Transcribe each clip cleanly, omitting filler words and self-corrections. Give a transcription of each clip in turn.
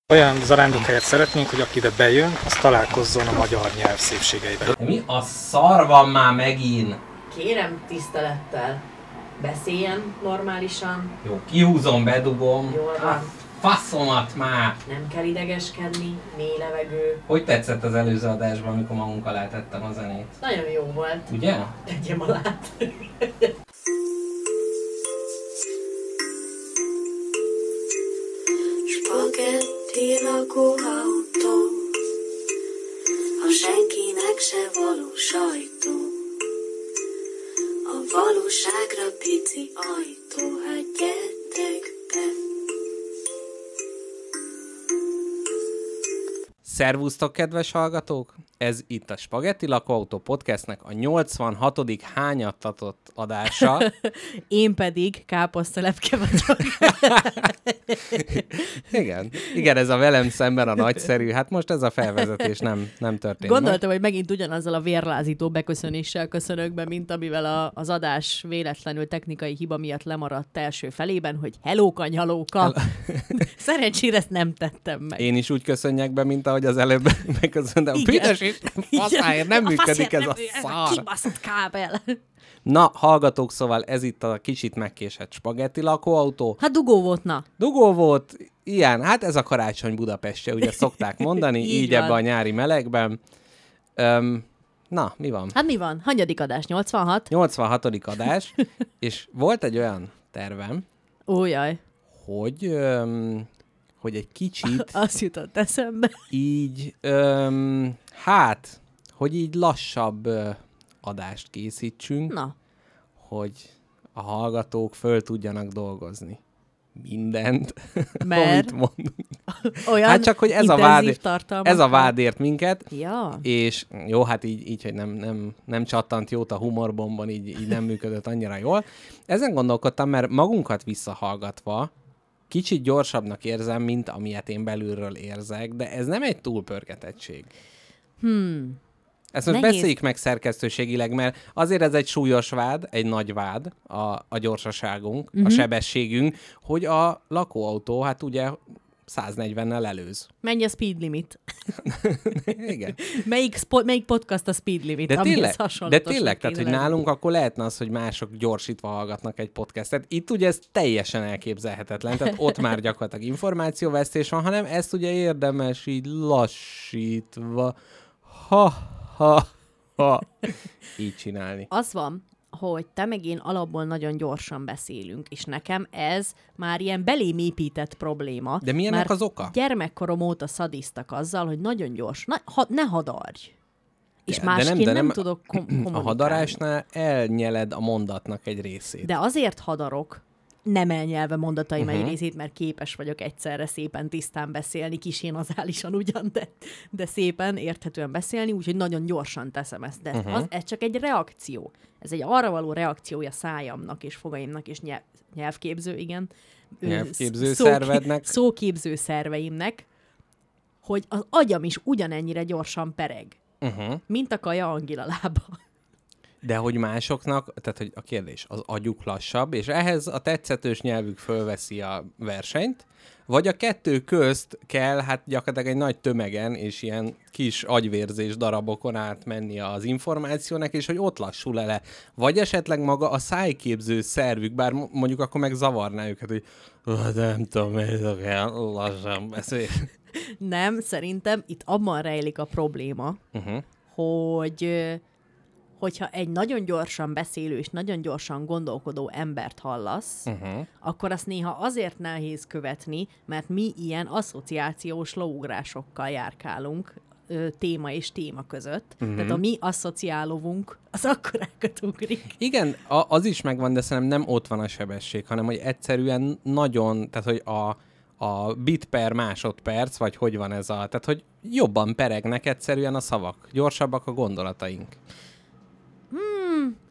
Olyan zarándokhelyet szeretnénk, hogy aki ide bejön, az találkozzon a magyar nyelv szépségeivel. Mi a szar van már megint? Kérem tisztelettel, beszéljen normálisan. Jó, kihúzom, bedugom. Jól van. Faszomat már! Nem kell idegeskedni, mély levegő. Hogy tetszett az előző adásban, amikor magunk alá tettem a zenét? Nagyon jó volt. Ugye? Tegyem alá. Spagetti lakóautó, a senkinek se való sajtó, a valóságra pici ajtó, hát gyertek be. Szervusztok, kedves hallgatók! Ez itt a Spagetti Lakóautó podcastnek a 86. hányattatott adása. Én pedig káposztalepke vagyok. Igen, ez a velem szemben a nagyszerű. Hát most ez a felvezetés nem történt. Gondoltam, hogy megint ugyanazzal a vérlázító beköszönéssel köszönök be, mint amivel az adás véletlenül technikai hiba miatt lemaradt első felében, hogy hello kanyalóka. Szerencsére ezt nem tettem meg. Én is úgy köszönjek be, mint ahogy az előbb megköszöntem. Büdös is, faszáért nem működik ez a szar. Kibaszott kábel. Na, hallgatók, szóval ez itt a kicsit megkésett Spagetti Lakóautó. Hát dugó volt, na. Dugó volt, ilyen, hát ez a karácsony Budapestje, ugye szokták mondani, így ebbe a nyári melegben. Na, mi van? Hát mi van? Hanyadik adás? 86? 86. adás, és volt egy olyan tervem, Ó, jaj. hogy egy kicsit Azt jutott eszembe. így, hogy így lassabb adást készítsünk, Na. hogy a hallgatók föl tudjanak dolgozni mindent, Mert? amit mondunk. Olyan Hát csak, hogy ez a vád ért minket, Ja. és jó, hát így hogy nem csattant jót a humorbomban, így nem működött annyira jól. Ezen gondolkodtam, mert magunkat visszahallgatva kicsit gyorsabbnak érzem, mint amilyet én belülről érzek, de ez nem egy túlpörgetettség. Ezt most Nehéz. beszéljük meg szerkesztőségileg, mert azért ez egy súlyos vád, egy nagy vád, a gyorsaságunk, a sebességünk, hogy a lakóautó, hát ugye 140-nel előz. Mennyi a speed limit? Igen. Melyik podcast a speed limit? De tényleg, hasonlatosnak tehát, hogy kéne nálunk akkor lehetne az, hogy mások gyorsítva hallgatnak egy podcastet. Itt ugye ez teljesen elképzelhetetlen, tehát ott már gyakorlatilag információvesztés van, hanem ezt ugye érdemes így lassítva, így csinálni. Az van, hogy te meg én alapból nagyon gyorsan beszélünk, és nekem ez már ilyen belém épített probléma. De mi ennek mert az oka? Gyermekkorom óta szadisztak azzal, hogy nagyon gyors. Ne hadarj! És De másként nem a- tudok kommunikálni. A hadarásnál elnyeled a mondatnak egy részét. De azért hadarok, nem elnyelve mondataim egy részét, mert képes vagyok egyszerre szépen tisztán beszélni, kisé nazálisan ugyan, de szépen, érthetően beszélni, úgyhogy nagyon gyorsan teszem ezt. De ez csak egy reakció. Ez egy arra való reakciója szájamnak és fogaimnak és nyelvképző, igen. Nyelvképző szervednek. Szóképző szerveimnek, hogy az agyam is ugyanennyire gyorsan pereg, mint a kaja Angila lába. De hogy másoknak, tehát hogy a kérdés, az agyuk lassabb, és ehhez a tetszetős nyelvük fölveszi a versenyt, vagy a kettő közt kell hát gyakorlatilag egy nagy tömegen és ilyen kis agyvérzés darabokon átmenni az információnak, és hogy ott lassul le. Vagy esetleg maga a szájképző szervük, bár mondjuk akkor meg zavarná őket, hogy nem tudom, hogy lassan beszél. Nem, szerintem itt abban rejlik a probléma, hogyha egy nagyon gyorsan beszélő és nagyon gyorsan gondolkodó embert hallasz, akkor azt néha azért nehéz követni, mert mi ilyen asszociációs lóugrásokkal járkálunk téma és téma között. Tehát a mi asszociálóvunk az akkorákat ugrik. Igen, az is megvan, de szerintem nem ott van a sebesség, hanem hogy egyszerűen nagyon, tehát hogy a bit per másodperc, vagy hogy van ez tehát hogy jobban peregnek egyszerűen a szavak, gyorsabbak a gondolataink.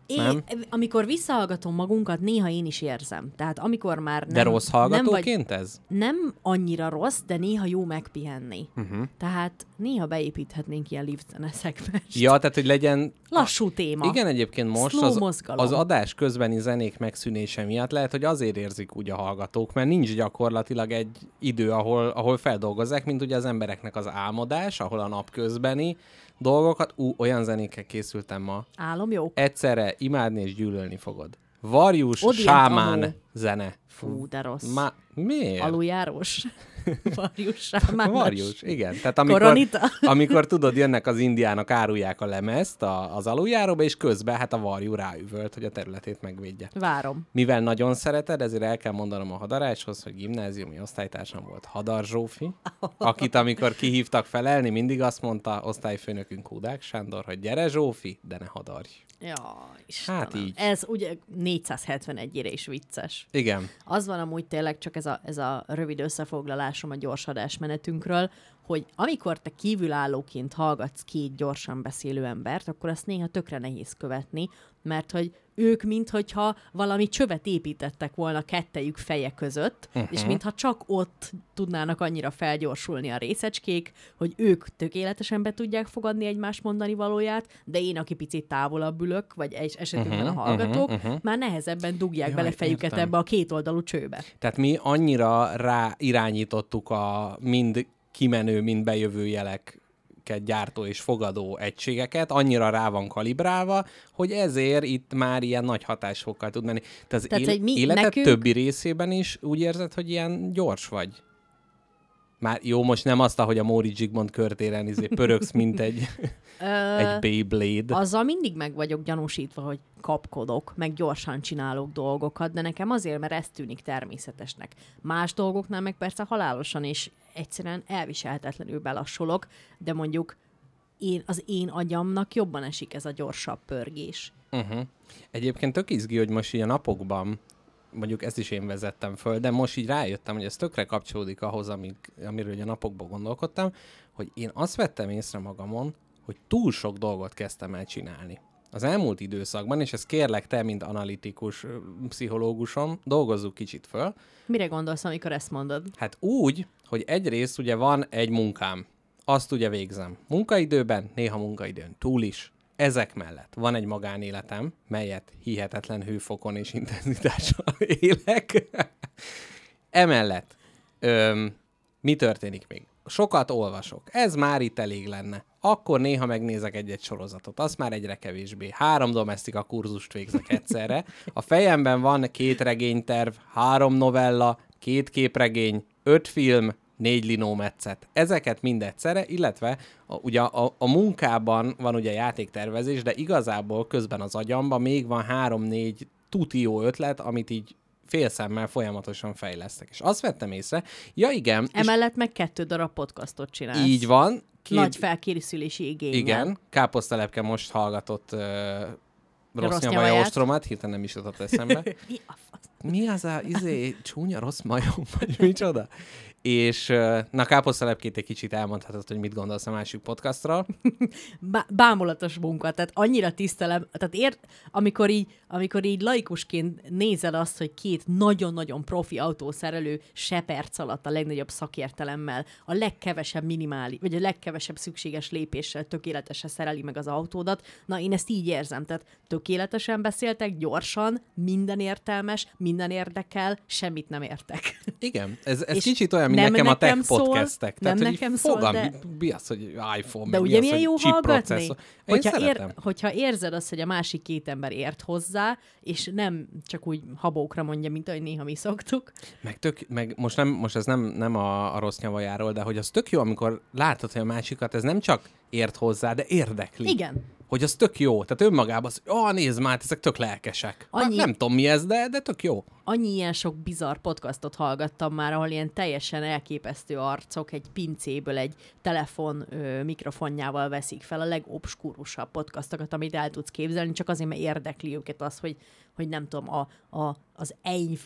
Nem? Amikor visszahallgatom magunkat, néha én is érzem. Tehát amikor már nem... De rossz hallgatóként ez? Nem annyira rossz, de néha jó megpihenni. Tehát néha beépíthetnénk ilyen liftzenes szegmest. Ja, tehát, hogy legyen... Lassú téma. Igen, egyébként most Slow mozgalom. az adás közbeni zenék megszűnése miatt lehet, hogy azért érzik úgy a hallgatók, mert nincs gyakorlatilag egy idő, ahol feldolgozzák, mint ugye az embereknek az álmodás, ahol a napközbeni dolgokat, olyan zenékkel készültem ma. Álomjók? Egyszerre imádni és gyűlölni fogod. Varjus, Odient sámán ahol. zene. Fú, de rossz. Miért? Aluljárós? Varjus, sámános. Varjus, igen. Tehát Koronita? amikor tudod, jönnek az indiának, árulják a lemezt az aluljáróba, és közben hát a varjú ráüvölt, hogy a területét megvédje. Várom. Mivel nagyon szereted, ezért el kell mondanom a Hadaráshoz, hogy gimnáziumi osztálytársam volt Hadar Zsófi, akit amikor kihívtak felelni, mindig azt mondta osztályfőnökünk Hudák Sándor, hogy gyere Zsófi, de ne hadarj. Ja, Istenem. Hát így. Ez ugye 471-ére is vicces. Igen. Az van amúgy tényleg csak ez a rövid összefoglalásom a gyors adásmenetünkről, hogy amikor te kívülállóként hallgatsz két gyorsan beszélő embert, akkor azt néha tökre nehéz követni, mert hogy ők minthogyha valami csövet építettek volna kettejük feje között, és mintha csak ott tudnának annyira felgyorsulni a részecskék, hogy ők tökéletesen be tudják fogadni egymás mondani valóját, de én, aki picit távolabb ülök, vagy esetünkben a hallgatók, már nehezebben dugják bele fejüket értem. ebbe a kétoldalú csőbe. Tehát mi annyira rá irányítottuk a mind kimenő, mind bejövő jeleket gyártó és fogadó egységeket, annyira rá van kalibrálva, hogy ezért itt már ilyen nagy hatásfokkal tud menni. Te az életed nekünk... többi részében is úgy érzed, hogy ilyen gyors vagy? Már jó, most nem azt, hogy a Móri Zsigmond körtéren pörögsz, mint egy Beyblade. Azzal mindig meg vagyok gyanúsítva, hogy kapkodok, meg gyorsan csinálok dolgokat, de nekem azért, mert ez tűnik természetesnek. Más dolgoknál meg persze halálosan és egyszerűen elviselhetetlenül belassulok, de mondjuk az én agyamnak jobban esik ez a gyorsabb pörgés. Egyébként tök izgi, hogy most így a napokban, mondjuk ezt is én vezettem föl, de most így rájöttem, hogy ez tökre kapcsolódik ahhoz, amiről a napokban gondolkodtam, hogy én azt vettem észre magamon, hogy túl sok dolgot kezdtem el csinálni. Az elmúlt időszakban, és ezt kérlek te, mint analitikus pszichológusom, dolgozzuk kicsit föl. Mire gondolsz, amikor ezt mondod? Hát úgy, hogy egyrészt ugye van egy munkám, azt ugye végzem munkaidőben, néha munkaidőn túl is. Ezek mellett van egy magánéletem, melyet hihetetlen hőfokon és intenzitással élek. Emellett mi történik még? Sokat olvasok. Ez már itt elég lenne. Akkor néha megnézek egy-egy sorozatot. Az már egyre kevésbé. 3 domestika kurzust végzek egyszerre. A fejemben van 2 regényterv, 3 novella, 2 képregény, 5 film, 4 linómetszet. Ezeket mind egyszerre, illetve ugye a munkában van ugye játéktervezés, de igazából közben az agyamban még van 3-4 tuti jó ötlet, amit így félszemmel folyamatosan fejlesztek. És azt vettem észre, ja igen. Emellett meg 2 darab podcastot csinálsz. Így van. Nagy felkészülési igényel. Igen. Káposztalepke most hallgatott rossz nyavaja ostromat, hirtelen nem is jutott eszembe. Mi a fasz? Mi az a csúnya rossz majom, vagy micsoda? És na, káposztalepkét egy kicsit elmondhatod, hogy mit gondolsz a másik podcastról. Bámulatos munka, tehát annyira tisztelem, tehát amikor így laikusként nézel azt, hogy 2 nagyon-nagyon profi autószerelő se perc alatt a legnagyobb szakértelemmel, a legkevesebb vagy a legkevesebb szükséges lépéssel tökéletesen szereli meg az autódat, na én ezt így érzem, tehát tökéletesen beszéltek, gyorsan, minden értelmes, minden érdekel, semmit nem értek. Igen, ez kicsit olyan, mint nekem a tech podcastek. Nem tehát, nekem szól, de... Mi az, hogy iPhone, de ugye milyen jó hallgatni? Hogyha hogyha érzed azt, hogy a másik 2 ember ért hozzá, és nem csak úgy habókra mondja, mint ahogy néha mi szoktuk. Meg most ez nem a rossz nyavajáról, de hogy az tök jó, amikor látod, hogy a másikat ez nem csak ért hozzá, de érdekli. Igen. Hogy az tök jó. Tehát önmagában az, nézd már, ezek tök lelkesek. Nem tudom mi ez, de tök jó. Annyi ilyen sok bizarr podcastot hallgattam már, ahol ilyen teljesen elképesztő arcok egy pincéből egy telefon mikrofonjával veszik fel a legobskurusabb podcastokat, amit el tudsz képzelni, csak azért, mert érdekli őket az, hogy nem tudom, az EIV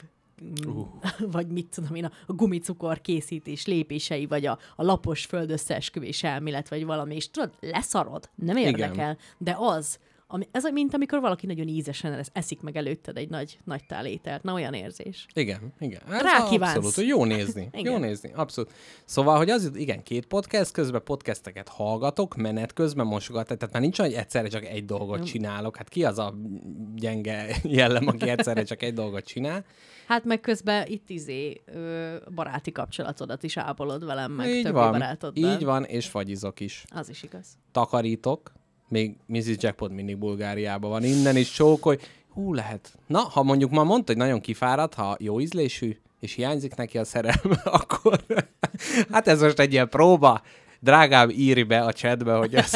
vagy mit tudom én, a gumicukor készítés lépései, vagy a lapos földösszeesküvés elmélet, vagy valami, és tudod, leszarod, nem érdekel, igen. De Ez mint amikor valaki nagyon ízesen eszik meg előtted egy nagy tál ételt. Na, olyan érzés. Igen. Ez Rákívánsz. abszolút, hogy jó nézni. Jó nézni, abszolút. Szóval, hogy az, igen, 2 podcast közben podcasteket hallgatok, menet közben mosogatok, tehát már nincs, hogy egyszerre csak egy dolgot csinálok. Hát ki az a gyenge jellem, aki egyszerre csak egy dolgot csinál? Hát meg közben itt baráti kapcsolatodat is ápolod velem, meg Így többi van, barátoddal. így van, és fagyizok is. Az is igaz. Takarítok, még Mrs. Jackpot mindig Bulgáriában van, innen is csókolj. Lehet. Na, ha mondjuk ma mondta, hogy nagyon kifáradt, ha jó ízlésű, és hiányzik neki a szerelme, akkor hát ez most egy ilyen próba. Drágám, írj be a chatbe, hogy ez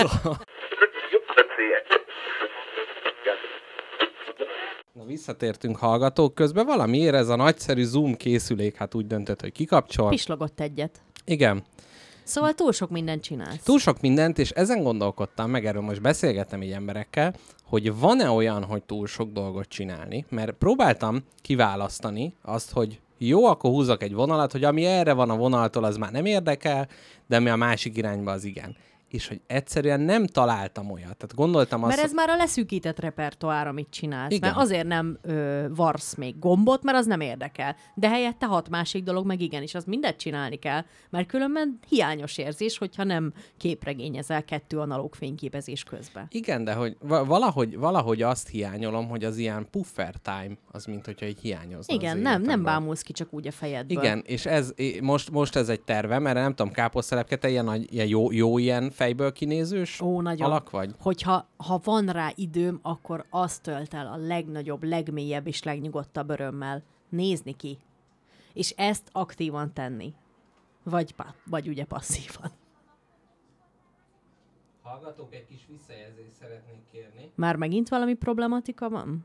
Na, visszatértünk hallgatók közben. Valamiért ez a nagyszerű Zoom készülék hát úgy döntött, hogy kikapcsol. Pislogott egyet. Igen. Szóval túl sok mindent csinálsz. Túl sok mindent, és ezen gondolkodtam, meg erről most beszélgettem így emberekkel, hogy van-e olyan, hogy túl sok dolgot csinálni, mert próbáltam kiválasztani azt, hogy jó, akkor húzok egy vonalat, hogy ami erre van a vonaltól, az már nem érdekel, de ami a másik irányba, az igen. És hogy egyszerűen nem találtam olyat. Tehát gondoltam azt, Mert ez már a leszűkített repertoár, amit csinálsz. Igen. Mert azért nem varsz még gombot, mert az nem érdekel. De helyette 6 másik dolog meg igenis, az mindet csinálni kell. Mert különben hiányos érzés, hogyha nem képregényezel 2 analóg fényképezés közben. Igen, de hogy valahogy azt hiányolom, hogy az ilyen puffer time, az mint hogyha így hiányozna. Igen, az nem életemben. bámulsz ki csak úgy a fejedből. Igen, és ez most ez egy tervem, erre nem tudom, káposztelepke, te ilyen jó ilyen fejből kinézős nagyon. alak vagy? Hogyha van rá időm, akkor azt tölt el a legnagyobb, legmélyebb és legnyugodtabb örömmel. Nézni ki. És ezt aktívan tenni. Vagy ugye passzívan. Hallgatók, egy kis visszajelzést szeretnék kérni. Már megint valami problematika van?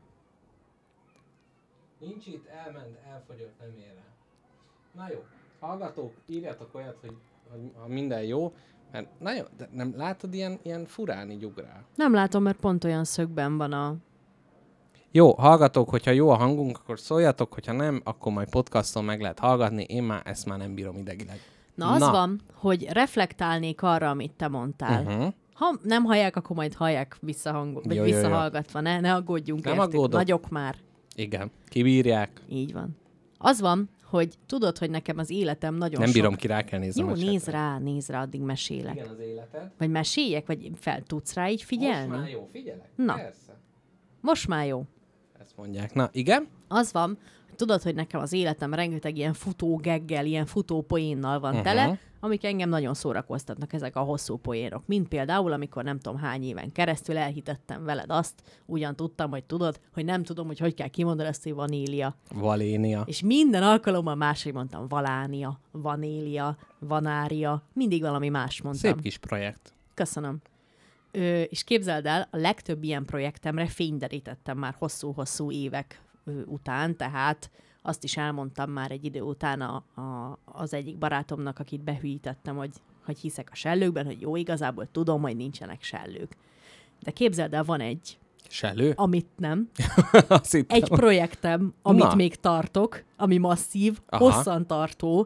Nincs itt, elment, elfogyott, nem ér el. Na jó, hallgatók, írjatok olyat, hogy ha minden jó, mert nagyon, de nem látod, ilyen furán így ugrál. Nem látom, mert pont olyan szögben van a... Jó, hallgatók, hogyha jó a hangunk, akkor szóljatok, hogyha nem, akkor majd podcaston meg lehet hallgatni, én már ezt már nem bírom idegileg. Az van, hogy reflektálnék arra, amit te mondtál. Uh-huh. Ha nem hallják, akkor majd hallják visszahallgatva. Ne aggódjunk nem értük. aggódok. Nagyok már. Igen, kibírják. Így van. Az van, hogy tudod, hogy nekem az életem nagyon Nem sok... bírom ki, rá kell néznem Jó, a nézd chatre. rá, addig mesélek. Igen, az életed. Vagy meséljek, vagy fel tudsz rá így figyelni? Most már jó, figyelek. Na. Persze. Most már jó. Ezt mondják. Na, igen? Az van, hogy tudod, hogy nekem az életem rengeteg ilyen futó geggel, ilyen futó poénnal van tele, amik engem nagyon szórakoztatnak, ezek a hosszú poénok. Mint például, amikor nem tudom hány éven keresztül elhitettem veled azt, ugyan tudtam, hogy tudod, hogy nem tudom, hogy kell kimondani ezt, hogy vanília. Valénia. És minden alkalommal máshogy mondtam, valánia, vanélia, vanária, mindig valami más mondtam. Szép kis projekt. Köszönöm. És képzeld el, a legtöbb ilyen projektemre fényderítettem már hosszú-hosszú évek után, tehát azt is elmondtam már egy idő után az egyik barátomnak, akit behűítettem, hogy hiszek a sellőkben, hogy jó, igazából tudom, hogy nincsenek sellők. De képzeld el, van egy, Sellő? amit nem, Azt hittem. egy projektem, amit Na. még tartok, ami masszív, Aha. hosszantartó,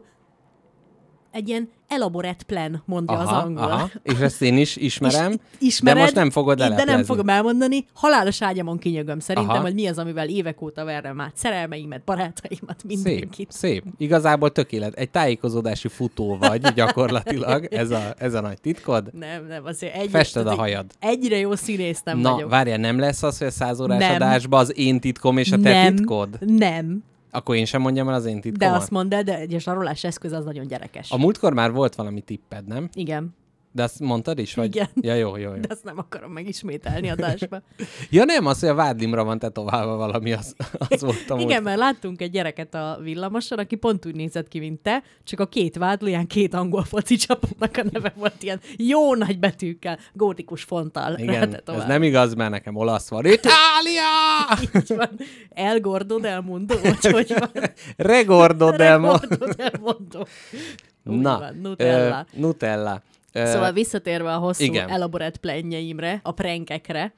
egy ilyen elaborate plan, mondja az angol. És ezt én is ismerem, Ismered, de most nem fogod de eleplezni. nem fogom elmondani. Halálos ágyamon kinyögöm szerintem, Aha. hogy mi az, amivel évek óta verem át szerelmeimet, barátaimat, mindenkit. Szép. Igazából tökélet. Egy tájékozódási futó vagy gyakorlatilag. Ez a nagy titkod. Nem, azért Fested a hajad. Egyre jó színész nem Na, vagyok. várjál, nem lesz az, hogy a 100 órás Nem. adásban az én titkom és a te Nem, titkod? nem. Akkor én sem mondjam el az én De titkomat. azt mondd el, de egy sarolás eszköz az nagyon gyerekes. A múltkor már volt valami tipped, nem? Igen, De azt mondtad is? Vagy? Igen. Ja, jó. de azt nem akarom megismételni adásba. Ja nem, az, hogy a vádlimra van tetoválva valami, az volt a múlt. Igen, mert láttunk egy gyereket a villamoson, aki pont úgy nézett ki, mint te, csak a 2 vádlóján 2 angol foci csapatnak a neve volt ilyen jó nagy betűkkel, gótikus fonttal. Igen, ez nem igaz, mert nekem olasz van. Itália! Így van. El Gordo del Mundo, hogy van. Regordo del Mo- Regordo del Mundo. Úgy Na, van, Nutella. Nutella. Szóval visszatérve a hosszú igen. elaborát plennyeimre, a prankekre,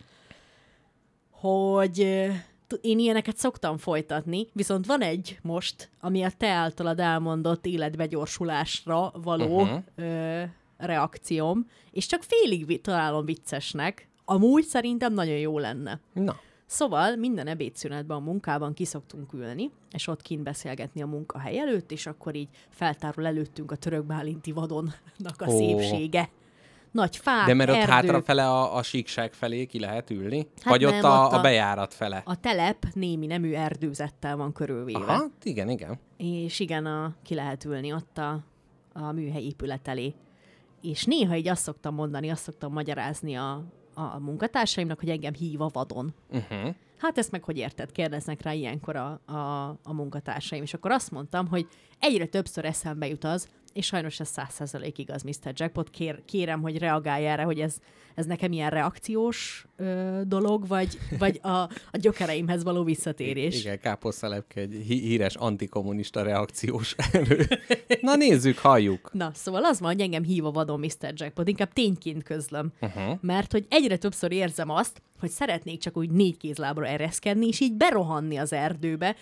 hogy én ilyeneket szoktam folytatni, viszont van egy most, ami a te általad elmondott életbegyorsulásra való reakcióm, és csak félig találom viccesnek, amúgy szerintem nagyon jó lenne. Na. Szóval minden ebédszünetben a munkában kiszoktunk ülni, és ott kint beszélgetni a munkahely előtt, és akkor így feltárul előttünk a törökbálinti vadonnak a szépsége. Nagy fák, De mert ott erdők. hátrafele a síkság felé ki lehet ülni? Hát Vagy nem, ott ott a bejárat fele? A telep némi nemű erdőzettel van körülvéve. Aha, igen. És igen, ki lehet ülni ott a műhely épület elé. És néha így azt szoktam mondani, azt szoktam magyarázni a munkatársaimnak, hogy engem hív a vadon. Uh-huh. Hát ezt meg hogy érted? Kérdeznek rá ilyenkor a munkatársaim. És akkor azt mondtam, hogy egyre többször eszembe jut az, és sajnos ez 100% igaz, Mr. Jackpot. Kérem, hogy reagálj erre, hogy ez nekem ilyen reakciós dolog, vagy a gyökereimhez való visszatérés. Igen, káposztelepke egy híres antikommunista reakciós erő. Na nézzük, halljuk. Na, szóval az van, hogy engem hív a vadon Mr. Jackpot, inkább tényként közlöm. Mert hogy egyre többször érzem azt, hogy szeretnék csak úgy 4 kézlábra ereszkedni, és így berohanni az erdőbe,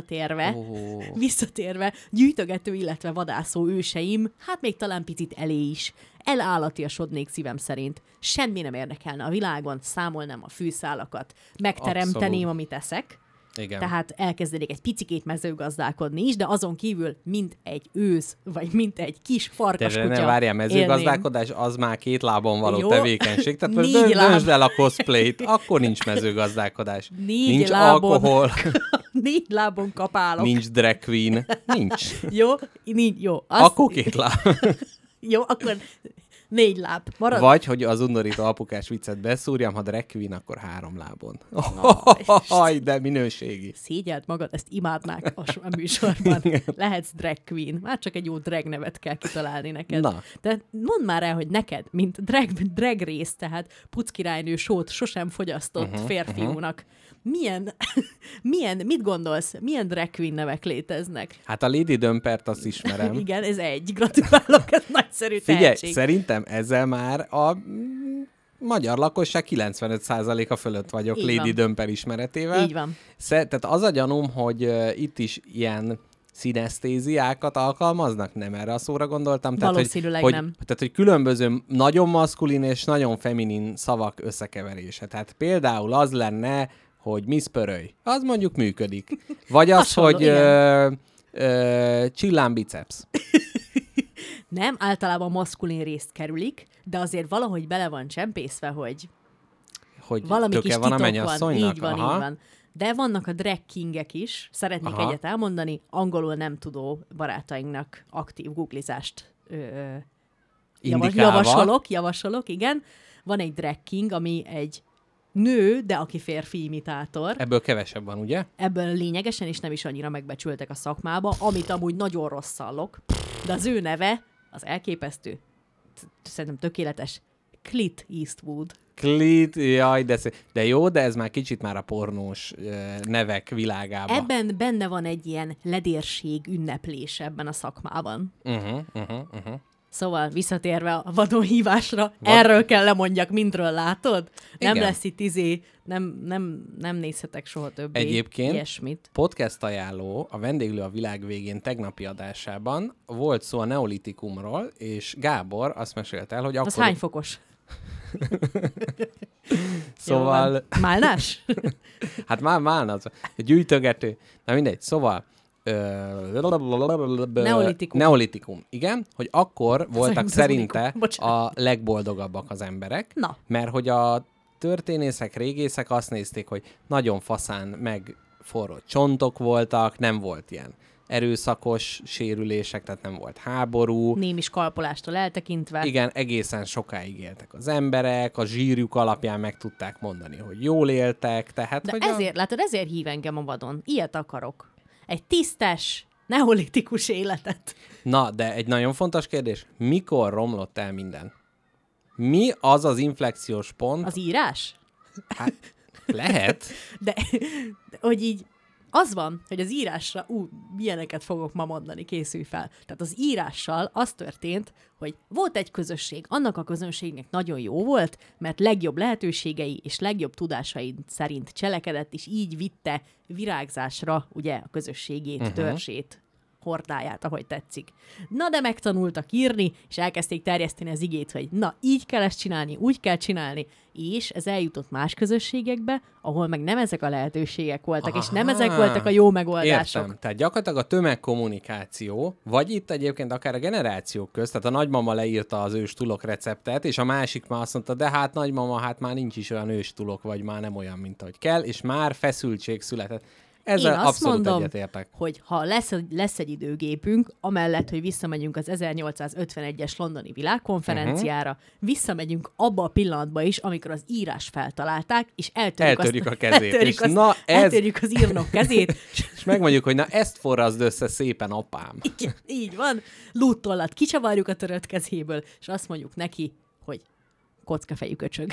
visszatérve gyűjtögető, illetve vadászó őseim, hát még talán picit elé is. Elállatiasodnék szívem szerint. Semmi nem érdekelne a világon, számolnám a fűszálakat, megteremteném, Abszolút. amit eszek. Igen. Tehát elkezdenék egy picikét mezőgazdálkodni is, de azon kívül mint egy ősz, vagy mint egy kis farkaskutya. De ne várjál, mezőgazdálkodás, az már 2 lábon való Jó. tevékenység. Tehát most 4 láb. döntsd el a cosplayt, akkor nincs mezőgazdálkodás. 4 Nincs lábon. alkohol, 4 lábon kapálok. nincs drag queen, nincs. Jó? Jó. Akkor 2 láb. Jó, akkor 4 láb. Marad? Vagy, hogy az undorító apukás viccet beszúrjam, ha drag queen, akkor 3 lábon. Haj, de minőségi. Szégyeld magad, ezt imádnák a műsorban. Lehetsz drag queen. Már csak egy jó drag nevet kell kitalálni neked. Na. Tehát mondd már el, hogy neked, mint drag rész, tehát puckirálynő sót sosem fogyasztott férfiúnak, mit gondolsz, milyen drag queen nevek léteznek? Hát a Lady Dömpert azt ismerem. Igen, ez egy. Gratulálok, ez nagyszerű Figyelj, tehetség. szerintem ezzel már a magyar lakosság 95%-a fölött vagyok Így Lady van. Dömper ismeretével. Így van. Tehát az a gyanúm, hogy itt is ilyen szinesztéziákat alkalmaznak? Nem erre a szóra gondoltam. Valószínűleg hogy, nem. Tehát, hogy különböző nagyon maszkulin és nagyon feminin szavak összekeverése. Tehát például az lenne, hogy Miss Pöröly. Az mondjuk működik. Vagy az, Hasonló, hogy csillámbiceps. Nem, általában maszkulin részt kerülik, de azért valahogy bele van csempészve, hogy valami töke kis van a titok mennyasszonynak. van. Így van, így van. De vannak a drag kingek is. Szeretnék egyet elmondani. Angolul nem tudó barátainknak aktív googlizást javasolok, igen. Van egy drag king, ami egy nő, de aki férfi imitátor. Ebből kevesebb van, ugye? Ebből lényegesen, és nem is annyira megbecsültek a szakmába, amit amúgy nagyon rossz szallok, de az ő neve az elképesztő. Szerintem tökéletes. Clint Eastwood. Clint, jaj, de jó, de ez már kicsit már a pornós nevek világában. Ebben benne van egy ilyen ledérség ünneplése ebben a szakmában. Szóval visszatérve a vadonhívásra, erről kell lemondjak, mindről látod? Nem Igen. lesz itt nem nézhetek soha többé Egyébként ilyesmit. podcast ajánló a Vendéglő a világ végén tegnapi adásában volt szó a neolitikumról, és Gábor azt mesélte el, hogy Az akkor... hány fokos? Szóval... Jó van. Málnás? Hát már az. Gyűjtögető. Na mindegy. Szóval... Neolitikum. Igen, hogy akkor voltak szerinte a legboldogabbak az emberek, Na. mert hogy a történészek, régészek azt nézték, hogy nagyon faszán megforrott csontok voltak, nem volt ilyen erőszakos sérülések, tehát nem volt háború. Némi skalpolástól eltekintve. Igen, egészen sokáig éltek az emberek, a zsírjuk alapján meg tudták mondani, hogy jól éltek, tehát... De hogy ezért hív engem a vadon. Ilyet akarok. Egy tisztes, neolitikus életet. Na, de egy nagyon fontos kérdés. Mikor romlott el minden? Mi az az inflexiós pont? Az írás? Hát, lehet. De hogy így az van, hogy az írásra, milyeneket fogok ma mondani, készülj fel. Tehát az írással az történt, hogy volt egy közösség, annak a közönségnek nagyon jó volt, mert legjobb lehetőségei és legjobb tudásai szerint cselekedett, és így vitte virágzásra ugye a közösségét, törzsét, hordáját, ahogy tetszik. Na, de megtanultak írni, és elkezdték terjeszteni az igét, hogy na, így kell ezt csinálni, úgy kell csinálni, és ez eljutott más közösségekbe, ahol meg nem ezek a lehetőségek voltak, és nem ezek voltak a jó megoldások. Értem. Tehát gyakorlatilag a tömegkommunikáció, vagy itt egyébként akár a generációk közt, tehát a nagymama leírta az őstulok receptet, és a másik már azt mondta, de hát nagymama, hát már nincs is olyan őstulok, vagy már nem olyan, mint ahogy kell, és már feszültség született. Ezzel Én azt abszolút mondom, egyetértek. hogy ha lesz egy időgépünk, amellett, hogy visszamegyünk az 1851-es londoni világkonferenciára, visszamegyünk abba a pillanatba is, amikor az írás feltalálták, és eltörjük a kezét. eltörjük az írnok kezét. És megmondjuk, hogy na ezt forrazd össze szépen, apám. Igen, így van. Lúttollat kicsavarjuk a törött kezéből, és azt mondjuk neki, hogy kockafejű köcsög.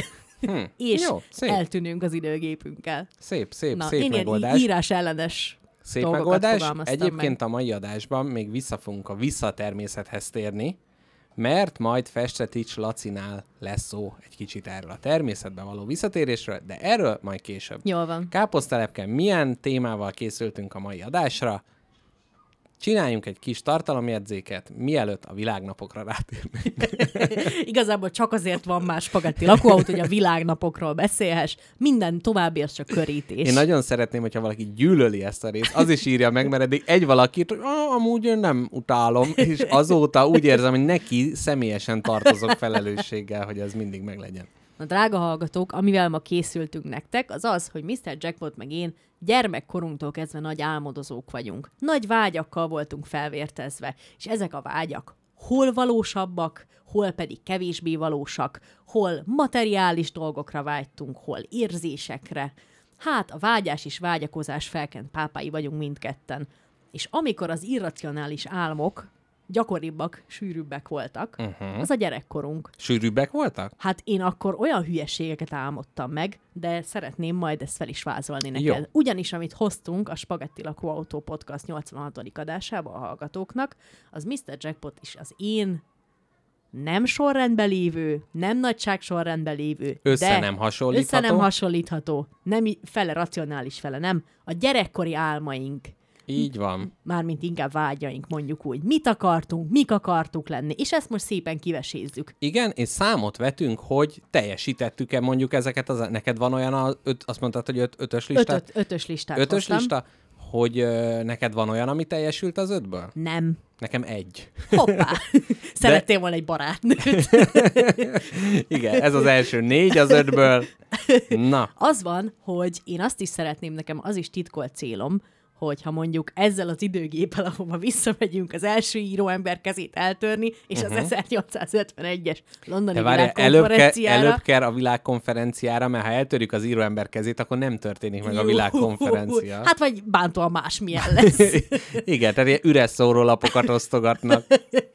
És jó, szép. eltűnünk az időgépünkkel. Szép Én megoldás. ilyen írás ellenes Szép dolgokat megoldás. fogalmaztam Egyébként meg. a mai adásban még vissza fogunk a visszatermészethez térni, mert majd Festretics Lacinál lesz szó egy kicsit erről a természetben való visszatérésről, de erről majd később. Jól van. Káposztelepke, milyen témával készültünk a mai adásra? Csináljunk egy kis tartalomjegyzéket, mielőtt a világnapokra rátérnénk. Igazából csak azért van más spagetti lakóautó, hogy a világnapokról beszélhess. Minden további az csak körítés. Én nagyon szeretném, hogyha valaki gyűlöli ezt a részt. Az is írja meg, mert eddig egy valakit, hogy amúgy én nem utálom, és azóta úgy érzem, hogy neki személyesen tartozok felelősséggel, hogy ez mindig meglegyen. Na, drága hallgatók, amivel ma készültünk nektek, az az, hogy Mr. Jackpot meg én gyermekkorunktól kezdve nagy álmodozók vagyunk. Nagy vágyakkal voltunk felvértezve, és ezek a vágyak hol valósabbak, hol pedig kevésbé valósak, hol materiális dolgokra vágytunk, hol érzésekre. Hát a vágyás és vágyakozás felkent pápái vagyunk mindketten. És amikor az irracionális álmok gyakoribbak, sűrűbbek voltak, az a gyerekkorunk. Sűrűbbek voltak? Hát én akkor olyan hülyeségeket álmodtam meg, de szeretném majd ezt fel is vázolni neked. Jó. Ugyanis, amit hoztunk a Spagetti Lakóautó Podcast 86. adásába a hallgatóknak, az Mr. Jackpot is az én nem sorrendben lévő, nem nagyságsorrendben lévő, Össze nem hasonlítható. nem fele racionális, fele nem. A gyerekkori álmaink. Így van. Mármint inkább vágyaink, mondjuk úgy. Mit akartunk, mik akartuk lenni, és ezt most szépen kivesézzük. Igen, és számot vetünk, hogy teljesítettük-e mondjuk ezeket, neked van olyan, azt mondtad, hogy ötös listát? Ötös listát Ötös hoztam. lista? Hogy neked van olyan, ami teljesült az 5-ből? Nem. Nekem 1. Hoppá! Szerettél volna egy barátnőt. Igen, ez az első 4 az 5-ből. Na. Az van, hogy én azt is szeretném, nekem az is titkolt célom, hogyha mondjuk ezzel az időgéppel, ahova visszamegyünk, az első íróember kezét eltörni, és az 1851-es londoni világkonferenciára... Előbb kell a világkonferenciára, mert ha eltörjük az íróember kezét, akkor nem történik meg a világkonferencia. Hát vagy bántóan másmilyen lesz. Igen, tehát ilyen üres szórólapokat osztogatnak.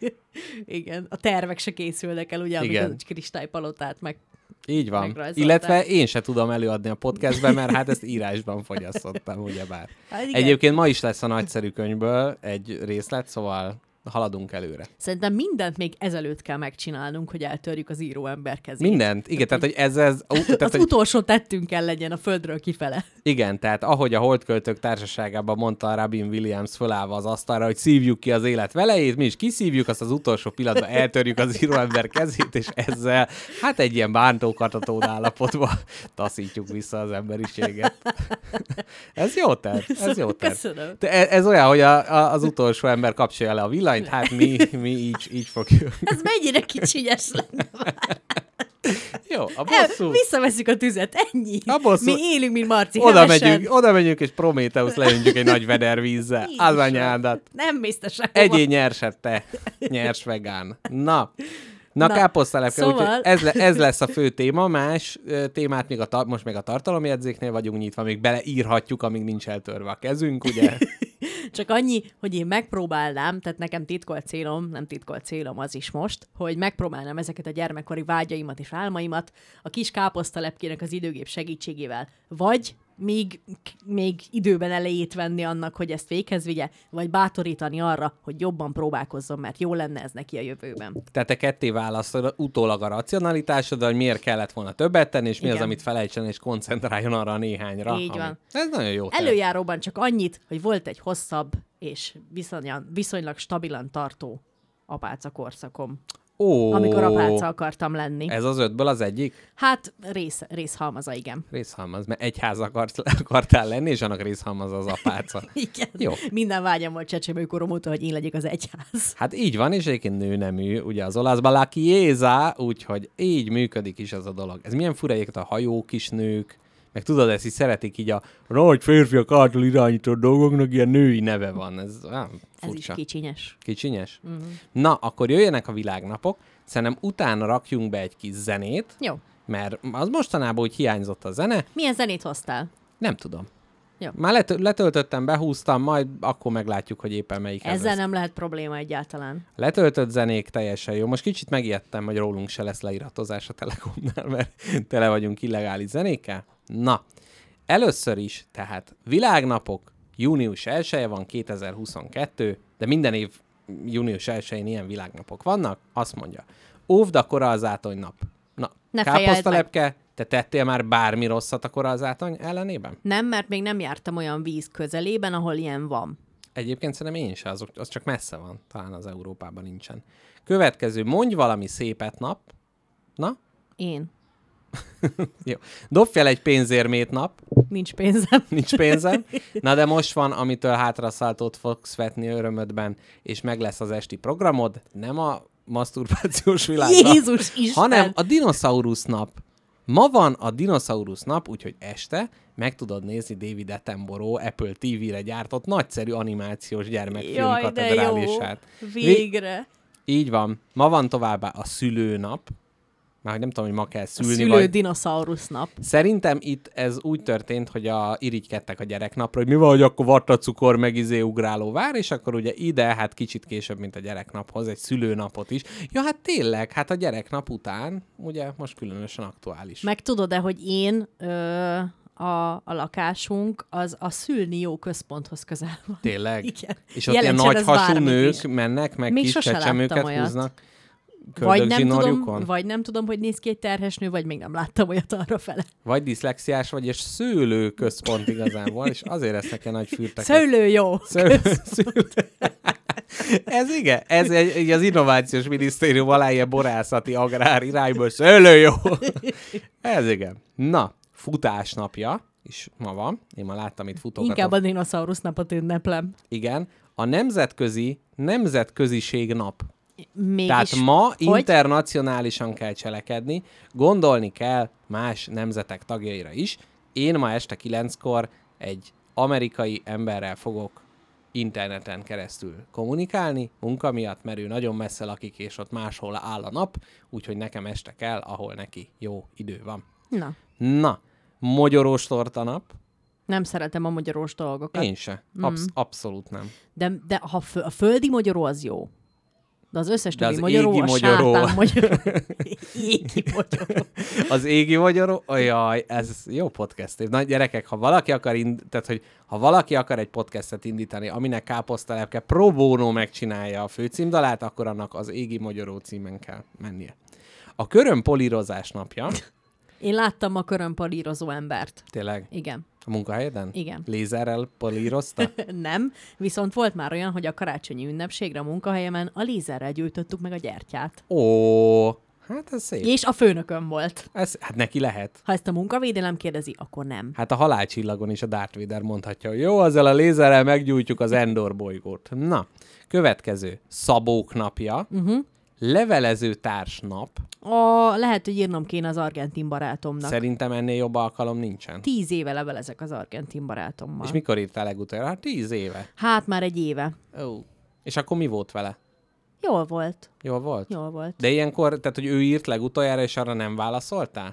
Igen, a tervek se készülnek el, ugye, amikor a kristálypalotát meg így van. megrajzolták. Illetve én se tudom előadni a podcastben, mert hát ezt írásban fogyasztottam, ugyebár. Hát igen. Egyébként ma is lesz a nagyszerű könyvből egy részlet, szóval haladunk előre. Szerintem mindent még ezelőtt kell megcsinálnunk, hogy eltörjük az íróember kezét. Mindent? Igen, tehát hogy ez az utolsó tettünk kell legyen a földről kifele. Igen, tehát ahogy a Holdköltők társaságában mondta Robin Williams fölállva az asztalra, hogy szívjuk ki az élet velejét, mi is kiszívjuk, azt az utolsó pillanatban eltörjük az íróember kezét, és ezzel hát egy ilyen bántókatatón állapotba taszítjuk vissza az emberiséget. Ez jó terv, ez jó terv. Köszönöm. Ez olyan, hogy az utolsó ember kapcsolja le a villanyt, hát mi így fogjuk. Ez mennyire kicsinyes lenne már. Jó, a bosszú. Visszaveszünk a tüzet, ennyi. A bosszú. Mi élünk, mint Marci hevesen. Oda megyünk, és Prométeusz leöntjük egy nagy vedervízzel. Állványádat. Nem mész te sehova. Egyél nyerset, te. Nyers vegán. Na, káposztalepke, szóval... ez lesz a fő téma, más témát most még a tartalomjegyzéknél vagyunk nyitva, még beleírhatjuk, amíg nincs eltörve a kezünk, ugye? Csak annyi, hogy én megpróbálnám, tehát nekem titkolt célom, nem titkolt célom az is most, hogy megpróbálnám ezeket a gyermekkori vágyaimat és álmaimat a kis káposztalepkének az időgép segítségével, vagy még időben elejét venni annak, hogy ezt véghez vigye, vagy bátorítani arra, hogy jobban próbálkozzon, mert jó lenne ez neki a jövőben. Tehát te ketté választod utólag a racionalitásod, hogy miért kellett volna többet tenni, és mi az, amit felejtsen, és koncentráljon arra a néhányra. Így van. Ez nagyon jó. Előjáróban csak annyit, hogy volt egy hosszabb és viszonylag stabilan tartó apáca korszakom. Ó, Amikor apáca akartam lenni. Ez az 5-ből az egyik? Hát részhalmaza, igen. Részhalmaz, mert egy ház akartál lenni, és annak részhalmaza az apáca. Igen. Jó. Minden vágyam volt csecsemőkorom óta, hogy én legyek az egyház. Hát így van, és egyébként nőnemű, ugye az olaszban la chiesa, úgyhogy így működik is az a dolog. Ez milyen fura, egyébként a hajók is nők, meg tudod, ezt is szeretik így a nagy férfiak által irányított dolgoknak, ilyen női neve van. Ez furcsa. Ez is kicsinyes. Kicsinyes? Uh-huh. Na, akkor jöjjenek a világnapok. Szerintem utána rakjunk be egy kis zenét, Jó. mert az mostanában úgy hiányzott a zene. Milyen zenét hoztál? Nem tudom. Jó. Már letöltöttem, behúztam, majd akkor meglátjuk, hogy éppen melyik ez Ezzel lesz. nem lehet probléma egyáltalán. Letöltött zenék teljesen jó. Most kicsit megijedtem, hogy rólunk se lesz leiratozás a Telekomnál, mert tele vagyunk illegális zenékkel. Na, először is, tehát világnapok, június 1-e van 2022, de minden év június 1-én ilyen világnapok vannak, azt mondja, óvd a korallzátony nap. Na, Ne fejeld káposztalepke, te tettél már bármi rosszat a korallzátony ellenében? Nem, mert még nem jártam olyan víz közelében, ahol ilyen van. Egyébként szerintem én sem, az csak messze van. Talán az Európában nincsen. Következő, mondj valami szépet nap. Na? Én. Jó. Dobj fel egy pénzérmét nap. Nincs pénzem. Nincs pénzem. Na de most van, amitől hátraszáltót fogsz vetni örömödben, és meg lesz az esti programod. Nem a maszturbációs világban, Jézus Isten! hanem a dinoszaurusz nap. Ma van a dinoszaurusz nap, úgyhogy este meg tudod nézni David Attenborough Apple TV-re gyártott nagyszerű animációs gyermekfilm Jaj, de jó! katedrálisát. Végre! Így van. Ma van továbbá a szülőnap. Már hogy nem tudom, hogy ma kell A szülni, szülő vagy... dinoszaurusz nap. Szerintem itt ez úgy történt, hogy irigykedtek a gyereknapra, hogy mi van, hogy akkor vattacukor, meg ugráló vár, és akkor ugye ide, hát kicsit később, mint a gyereknaphoz, egy szülőnapot is. Ja, hát tényleg, hát a gyereknap után, ugye most különösen aktuális. Meg tudod-e, hogy én a lakásunk az a szülni jó központhoz közel van. Tényleg? Igen. És ott ilyen Jelentsen nagy ez hasú bármit nők is. mennek, meg Még kis sose láttam csecsemőket olyat. húznak Vagy nem tudom, hogy néz ki egy terhes nő, vagy még nem láttam olyat arrafele. Vagy diszlexiás vagy, és szőlő központ igazából, és azért ezt nekem nagy fürtek. Szőlő jó. Szőlő. Ez igen, ez az innovációs minisztérium alá ilyen borászati agrár irányból szőlő jó. Ez igen. Na, futás napja is ma van. Én már láttam, itt futogatok. Inkább a dinoszaurusz napot ünneplem. Igen. A nemzetköziség nap. Mégis, Tehát ma hogy? internacionálisan kell cselekedni, gondolni kell más nemzetek tagjaira is. Én ma este 9-kor egy amerikai emberrel fogok interneten keresztül kommunikálni, munka miatt, mert ő nagyon messze lakik, és ott máshol áll a nap, úgyhogy nekem este kell, ahol neki jó idő van. Na, mogyorós torta nap. Nem szeretem a magyarós dolgokat. Én se. Abszolút nem. De ha a földi magyaró az jó. De az összes De többi az magyaró, égi a magyaró. sátán magyaró. Égi magyaró. Az égi magyaró, jaj, ez jó podcast. Na gyerekek, ha valaki akar, tehát, hogy ha valaki akar egy podcastet indítani, aminek káposztalepke pro bono megcsinálja a főcímdalát, akkor annak az égi magyaró címen kell mennie. A körömpolírozás napja. Én láttam a körömpolírozó embert. Tényleg? Igen. A munkahelyeden? Igen. Lézerrel polírozta? Nem, viszont volt már olyan, hogy a karácsonyi ünnepségre a munkahelyemen a lézerrel gyújtottuk meg a gyertyát. Ó, hát ez szép. És a főnököm volt. Hát neki lehet. Ha ezt a munkavédelem kérdezi, akkor nem. Hát a halálcsillagon is a Darth Vader mondhatja, hogy jó, azzal a lézerrel meggyújtjuk az Endor bolygót. Na, következő. Szabók napja. Levelező társnap. Lehet, hogy írnom kéne az argentin barátomnak. Szerintem ennél jobb alkalom nincsen. 10 éve levelezek az argentin barátommal. És mikor írtál legutoljára? Hát 10 éve. Hát már egy éve. Ó. És akkor mi volt vele? Jól volt. Jól volt? Jól volt. De ilyenkor, tehát hogy ő írt legutoljára, és arra nem válaszoltál?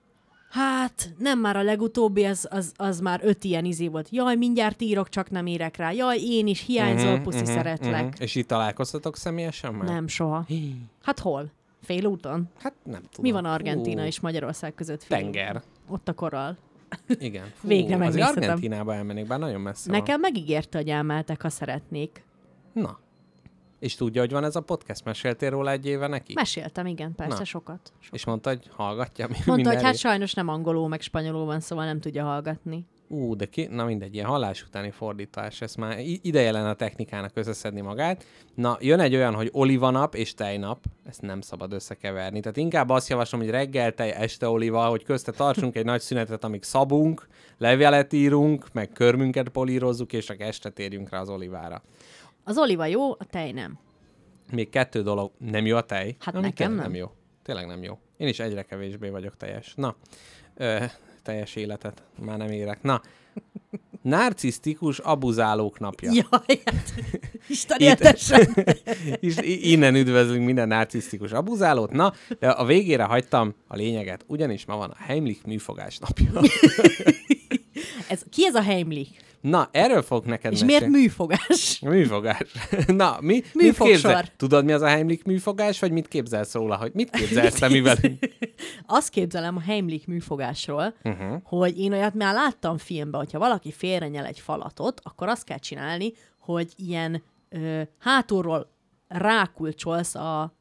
Hát, nem már a legutóbbi, az már 5 ilyen izé volt. Jaj, mindjárt írok, csak nem érek rá. Jaj, én is hiányzol, puszi, szeretlek. És itt találkoztatok személyesen már? Nem, soha. Hát hol? Félúton? Hát nem tudom. Mi van Argentína és Magyarország között? Tenger. Ott a korall. Igen. Fú, Végre azért megnézhetem. Argentínába elmennék, bár nagyon messze Nekem megígérte, hogy elmeltek, ha szeretnék. van. Na. És tudja, hogy van ez a podcast? Meséltél róla egy éve neki? Meséltem, igen, persze, Na. sokat. És mondta, hogy hallgatja Mondta, hogy mindenről. hát sajnos nem angolul, meg spanyolul van, szóval nem tudja hallgatni. Na mindegy, ilyen hallás utáni fordítás, ezt már ideje lenne a technikának összeszedni magát. Na, jön egy olyan, hogy olivanap és tejnap, ezt nem szabad összekeverni. Tehát inkább azt javaslom, hogy reggel tej, este oliva, hogy közte tartsunk egy nagy szünetet, amíg szabunk, levelet írunk, meg körmünket polírozzuk, és csak este térjünk rá az olivára. Az oliva jó, a tej nem. Még 2 dolog. Nem jó a tej? Hát nekem nem. Jó. Tényleg nem jó. Én is egyre kevésbé vagyok teljes. Na, teljes életet már nem érek. Na, narcisztikus abuzálók napja. Jaj, hát Isten értesen. És innen üdvözlünk minden narcisztikus abuzálót. Na, de a végére hagytam a lényeget, ugyanis ma van a Heimlich műfogás napja. Ki ez a Heimlich? Na, erről fogok neked És miért műfogás? Műfogás. Na, mit képzel? Tudod, mi az a Heimlich műfogás, vagy mit képzelsz róla? Hogy mit képzelsz te mivel? Azt képzelem a Heimlich műfogásról, hogy én olyat már láttam filmben, hogyha valaki félrenyel egy falatot, akkor azt kell csinálni, hogy ilyen hátulról rákulcsolsz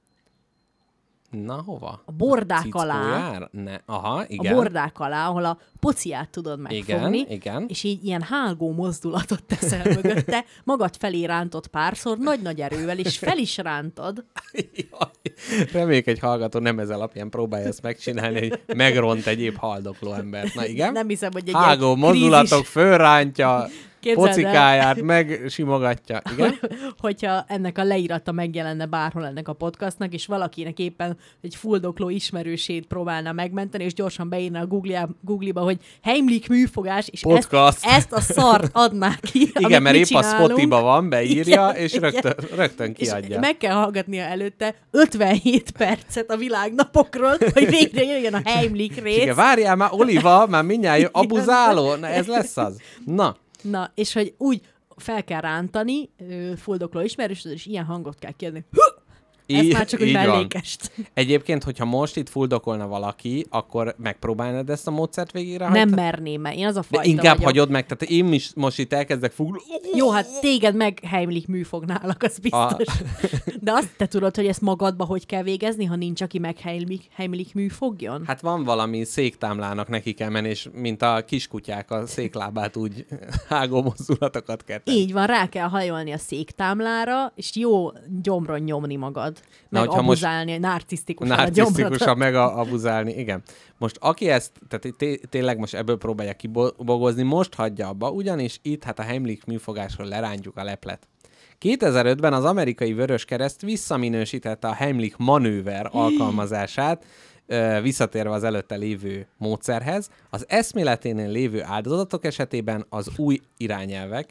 Na, hova? A bordák alá. Aha, igen. A bordák alá, ahol a pociát tudod megfogni. Igen. És így ilyen hágó mozdulatot teszel mögötte, magad felé rántott párszor, nagy-nagy erővel, és fel is rántod. Reméljük, egy hallgató nem ez alapján próbálja ezt megcsinálni, hogy megront egyéb haldokló embert. Na igen? Nem hiszem, hogy egy hágó mozdulatok, fölrántja, pocikáját megsimogatja. Igen? Hogyha ennek a leírata megjelenne bárhol ennek a podcastnak, és valakinek éppen egy fuldokló ismerősét próbálna megmenteni, és gyorsan beírna a Google-ba, hogy Heimlich műfogás, és ezt a szart adná ki. Igen, mert épp a Spotify-ba van, beírja, igen, és rögtön kiadja. És meg kell hallgatnia előtte 57 percet a világnapokról, hogy végre jöjjön a Heimlich rész. Igen, várjál már, Oliva, már mindjárt jön, abuzáló, na ez lesz az. Na, és hogy úgy fel kell rántani, fuldokló ismerős, és ilyen hangot kell kérni. Ez már csak úgy mellékest. Egyébként, hogyha most itt fuldokolna valaki, akkor megpróbálnád ezt a módszert végére? Nem merném, mert én az a fajta inkább vagyok. Hagyod meg, tehát én is most itt elkezdek Jó, hát téged meg Heimlich műfognálak, az biztos. De azt te tudod, hogy ezt magadba hogy kell végezni, ha nincs, aki meg Heimlich műfogjon? Hát van valami széktámlának neki kell menni, és mint a kiskutyák a széklábát úgy hágó mozdulatokat kell tenni. Így van, rá kell hajolni a széktámlára, és jó gyomron nyomni magad. Meg abuzálni, narcisztikusan meg abuzálni, igen. Most aki ezt, tehát tényleg most ebből próbálja kibogozni, most hagyja abba, ugyanis itt hát a Heimlich műfogásról lerántjuk a leplet. 2005-ben az amerikai Vöröskereszt visszaminősítette a Heimlich manőver alkalmazását, visszatérve az előtte lévő módszerhez. Az eszméleténél lévő áldozatok esetében az új irányelvek...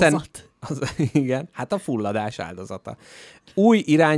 Igen, hát a fulladás áldozata. Új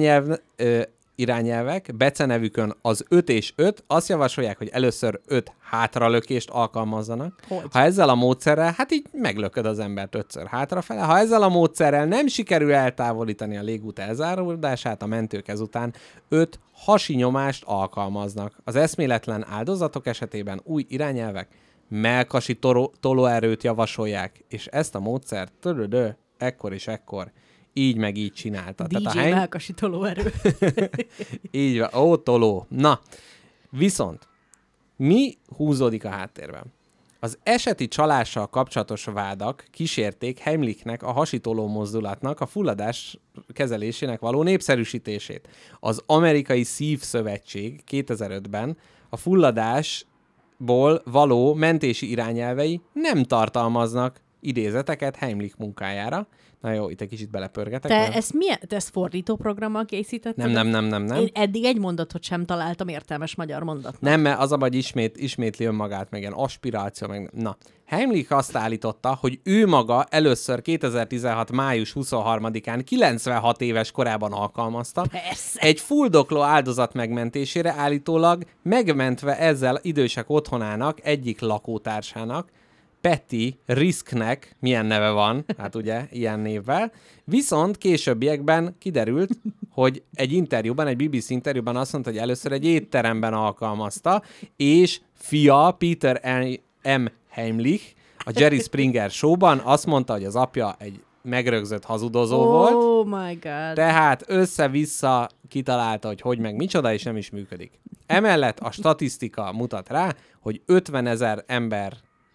irányelvek becenevükön az 5 és 5 azt javasolják, hogy először 5 hátralökést alkalmazzanak. Hogy? Ha ezzel a módszerrel, hát így meglököd az embert 5-ször hátrafele. Ha ezzel a módszerrel nem sikerül eltávolítani a légút elzáródását, a mentők ezután 5 hasi nyomást alkalmaznak. Az eszméletlen áldozatok esetében új irányelvek mellkasi tolóerőt javasolják, és ezt a módszert ekkor és ekkor így meg így csinálta. DJ mellkasi tolóerő. Így van, toló. Na, viszont mi húzódik a háttérben? Az eseti csalással kapcsolatos vádak kísérték Heimlichnek a hasitoló mozdulatnak a fulladás kezelésének való népszerűsítését. Az Amerikai Szívszövetség 2005-ben a fulladásból való mentési irányelvei nem tartalmaznak idézeteket Heimlich munkájára. Na jó, itt egy kicsit belepörgetek. Te ezt fordítóprogrammal készítetted? Nem. Én eddig egy mondatot sem találtam értelmes magyar mondatnak. Nem, mert az a vagy ismétli önmagát, meg ilyen aspiráció, meg... Na, Heimlich azt állította, hogy ő maga először 2016. május 23-án 96 éves korában alkalmazta. Persze. Egy fuldokló áldozat megmentésére állítólag megmentve ezzel idősek otthonának egyik lakótársának, Patty Risknek, milyen neve van, hát ugye, ilyen névvel, viszont későbbiekben kiderült, hogy egy BBC interjúban azt mondta, hogy először egy étteremben alkalmazta, és fia Peter M. Heimlich a Jerry Springer showban azt mondta, hogy az apja egy megrögzött hazudozó volt. Oh my God. Tehát össze-vissza kitalálta, hogy meg micsoda, és nem is működik. Emellett a statisztika mutat rá, hogy 50 000 ember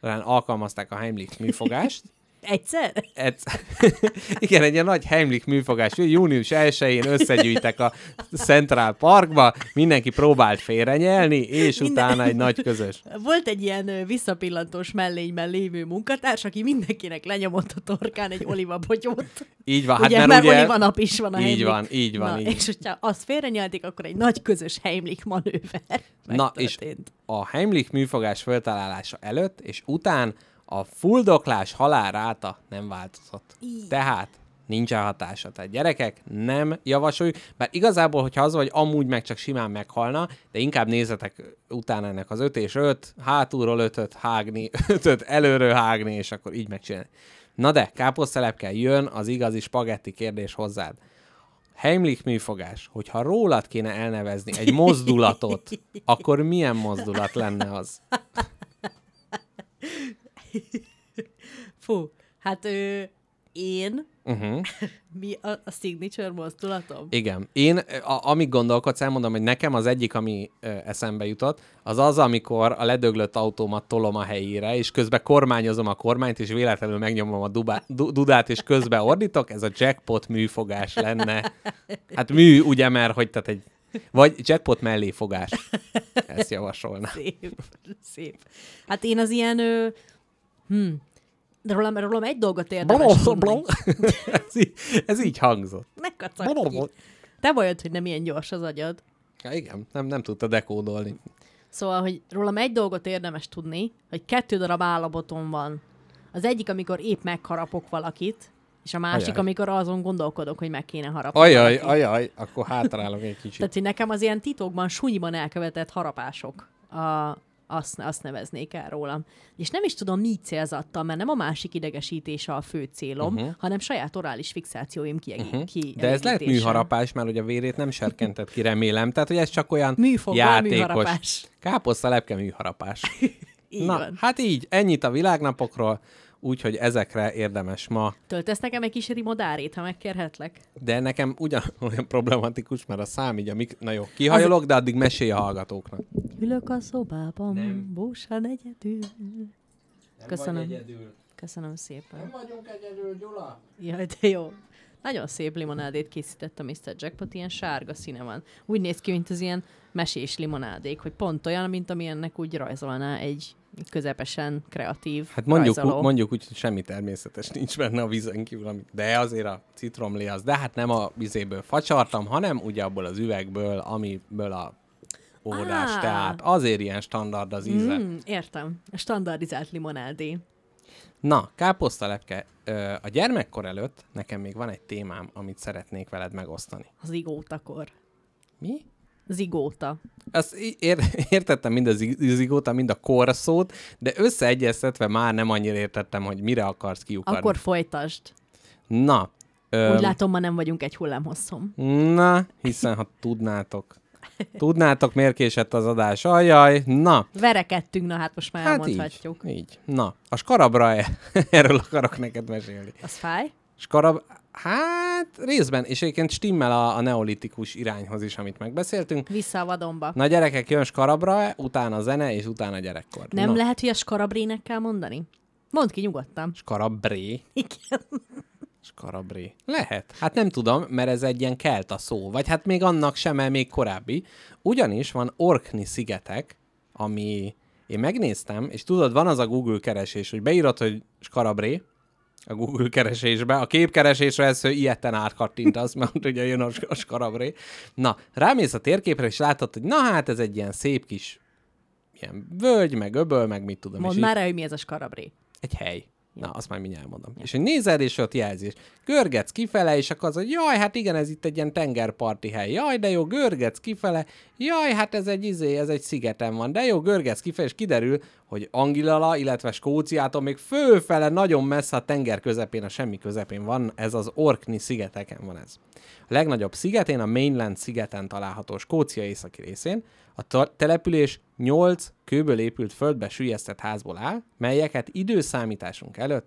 alkalmazták a Heimlich műfogást. Egyszer? Igen, egy ilyen nagy Heimlich műfogás. Június 1-én összegyűjtek a Central Parkba, mindenki próbált félrenyelni, és utána egy nagy közös. Volt egy ilyen visszapillantós mellényben lévő munkatárs, aki mindenkinek lenyomott a torkán egy olivabogyót. Így van, ugye, hát mert olivanap is van a így Heimlich. van, így van. Na, így. És hogyha azt félrenyelték, akkor egy nagy közös Heimlich manőver Na, és a Heimlich műfogás föltalálása előtt és után a fuldoklás halálráta nem változott. Tehát nincsen hatása. Tehát gyerekek, nem javasoljuk, mert igazából, hogyha az vagy, amúgy meg csak simán meghalna, de inkább nézzetek utána ennek az 5 és 5, hátulról 5-öt hágni, 5-öt előről hágni, és akkor így megcsinálni. Na de, káposztelepke, jön az igazi spagetti kérdés hozzád. Heimlich műfogás, hogyha rólad kéne elnevezni egy mozdulatot, akkor milyen mozdulat lenne az? Fú, hát én... Mi a signature mozdulatom? Igen. Én, amíg gondolkodsz, elmondom, hogy nekem az egyik, ami eszembe jutott, az, amikor a ledöglött autómat tolom a helyére, és közben kormányozom a kormányt, és véletlenül megnyomom a dudát, és közben ordítok, ez a jackpot műfogás lenne. Hát mű, ugye, mert hogy tehát egy... Vagy jackpot mellé fogás. Ezt javasolna. Szép. Hát én az ilyen... De rólam egy dolgot érdemes tudni. Ez így hangzott. Ne kacagj ki. Te bajod, hogy nem ilyen gyors az agyad. Ja, igen, nem tudta dekódolni. Szóval, hogy rólam egy dolgot érdemes tudni, hogy 2 darab állapotom van. Az egyik, amikor épp megharapok valakit, és a másik, amikor azon gondolkodok, hogy meg kéne harapni. Ajaj, akkor hátrálok egy kicsit. Tehát, hogy nekem az ilyen titokban, súnyiban elkövetett harapások azt neveznék el rólam. És nem is tudom, mi célzattal, mert nem a másik idegesítése a fő célom, hanem saját orális fixációim De ez lehet műharapás, mert ugye a vérét nem serkentett ki, remélem. Tehát, hogy ez csak olyan játékos. Káposztalepke műharapás. Na, van. hát így, ennyit a világnapokról, úgyhogy ezekre érdemes ma. Töltesz nekem egy kis rimodárét, ha megkérhetlek? De nekem ugyanolyan problematikus, mert a szám így na jó, kihajolok, de addig mesélj a hallgatóknak. Ülök a szobában, búsan egyedül. Köszönöm. Egyedül. Köszönöm szépen. Nem vagyunk egyedül, Gyula. Jaj, de jó. Nagyon szép limonádét készített a Mr. Jackpot, ilyen sárga színe van. Úgy néz ki, mint az ilyen mesés limonádék, hogy pont olyan, mint amilyennek úgy rajzolná egy közepesen kreatív hát rajzoló. mondjuk úgy, hogy semmi természetes nincs benne a vízen kívül, de azért a citromlé az, de hát nem a vizéből facsartam, hanem ugye abból az üvegből, amiből a óvodás teát. Azért ilyen standard az íze. Értem. A standardizált limonádé. Na, káposztalepke, a gyermekkor előtt nekem még van egy témám, amit szeretnék veled megosztani. Az zigótakor. Mi? Zigóta. Azt értettem mind a zigóta, mind a korszót, de összeegyeztetve már nem annyira értettem, hogy mire akarsz kiukadni. Akkor folytasd. Na. Úgy látom, ma nem vagyunk egy hullámhosszon. Na, hiszen ha tudnátok, miért késett az adás. Ajaj, na. Verekedtünk, na hát most már elmondhatjuk. Így. Na, a skarabra erről akarok neked mesélni. Az fáj? Hát részben, és egyébként stimmel a neolitikus irányhoz is, amit megbeszéltünk. Vissza a vadonba. Na gyerekek, jön skarabra, utána a zene, és utána a gyerekkor. Nem lehet, hogy a skarabrének kell mondani? Mondd ki nyugodtan. Skarabré? Igen. Skarabré. Lehet. Hát nem tudom, mert ez egy ilyen kelta szó. Vagy hát még annak sem, mert még korábbi. Ugyanis van Orkney-szigetek, ami... Én megnéztem, és tudod, van az a Google keresés, hogy beírod, hogy skarabré, a Google keresésbe. A képkeresésre ez ilyetten átkattintasz, mert ugye jön a skarabré. Na, rámész a térképre, és látod, hogy na hát ez egy ilyen szép kis ilyen völgy, meg öböl, meg mit tudom. Mondd már el, hogy mi ez a skarabré. Egy hely. Na, azt majd mindjárt elmondom. Ja. És hogy nézed, és ott jelzés. Görgetsz kifele, és akkor az, hogy jaj, hát igen, ez itt egy ilyen tengerparti hely. Jaj, de jó, görgetsz kifele. Jaj, hát ez egy szigeten van. De jó, görgetsz kifele, és kiderül, hogy Angilala, illetve Skóciától még fölfele, nagyon messze a tenger közepén, a semmi közepén van, ez az Orkney szigeteken van ez. A legnagyobb szigetén, a Mainland szigeten található Skócia északi részén. A település 8 kőből épült földbe süllyesztett házból áll, melyeket időszámításunk előtt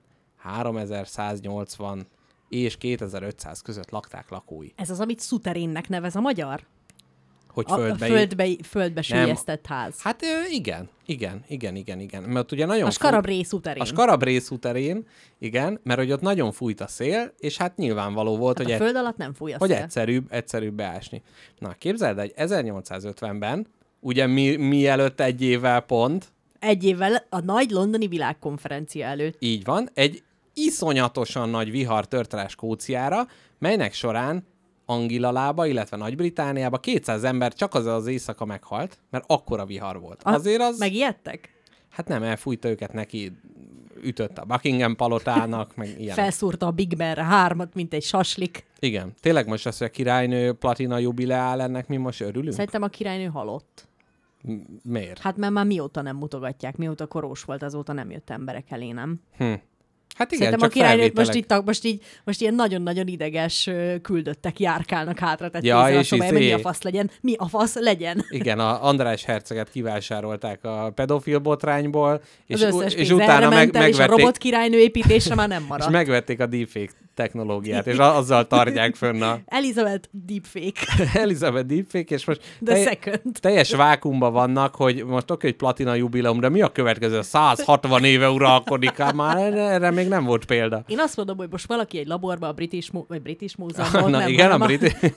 3180 és 2500 között lakták lakói. Ez az, amit szuterénnek nevez a magyar? Hogy földbe süllyesztett ház. Hát igen. Mert ugye nagyon A Skarabrészú terén. A Skarabrészú terén, igen, mert hogy ott nagyon fújt a szél, és hát nyilvánvaló volt, hát hogy, a föld alatt nem fúj a hogy szél. egyszerűbb beásni. Na, képzeld, hogy 1850-ben, ugye mielőtt egy évvel pont, egy évvel a nagy londoni világkonferencia előtt. így van, egy iszonyatosan nagy vihar tört rá Skóciára, melynek során Angilalába, illetve Nagy-Britániába 200 ember csak az éjszaka meghalt, mert akkora vihar volt. Azért az... Megijedtek? Hát nem, elfújta őket neki, ütött a Buckingham palotának, meg ilyen. Felszúrta a Big Ben-re 3-at, mint egy saslik. Igen. Tényleg most az, hogy a királynő platina jubileál, ennek mi most örülünk? Szerintem a királynő halott. Miért? Hát mert már mióta nem mutogatják, mióta korós volt, azóta nem jött emberek elé, nem? Hát igen, szerintem csak a királynőt felvételek. most ilyen nagyon-nagyon ideges küldöttek járkálnak hátra, tehát Ja, kézzel a és szobájában, mi a fasz legyen? Mi a fasz legyen? Igen, a András herceget kivásárolták a pedofil botrányból, és utána megvették, és a robot királynő építésre már nem és maradt. megvették a deepfake technológiát, és azzal tartják fönn a... Elizabeth deepfake. Elizabeth deepfake, és most Second. teljes vákumban vannak, hogy most oké, hogy platina jubileum, de mi a következő? 160 éve uralkodik, már erre még nem volt példa. Én azt mondom, hogy most valaki egy laborban, a British Múzeumban, Na, nem, igen, a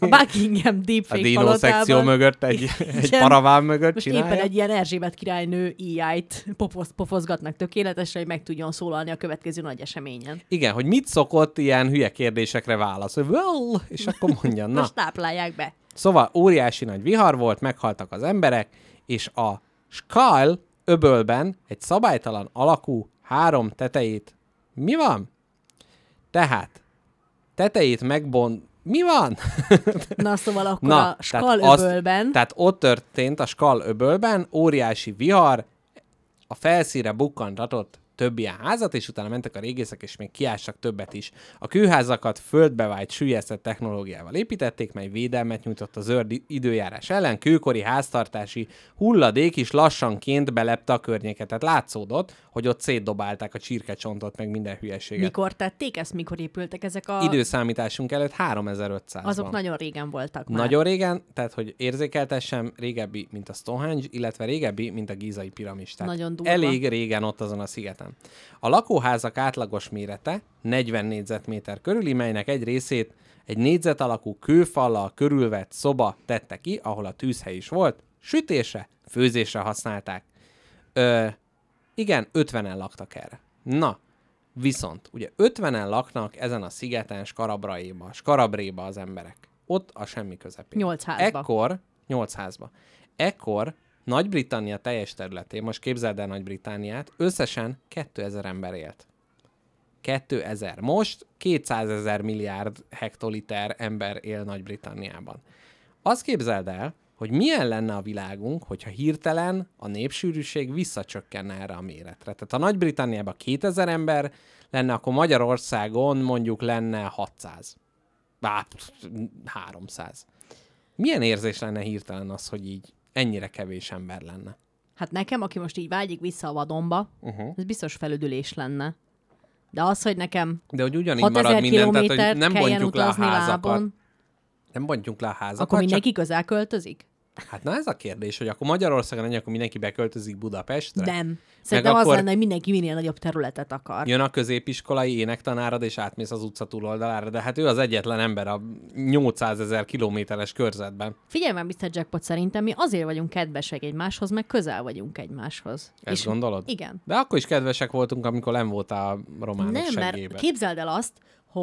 A Buckingham deepfake dino szekció mögött, egy paraván mögött most csinálja. éppen egy ilyen Erzsébet királynő EI-t pofozgatnak tökéletesen, hogy meg tudjon szólalni a következő nagy eseményen. Igen, hogy mit szokott ilyen hülye kérdésekre válaszol. Well, és akkor mondja, na. Most táplálják be. Szóval óriási nagy vihar volt, meghaltak az emberek, és a Skull öbölben egy szabálytalan alakú 3 tetejét... Mi van? Tehát tetejét mi van? Na, szóval akkor a Skull öbölben... Tehát ott történt a Skull öbölben óriási vihar, a felszínre bukkantatott több ilyen házat, és utána mentek a régészek, és még kiástak többet is. A kőházakat földbevájt süllyesztett technológiával építették, mely védelmet nyújtott a zöld időjárás ellen, kőkori háztartási hulladék is lassanként belepte a környéket. Tehát látszódott, hogy ott szétdobálták a csirkecsontot, meg minden hülyeséget. Mikor tették ezt? Mikor épültek ezek a... Időszámításunk előtt 3500-ban. Azok nagyon régen voltak már. Nagyon régen, tehát hogy érzékeltessem, régebbi, mint a Stonehenge, illetve régebbi, mint a Gízai piramis. Tehát nagyon durva. elég régen ott azon a szigeten. A lakóházak átlagos mérete 40 négyzetméter körüli, melynek egy részét egy négyzet alakú kőfallal körülvett szoba tette ki, ahol a tűzhely is volt, sütésre, főzésre használták. Igen, 50-en laktak erre. Na, viszont, ugye 50-en laknak ezen a szigeten Skarabréba az emberek. Ott a semmi közepén. 8 házba. 8 házba. Ekkor Nagy-Britannia teljes területén, most képzeld el Nagy-Britanniát, összesen 2000 ember élt. 2000. Most 200 000 milliárd hektoliter ember él Nagy-Britanniában. Azt képzeld el, hogy milyen lenne a világunk, hogyha hirtelen a népsűrűség visszacsökkenne erre a méretre. Tehát ha Nagy-Britanniában 2000 ember lenne, akkor Magyarországon mondjuk lenne 600. 300. Milyen érzés lenne hirtelen az, hogy így ennyire kevés ember lenne? Hát nekem, aki most így vágyik vissza a vadonba, ez biztos felüdülés lenne. De az, hogy nekem de hogy ugyanígy marad minden, tehát hogy nem bontjuk le a házakat. lábon, nem bontjuk le a házakat. akkor mindenki közel költözik? Hát na ez a kérdés, hogy akkor Magyarországon ennyi, akkor mindenki beköltözik Budapestre? Nem. Szerintem akkor az lenne, hogy mindenki minél nagyobb területet akar. Jön a középiskolai énektanárad, és átmész az utca túloldalára, de hát ő az egyetlen ember a 800 000 kilométeres körzetben. Figyelj már, Mr. Jackpot, szerintem mi azért vagyunk kedvesek egymáshoz, meg közel vagyunk egymáshoz. Ezt gondolod? Igen. De akkor is kedvesek voltunk, amikor nem volt a románok Nem, seggébe. mert képzeld el azt,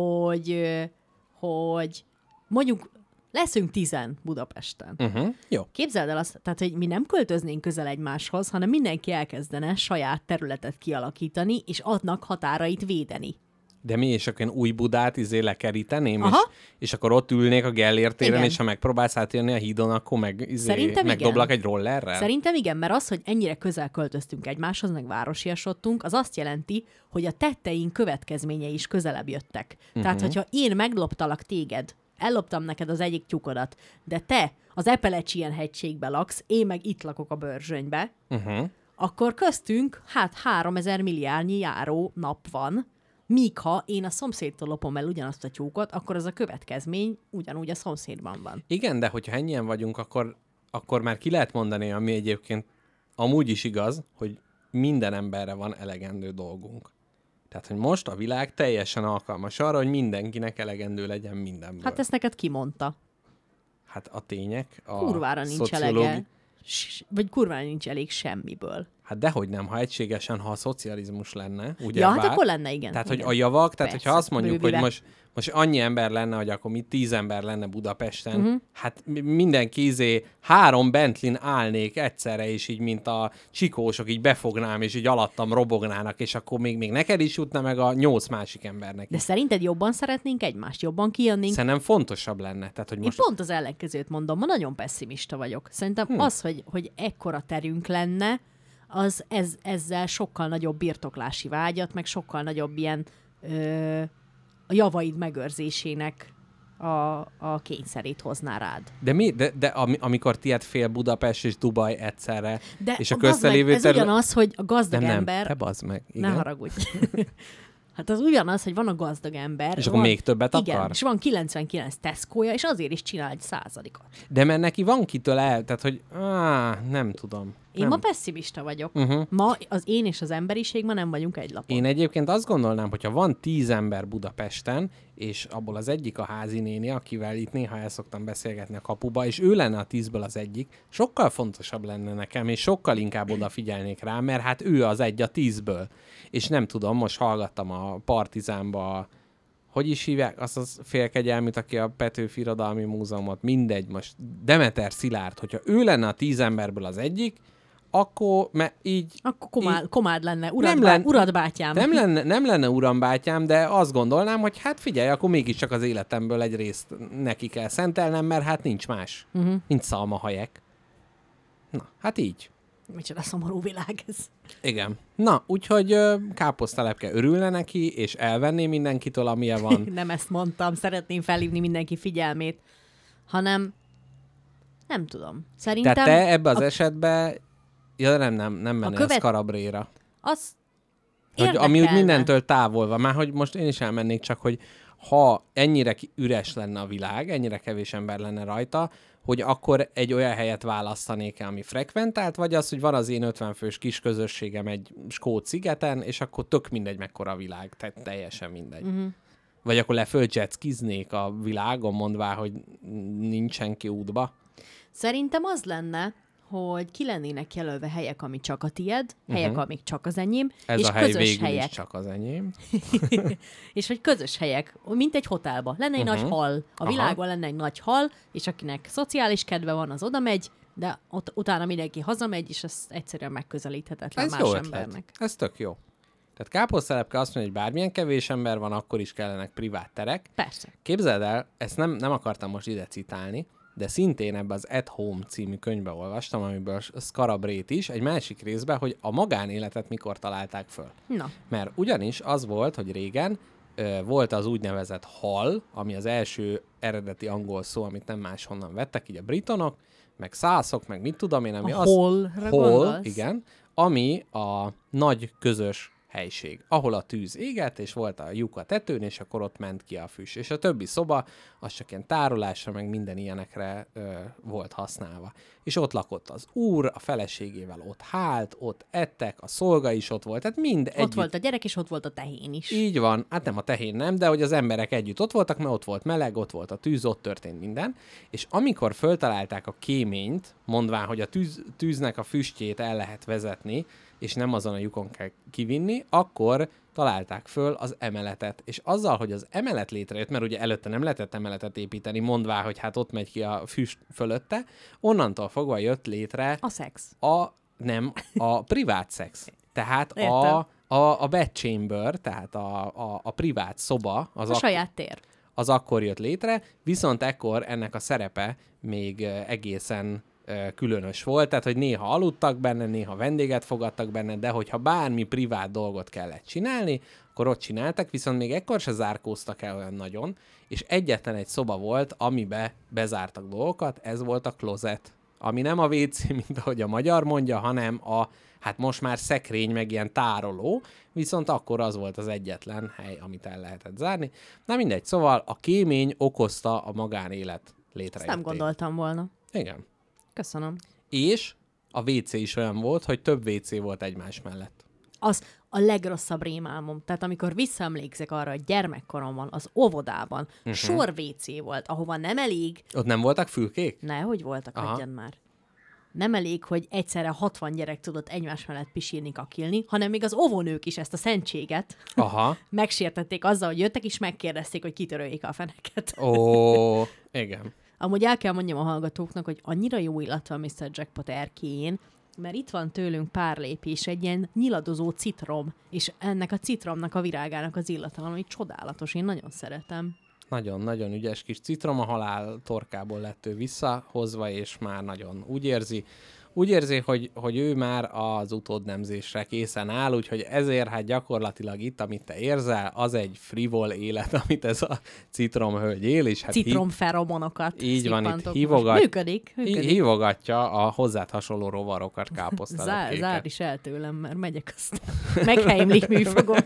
hogy mondjuk leszünk 10 Budapesten. Jó. Képzeld el azt, tehát, hogy mi nem költöznénk közel egymáshoz, hanem mindenki elkezdene saját területet kialakítani, és adnak határait védeni. De mi, és akkor én új Budát lekeríteném, és akkor ott ülnék a Gellért téren, igen. és ha megpróbálsz átjönni a hídon, akkor megdoblak egy rollerrel? Szerintem igen, mert az, hogy ennyire közel költöztünk egymáshoz, meg városiasodtunk, az azt jelenti, hogy a tetteink következményei is közelebb jöttek. Tehát, hogyha én megloptalak téged, elloptam neked az egyik tyúkodat, de te az Appalachian hegységbe laksz, én meg itt lakok a Börzsönybe, akkor köztünk 3000 milliárdnyi járó nap van, míg ha én a szomszédtól lopom el ugyanazt a tyúkot, akkor az a következmény ugyanúgy a szomszédban van. Igen, de hogyha ennyien vagyunk, akkor akkor már ki lehet mondani, ami egyébként amúgy is igaz, hogy minden emberre van elegendő dolgunk. Tehát, hogy most a világ teljesen alkalmas arra, hogy mindenkinek elegendő legyen mindenből. Hát ezt neked ki mondta? Hát a tények, a Kurvára nincs elege. Vagy kurvára nincs elég semmiből. Hát dehogy nem, ha egységesen, ha a szocializmus lenne, ugye? Ja, hát akkor lenne, igen. Tehát, igen. hogy a javak, tehát Persze, hogyha azt mondjuk, bővileg. hogy most annyi ember lenne, hogy akkor 10 ember lenne Budapesten, hát mindenki 3 Bentlin állnék egyszerre, és így, mint a csikósok, így befognám, és így alattam robognának, és akkor még neked is jutna, meg a 8 másik embernek. De szerinted jobban szeretnénk egymást? Jobban kijönnénk? Szerintem fontosabb lenne. Tehát, hogy most... Én pont az ellenkezőt mondom, ma nagyon pesszimista vagyok. Szerintem az, hogy ekkora terünk lenne, az ezzel sokkal nagyobb birtoklási vágyat, meg sokkal nagyobb ilyen a javaid megőrzésének a kényszerét hozná rád. De mi? De amikor tiéd fél Budapest és Dubaj egyszerre, De és a köztelévő ez ugyanaz, hogy a gazdag ember... te bazd meg. Igen. Ne haragudj. Hát az ugyanaz, hogy van a gazdag ember. És akkor még többet igen, akar? és van 99 Tesco-ja, és azért is csinál egy 100-at. De mert neki van kitől el, tehát hogy nem tudom. Én nem. ma pesszimista vagyok. Ma az én és az emberiség ma nem vagyunk egy lapon. Én egyébként azt gondolnám, hogyha van 10 ember Budapesten, és abból az egyik a házi néni, akivel itt néha el szoktam beszélgetni a kapuba, és ő lenne a 10-ből az egyik, sokkal fontosabb lenne nekem, és sokkal inkább odafigyelnék rá, mert hát ő az egy a 10-ből. És nem tudom, most hallgattam a Partizánba, hogy is hívják azt az félkegyelműt, aki a Petőfi Irodalmi Múzeumot, mindegy, most Demeter Szilárd, hogyha ő lenne a 10 emberből az egyik, akkor így... Akkor komád lenne, nem bátyám. Nem lenne uram bátyám, de azt gondolnám, hogy hát figyelj, akkor mégiscsak az életemből egy részt neki kell szentelnem, mert hát nincs más. Nincs szalmahajek. Na, hát így. Micsoda szomorú világ ez. Igen. Na, úgyhogy káposztalepke örülne neki, és elvenné mindenkitől, amilyen van. Nem ezt mondtam, szeretném felhívni mindenki figyelmét, hanem nem tudom. Szerintem... Tehát te ebbe az esetben nem mennél Scarabréra. Az hogy, ami úgy mindentől távol van. Már hogy most én is elmennék, csak hogy ha ennyire üres lenne a világ, ennyire kevés ember lenne rajta, hogy akkor egy olyan helyet választanék el, ami frekventált, vagy az, hogy van az én 50 fős kis közösségem egy skót szigeten, és akkor tök mindegy, mekkora a világ, tehát teljesen mindegy. Vagy akkor jetskiznék a világon, mondvá, hogy nincs senki útba. Szerintem az lenne, hogy ki lennének jelölve helyek, ami csak a tied, helyek, amik csak az enyém, ez és a hely közös végül helyek. is csak az enyém. És hogy közös helyek, mint egy hotelba. Lenne egy nagy hal. A világban lenne egy nagy hal, és akinek szociális kedve van, az oda megy, de utána mindenki hazamegy, és ez egyszerűen megközelíthetetlen ez más jó embernek. ötlet. Ez tök jó. Tehát káposztelepke azt mondja, hogy bármilyen kevés ember van, akkor is kellenek privát terek. Persze. Képzeld el, ezt nem akartam most ide citálni, de szintén ebbe az At Home című könyvbe olvastam, amiből Scarabrét is, egy másik részben, hogy a magánéletet mikor találták föl. Na. Mert ugyanis az volt, hogy régen volt az úgynevezett hall, ami az első eredeti angol szó, amit nem máshonnan vettek, így a britonok, meg szászok, meg mit tudom én, ami a az... hallra hall, gondolsz? igen, ami a nagy közös helység, ahol a tűz égett, és volt a lyuk a tetőn, és akkor ott ment ki a füst. És a többi szoba, az csak ilyen tárolásra, meg minden ilyenekre volt használva. És ott lakott az úr, a feleségével ott hált, ott ettek, a szolga is ott volt, tehát mind együtt. Ott volt a gyerek, és ott volt a tehén is. Így van, hát nem a tehén nem, de hogy az emberek együtt ott voltak, mert ott volt meleg, ott volt a tűz, ott történt minden. És amikor föltalálták a kéményt, mondván, hogy a tűznek a füstjét el lehet vezetni, és nem azon a lyukon kell kivinni, akkor találták föl az emeletet. És azzal, hogy az emelet létrejött, mert ugye előtte nem lehetett emeletet építeni, mondvá, hogy hát ott megy ki a füst fölötte, onnantól fogva jött létre A szex. a privát szex. Tehát a bed chamber, tehát a privát szoba, a saját tér. Az akkor jött létre, viszont ekkor ennek a szerepe még egészen különös volt, tehát hogy néha aludtak benne, néha vendéget fogadtak benne, de hogyha bármi privát dolgot kellett csinálni, akkor ott csináltak, viszont még ekkor se zárkóztak el olyan nagyon, és egyetlen egy szoba volt, amibe bezártak dolgokat, ez volt a klozet, ami nem a WC, mint ahogy a magyar mondja, hanem hát most már szekrény, meg ilyen tároló, viszont akkor az volt az egyetlen hely, amit el lehetett zárni. Na mindegy, szóval a kémény okozta a magánélet létrejöttét. Ezt nem gondoltam volna. Igen. Köszönöm. És a WC is olyan volt, hogy több WC volt egymás mellett. Az a legrosszabb rémálmom. Tehát amikor visszaemlékszek arra, hogy gyermekkoromban az óvodában sor WC volt, ahova nem elég... Ott nem voltak fülkék? Nehogy voltak, hagyjad már. Nem elég, hogy egyszerre 60 gyerek tudott egymás mellett pisírni, kakilni, hanem még az óvónők is ezt a szentséget megsértették azzal, hogy jöttek és megkérdezték, hogy kitöröljék a feneket. Ó, igen. Amúgy el kell mondjam a hallgatóknak, hogy annyira jó illat van Mr. Jackpot erkélyén, mert itt van tőlünk pár lépés egy ilyen nyiladozó citrom, és ennek a citromnak a virágának az illata valami csodálatos, én nagyon szeretem. Nagyon-nagyon ügyes kis citrom, a halál torkából lett ő visszahozva, és már nagyon úgy érzi, hogy ő már az utódnemzésre készen áll, úgyhogy ezért hát gyakorlatilag itt, amit te érzel, az egy frivol élet, amit ez a citromhölgy él, és hát citromferomonokat így van, itt működik. hívogatja a hozzád hasonló rovarokat, káposztálat. Zár is el tőlem, mert megyek aztán. Megheimlik műfogom.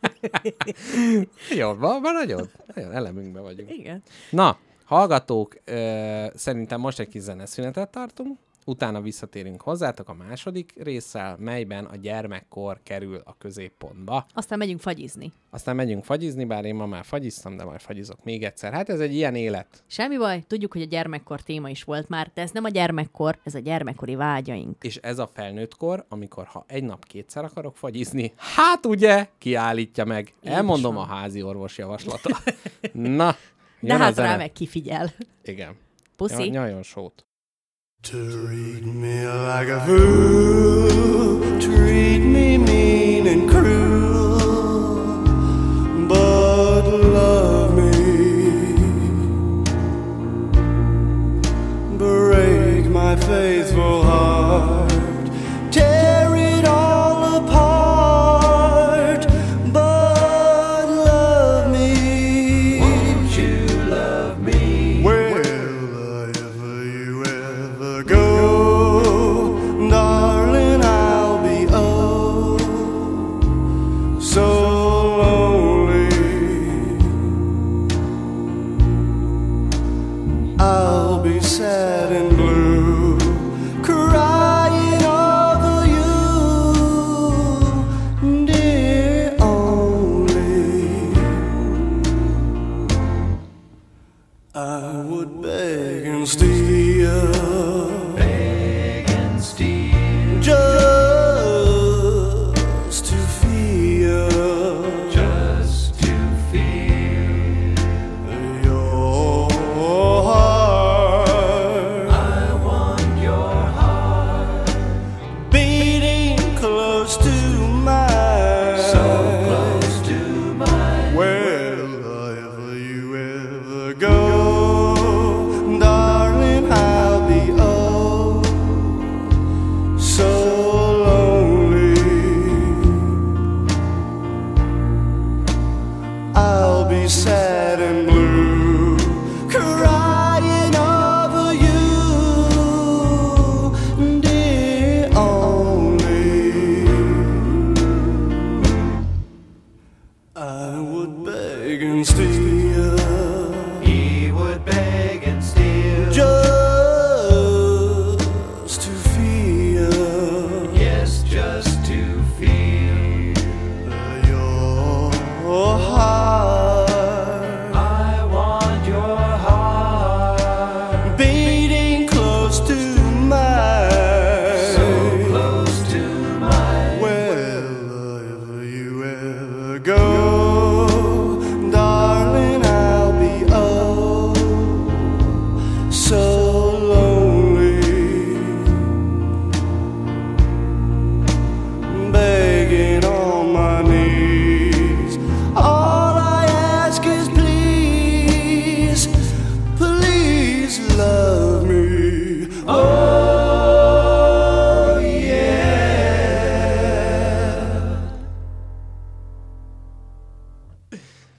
Jó, nagyon elemünkbe vagyunk. Igen. Na, hallgatók, szerintem most egy kis zeneszünetet tartunk, utána visszatérünk hozzátok a második résszel, melyben a gyermekkor kerül a középpontba. Aztán megyünk fagyizni. Bár én ma már fagyiztam, de majd fagyizok még egyszer. Hát ez egy ilyen élet. Semmi baj, tudjuk, hogy a gyermekkor téma is volt már, de ez nem a gyermekkor, ez a gyermekkori vágyaink. És ez a felnőttkor, amikor ha egy nap kétszer akarok fagyizni, hát ugye, kiállítja meg. Elmondom a házi orvos javaslata. Na, de hát rá meg kifigyel. Igen. Puszi. Nyaljon sót. Treat me like a fool, treat me mean and cruel, but love me. Break my faithful heart, tear it all apart, but love me. Won't you love me? Will I ever, you ever go, darling?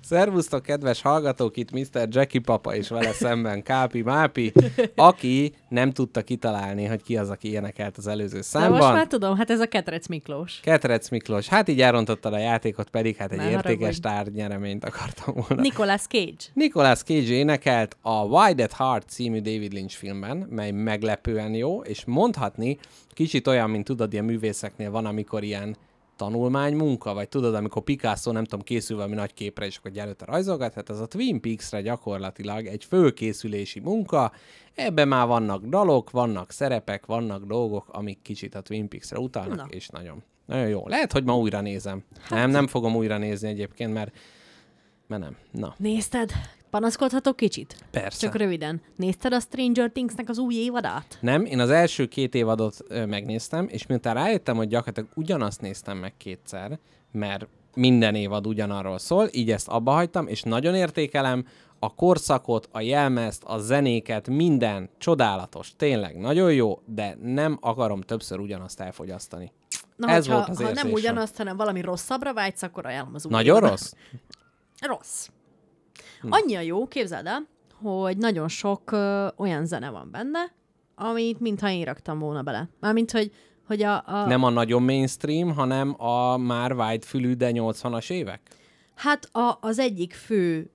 Szervusztok, kedves hallgatók, itt Mr. Jackie papa és vele szemben Kápi Mápi, aki nem tudta kitalálni, hogy ki az, aki énekelt az előző De számban. most már tudom, hát ez a Ketrec Miklós. Ketrec Miklós. Hát így elrontottad a játékot, pedig hát egy Ne értékes haragudj. tárgynyereményt akartam volna. Nicolas Cage. Nicolas Cage énekelt a Why That Heart című David Lynch filmben, mely meglepően jó, és mondhatni, kicsit olyan, mint tudod, ilyen művészeknél van, amikor ilyen tanulmánymunka, vagy tudod, amikor Picasso, nem tudom, készül valami nagy képre, és akkor előtte rajzolgat, hát ez a Twin Peaks-re gyakorlatilag egy fölkészülési munka, ebben már vannak dalok, vannak szerepek, vannak dolgok, amik kicsit a Twin Peaks-re utalnak, Na. és nagyon, nagyon jó. Lehet, hogy ma újra nézem. Nem fogom újra nézni egyébként, mert nem. Na, Nézted? Panaszkodhatok kicsit? persze. Csak röviden. Nézted a Stranger Things-nek az új évadát? Nem, én az első 2 évadot megnéztem, és miután rájöttem, hogy gyakorlatilag ugyanazt néztem meg 2-szer, mert minden évad ugyanarról szól, így ezt abba hagytam, és nagyon értékelem a korszakot, a jelmezt, a zenéket, minden csodálatos, tényleg nagyon jó, de nem akarom többször ugyanazt elfogyasztani. Na, Ez hogyha, volt az ha nem érzésem. ugyanazt, hanem valami rosszabbra vágysz, akkor ajánlom az új Nagyon évadot. rossz? Rossz. Annyi a jó, képzeld el, hogy nagyon sok olyan zene van benne, amit mintha én raktam volna bele. Mármint, hogy a... Nem a nagyon mainstream, hanem a már vágyfülű, de 80-as évek? Hát az egyik fő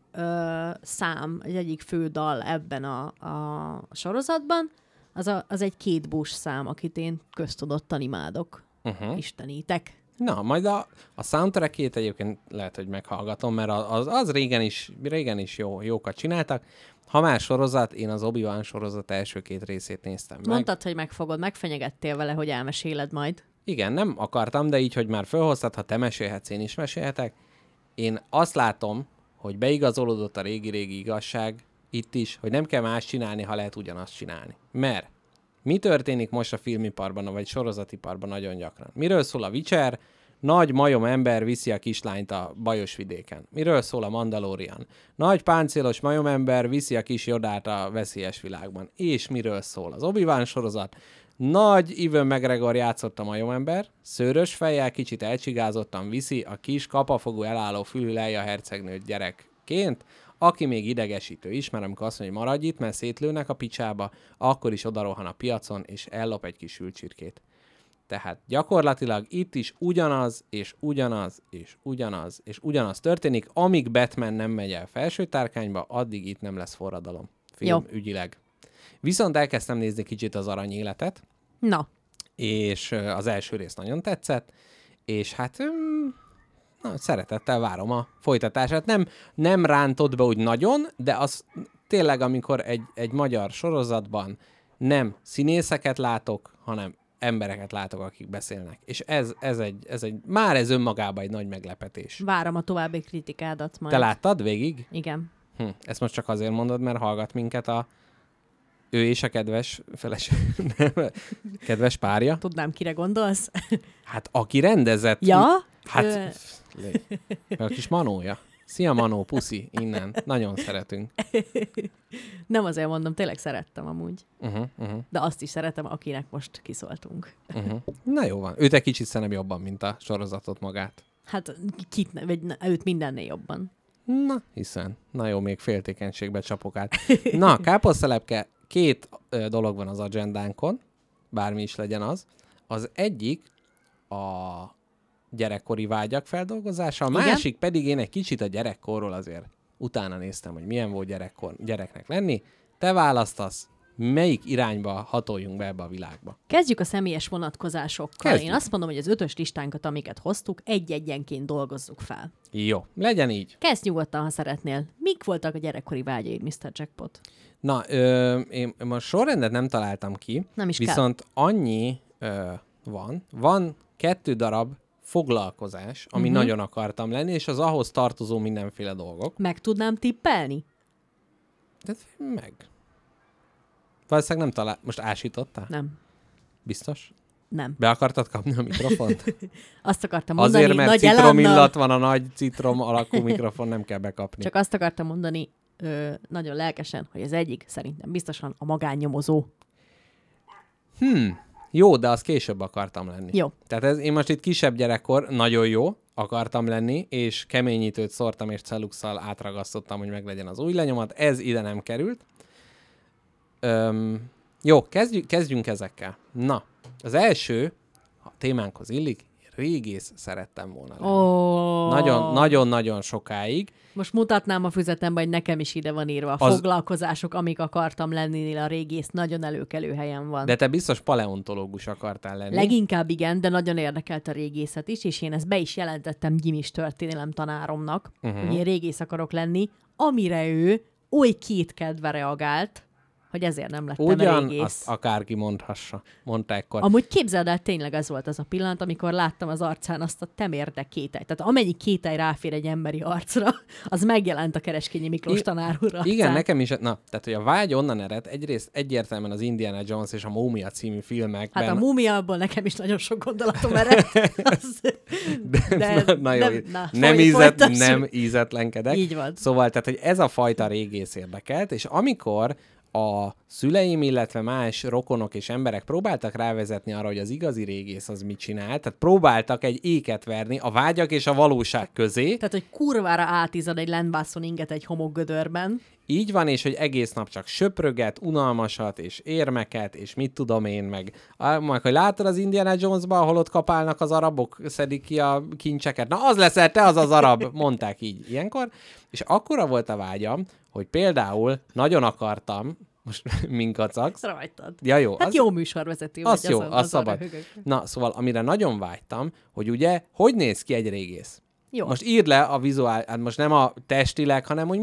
szám, az egyik fő dal ebben a sorozatban, az egy Kate Bush szám, akit én köztudottan imádok. Istenítek. Na, majd a soundtrackét egyébként lehet, hogy meghallgatom, mert az régen is jókat csináltak. Ha más sorozat, én az Obi-Wan sorozat első 2 részét néztem meg. Mondtad, hogy megfogod, megfenyegettél vele, hogy elmeséled majd. Igen, nem akartam, de így, hogy már felhoztad, ha te mesélhetsz, én is mesélhetek. Én azt látom, hogy beigazolódott a régi-régi igazság itt is, hogy nem kell más csinálni, ha lehet ugyanazt csinálni. Mert mi történik most a filmiparban, vagy sorozatiparban nagyon gyakran? Miről szól a Witcher? Nagy majom ember viszi a kislányt a bajos vidéken. Miről szól a Mandalorian? Nagy páncélos majom ember viszi a kis Jodát a veszélyes világban. És miről szól az Obi-Wan sorozat? Nagy Ewan McGregor játszott a majomember, szőrös fejjel, kicsit elcsigázottan viszi a kis kapafogú elálló fülű Leia hercegnőt gyerekként, aki még idegesítő is, mert amikor azt mondja, hogy maradj itt, mert szétlőnek a picsába, akkor is odarohan a piacon, és ellop egy kis sülcsirkét. Tehát gyakorlatilag itt is ugyanaz, és ugyanaz, és ugyanaz, és ugyanaz történik, amíg Batman nem megy el felső tárkányba, addig itt nem lesz forradalom filmügyileg. Viszont elkezdtem nézni kicsit az Aranyéletet, Na, és az első rész nagyon tetszett, és hát szeretettel várom a folytatását. Nem rántott be úgy nagyon, de az tényleg, amikor egy magyar sorozatban nem színészeket látok, hanem embereket látok, akik beszélnek. És ez már önmagában egy nagy meglepetés. várom a további kritikádat majd. Te láttad végig? Igen. Ezt most csak azért mondod, mert hallgat minket ő és a kedves kedves párja. Tudnám, kire gondolsz? Hát aki rendezett. Ja? Hát, a kis Manója. Szia Manó, puszi, innen. Nagyon szeretünk. Nem azért mondom, tényleg szerettem amúgy. Uh-huh. De azt is szeretem, akinek most kiszóltunk. Na jó van. Őt egy kicsit szerintem jobban, mint a sorozatot magát. Hát őt mindennél jobban. Na, hiszen. Na jó, még féltékenységbe csapok át. Na, káposztelepke, 2 dolog van az agendánkon, bármi is legyen az. Az egyik a gyerekkori vágyak feldolgozása, a Igen? másik pedig én egy kicsit a gyerekkorról azért utána néztem, hogy milyen volt gyereknek lenni. Te választasz, melyik irányba hatoljunk be ebbe a világba. Kezdjük a személyes vonatkozásokkal. Kezdjük. Én azt mondom, hogy az 5-ös listánkat, amiket hoztuk, egy-egyenként dolgozzuk fel. Jó, legyen így. Kezdj nyugodtan, ha szeretnél. Mik voltak a gyerekkori vágyaid, Mr. Jackpot? Na, én most sorrendet nem találtam ki, Nem is kell. viszont annyi van 2 darab foglalkozás, ami nagyon akartam lenni, és az ahhoz tartozó mindenféle dolgok. Meg tudnám tippelni? De meg. Valószínűleg nem talál... Most ásítottál? Nem. Biztos? Nem. Be akartad kapni a mikrofont? Azt akartam mondani, Azért, mert nagy citromillat elánnal, van a nagy citrom alakú mikrofon, nem kell bekapni. csak azt akartam mondani nagyon lelkesen, hogy az egyik szerintem biztosan a magánnyomozó. Jó, de azt később akartam lenni. Jó. Tehát én most itt kisebb gyerekkor, nagyon jó, akartam lenni, és keményítőt szórtam, és celluxal átragasztottam, hogy meglegyen az új lenyomat. Ez ide nem került. Jó, kezdjünk ezekkel. Na, az első, a témánkhoz illik, régész szerettem volna lenni. Nagyon-nagyon sokáig. Most mutatnám a füzetembe, hogy nekem is ide van írva. A foglalkozások, amik akartam lenni, a régész nagyon előkelő helyen van. De te biztos paleontológus akartál lenni. Leginkább igen, de nagyon érdekelt a régészet is, és én ezt be is jelentettem gimis történelem tanáromnak, hogy én régész akarok lenni, amire ő oly kétkedve reagált, hogy ezért nem lettem régész. Azt akárki mondhassa. Mondta ekkor. Amúgy képzeld el, tényleg ez volt az a pillanat, amikor láttam az arcán azt a temérdek kételyt. Tehát amennyi kételj ráfér egy emberi arcra, az megjelent a Kereskényi Miklós tanár úr arcán. Igen, nekem is. Tehát, hogy a vágy onnan ered, egyrészt egyértelműen az Indiana Jones és a Múmia című filmekben. Hát a Múmiából nekem is nagyon sok gondolatom ered. Nem ízetlenkedek. Így van. Szóval, tehát, hogy ez a fajta régész érdekelt, és amikor a szüleim, illetve más rokonok és emberek próbáltak rávezetni arra, hogy az igazi régész az mit csinál, tehát próbáltak egy éket verni a vágyak és a valóság közé. Tehát, hogy kurvára átizad egy landbassoninget egy homokgödörben. Így van, és hogy egész nap csak söpröget, unalmasat, és érmeket, és mit tudom én, meg hogy látod az Indiana Jonesba, ahol ott kapálnak az arabok, szedik ki a kincseket. Na, az leszel te, az az arab, mondták így ilyenkor. És akkora volt a vágyam, hogy például nagyon akartam, most minkacagsz. Rajtad. Ja, jó. Hát jó műsorvezető vagy. Az jó, az szabad. Na, szóval amire nagyon vágytam, hogy ugye, hogy néz ki egy régész? Jó. Most írd le a vizuál, hát most nem a testileg, hanem hogy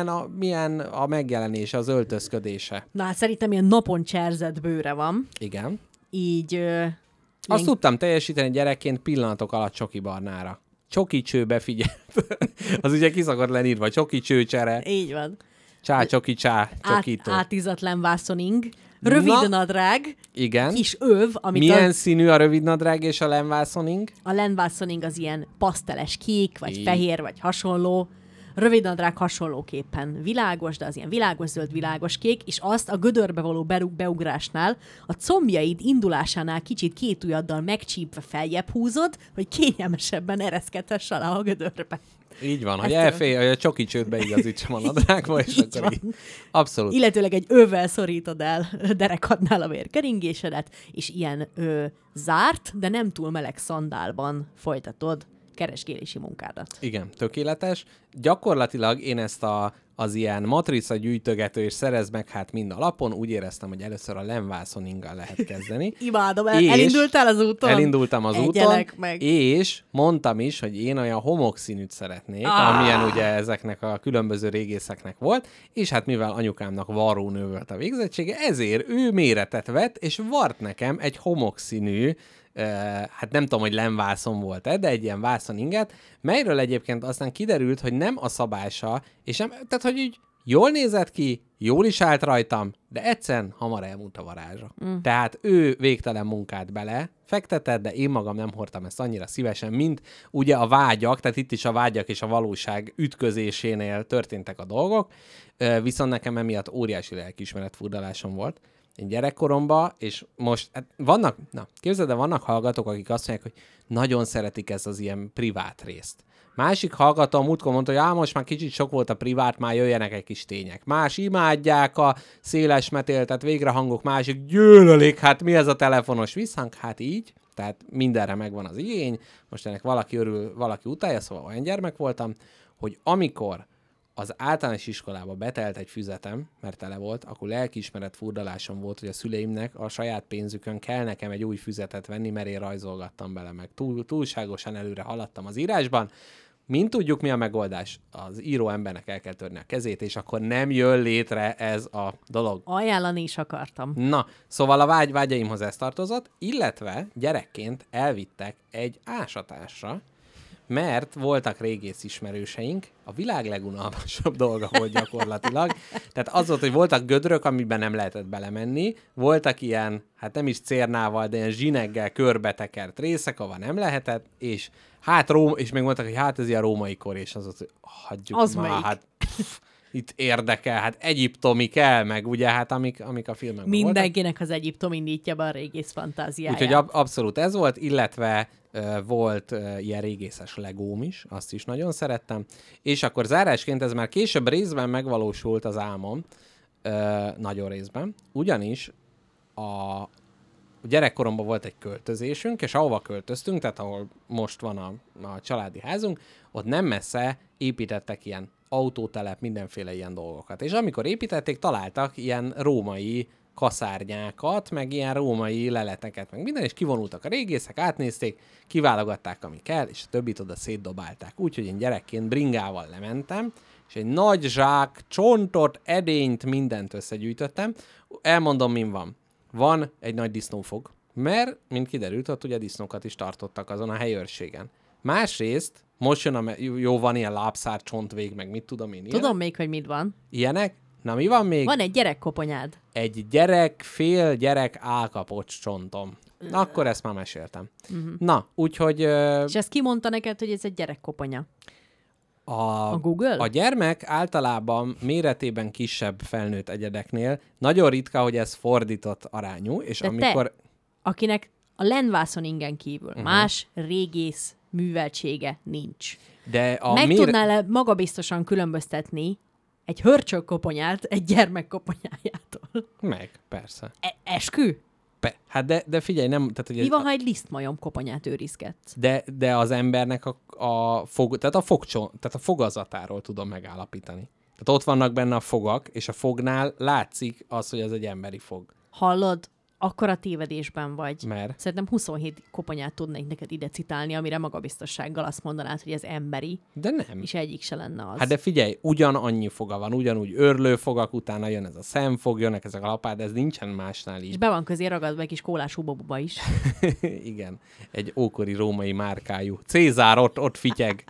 milyen a megjelenése, az öltözködése. Na hát szerintem ilyen napon cserzett bőre van. Igen. Így... Azt tudtam teljesíteni gyerekként pillanatok alatt Csoki Barnára. Csoki csőbe figyelt. Az ugye ki szokott lenni írva, Csoki csőcsere. Így van. Csoki csokító. Átizatlan vászoning. Rövid nadrág. Igen. Kis öv. Amit milyen színű a rövid nadrág és a lenvászoning? A lenvászoning az ilyen paszteles kék, vagy fehér, vagy hasonló. Rövid nadrág hasonlóképpen világos, de az ilyen világos zöld, világos kék, és azt a gödörbe való beugrásnál, a combjaid indulásánál kicsit két ujjaddal megcsípve feljebb húzod, hogy kényelmesebben ereszkedhess alá a gödörbe. Így van, hogy hogy a csoki csőt beigazítsam a nadrágba, és akkor így. Abszolút. Illetőleg egy övvel szorítod el derekadnál a vérkeringésedet, és ilyen zárt, de nem túl meleg szandálban folytatod keresgélési munkádat. Igen, tökéletes. Gyakorlatilag én ezt az ilyen matrica gyűjtögető és szerez meg hát mind alapon, úgy éreztem, hogy először a lenvászoninggal lehet kezdeni. Imádom, elindultál az úton? Elindultam az úton, meg. És mondtam is, hogy én olyan homokszínűt szeretnék, amilyen ugye ezeknek a különböző régészeknek volt, és hát mivel anyukámnak varrónő volt a végzettsége, ezért ő méretet vett, és vart nekem egy homokszínű, hát nem tudom, hogy lenvászon volt-e, de egy ilyen vászoninget, melyről egyébként aztán kiderült, hogy nem a szabása, és nem, tehát hogy úgy jól nézett ki, jól is állt rajtam, de egyszerűen hamar elmúlt a varázsa. Tehát ő végtelen munkát bele fektetett, de én magam nem hordtam ezt annyira szívesen, mint ugye a vágyak, tehát itt is a vágyak és a valóság ütközésénél történtek a dolgok, viszont nekem emiatt óriási lelkiismeret furdalásom volt. Én gyerekkoromban, és most hát képzeld, de vannak hallgatók, akik azt mondják, hogy nagyon szeretik ezt az ilyen privát részt. Másik hallgató a múltkor mondta, hogy most már kicsit sok volt a privát, már jöjjenek egy kis tények. Más imádják a széles metéltet végrehangok, másik gyűlölik, hát mi ez a telefonos visszhang? Hát így, tehát mindenre megvan az igény. Most ennek valaki örül, valaki utálja, szóval olyan gyermek voltam, hogy amikor az általános iskolába betelt egy füzetem, mert tele volt, akkor lelkiismeret furdalásom volt, hogy a szüleimnek a saját pénzükön kell nekem egy új füzetet venni, mert én rajzolgattam bele, meg túlságosan előre haladtam az írásban. Mint tudjuk, mi a megoldás? Az író embernek el kell törni a kezét, és akkor nem jön létre ez a dolog. Ajánlani is akartam. Na, szóval a vágyaimhoz ez tartozott, illetve gyerekként elvittek egy ásatásra, mert voltak régész ismerőseink, a világ legunalmasabb dolga volt gyakorlatilag. Tehát az volt, hogy voltak gödrök, amiben nem lehetett belemenni, voltak ilyen, hát nem is cérnával, de ilyen zsineggel körbetekert részek, ahol nem lehetett, és még mondtak, hogy hát ez ilyen római kor, és az ott, hogy hagyjuk az már, melyik? hát itt érdekel? Hát egyiptomi kell, meg ugye hát amik a filmekben Mindenkinek az Egyiptom indítja be a régész fantáziáját. Úgyhogy abszolút ez volt, illetve volt ilyen régészes legóm is, azt is nagyon szerettem. És akkor zárásként ez már később részben megvalósult az álmom, nagyon részben, ugyanis a gyerekkoromban volt egy költözésünk, és ahova költöztünk, tehát ahol most van a családi házunk, ott nem messze építettek ilyen autótelep, mindenféle ilyen dolgokat. És amikor építették, találtak ilyen római kaszárnyákat, meg ilyen római leleteket, meg minden, és kivonultak a régészek, átnézték, kiválogatták, ami kell, és a többit oda szétdobálták. Úgyhogy én gyerekként bringával lementem, és egy nagy zsák, csontot, edényt, mindent összegyűjtöttem. Elmondom, min van. Van egy nagy disznófog, mert, mint kiderült, ott ugye disznókat is tartottak azon a helyőrségen. Másrészt, most jön van ilyen lábszár, csontvég, meg mit tudom én. Tudom még, hogy mit van. Ilyenek? Na, mi van még? Van egy gyerekkoponyád. Egy fél gyerek álkapocs csontom. Na, akkor ezt már meséltem. Na, úgyhogy... És ezt ki mondta neked, hogy ez egy gyerekkoponya? A Google? A gyermek általában méretében kisebb felnőtt egyedeknél nagyon ritka, hogy ez fordított arányú, és de amikor... Te, akinek a Lenvászon ingen kívül más régész műveltsége nincs. De tudnál-e magabiztosan különböztetni egy hörcsökkoponyát egy gyermekkoponyájától? Meg, persze. Eskü? Hát de figyelj, nem... Tehát, mi van, ha egy lisztmajom koponyát őrizgetsz? De az embernek tehát a fogazatáról tudom megállapítani. Tehát ott vannak benne a fogak, és a fognál látszik az, hogy ez egy emberi fog. Hallod? Akkora tévedésben vagy. Mert? Szerintem 27 koponyát tudnék neked ide citálni, amire magabiztossággal azt mondanád, hogy ez emberi. De nem. És egyik se lenne az. Hát de figyelj, ugyanannyi foga van, ugyanúgy őrlőfogak, utána jön ez a szemfog, jönnek ezek a lapád, ez nincsen másnál így. És be van közé ragadva egy kis kólás hubabuba is. Igen, egy ókori római márkájú. Cézár ott fityeg.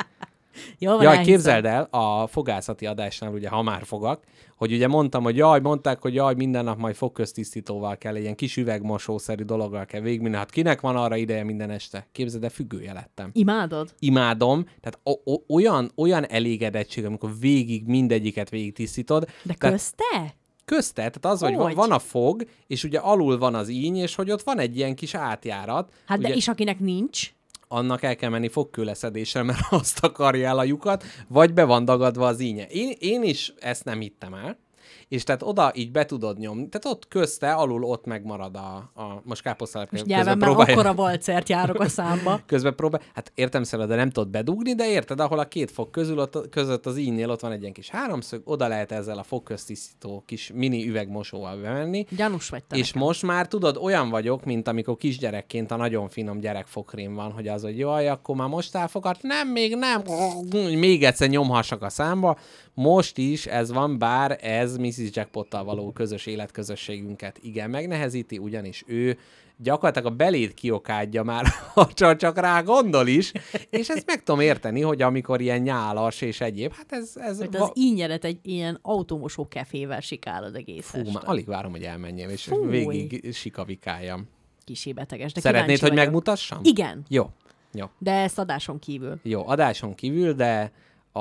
Jó, jaj, képzeld el, a fogászati adásnál, ugye, ha már fogak, hogy ugye mondtam, hogy mondták, hogy minden nap majd fogköztisztítóval kell, egy ilyen kis üvegmosószerű dologgal kell végigmenni. Hát kinek van arra ideje minden este? Képzeld el, függője lettem. Imádod? Imádom, tehát olyan elégedettség, amikor mindegyiket végig tisztítod. De közte? Közte, tehát az, hogy van a fog, és ugye alul van az íny, és hogy ott van egy ilyen kis átjárat. Hát ugye, de és akinek nincs? Annak el kell menni fogkőleszedésre, mert azt akarja el a lyukat, vagy be van dagadva az ínye. Én is ezt nem hittem el, és tehát oda így be tudod nyomni, tehát ott közte, alul ott megmarad most káposztalepke. Most nyelven már akkora valcert járok a számba. Közben próbál, hát értem szerint, de nem tudod bedugni, de érted, ahol a két fog között az ínnél ott van egy ilyen kis háromszög, oda lehet ezzel a fogköztisztító kis mini üvegmosóval bemenni. Gyanús vagy te és nekem. most már tudod, olyan vagyok, mint amikor kisgyerekként a nagyon finom gyerekfogkrém van, hogy az, hogy jaj, akkor már most elfogadt, nem, még nem, még egyszer nyomhassak a számba. Most is ez van, bár ez Mrs. Jackpottal való közös életközösségünket igen megnehezíti, ugyanis ő gyakorlatilag a belét kiokádja már, ha csak rá gondol is, és ezt meg tudom érteni, hogy amikor ilyen nyálas és egyéb, hát ez az ínyeret egy ilyen automosó kefével sikálod egész Fú, már alig várom, hogy elmenjél, és végig sikavikáljam. Kicsi beteges, de szeretnéd, hogy vagyok. Megmutassam? Igen. Jó. De ezt adáson kívül. Jó, adáson kívül, de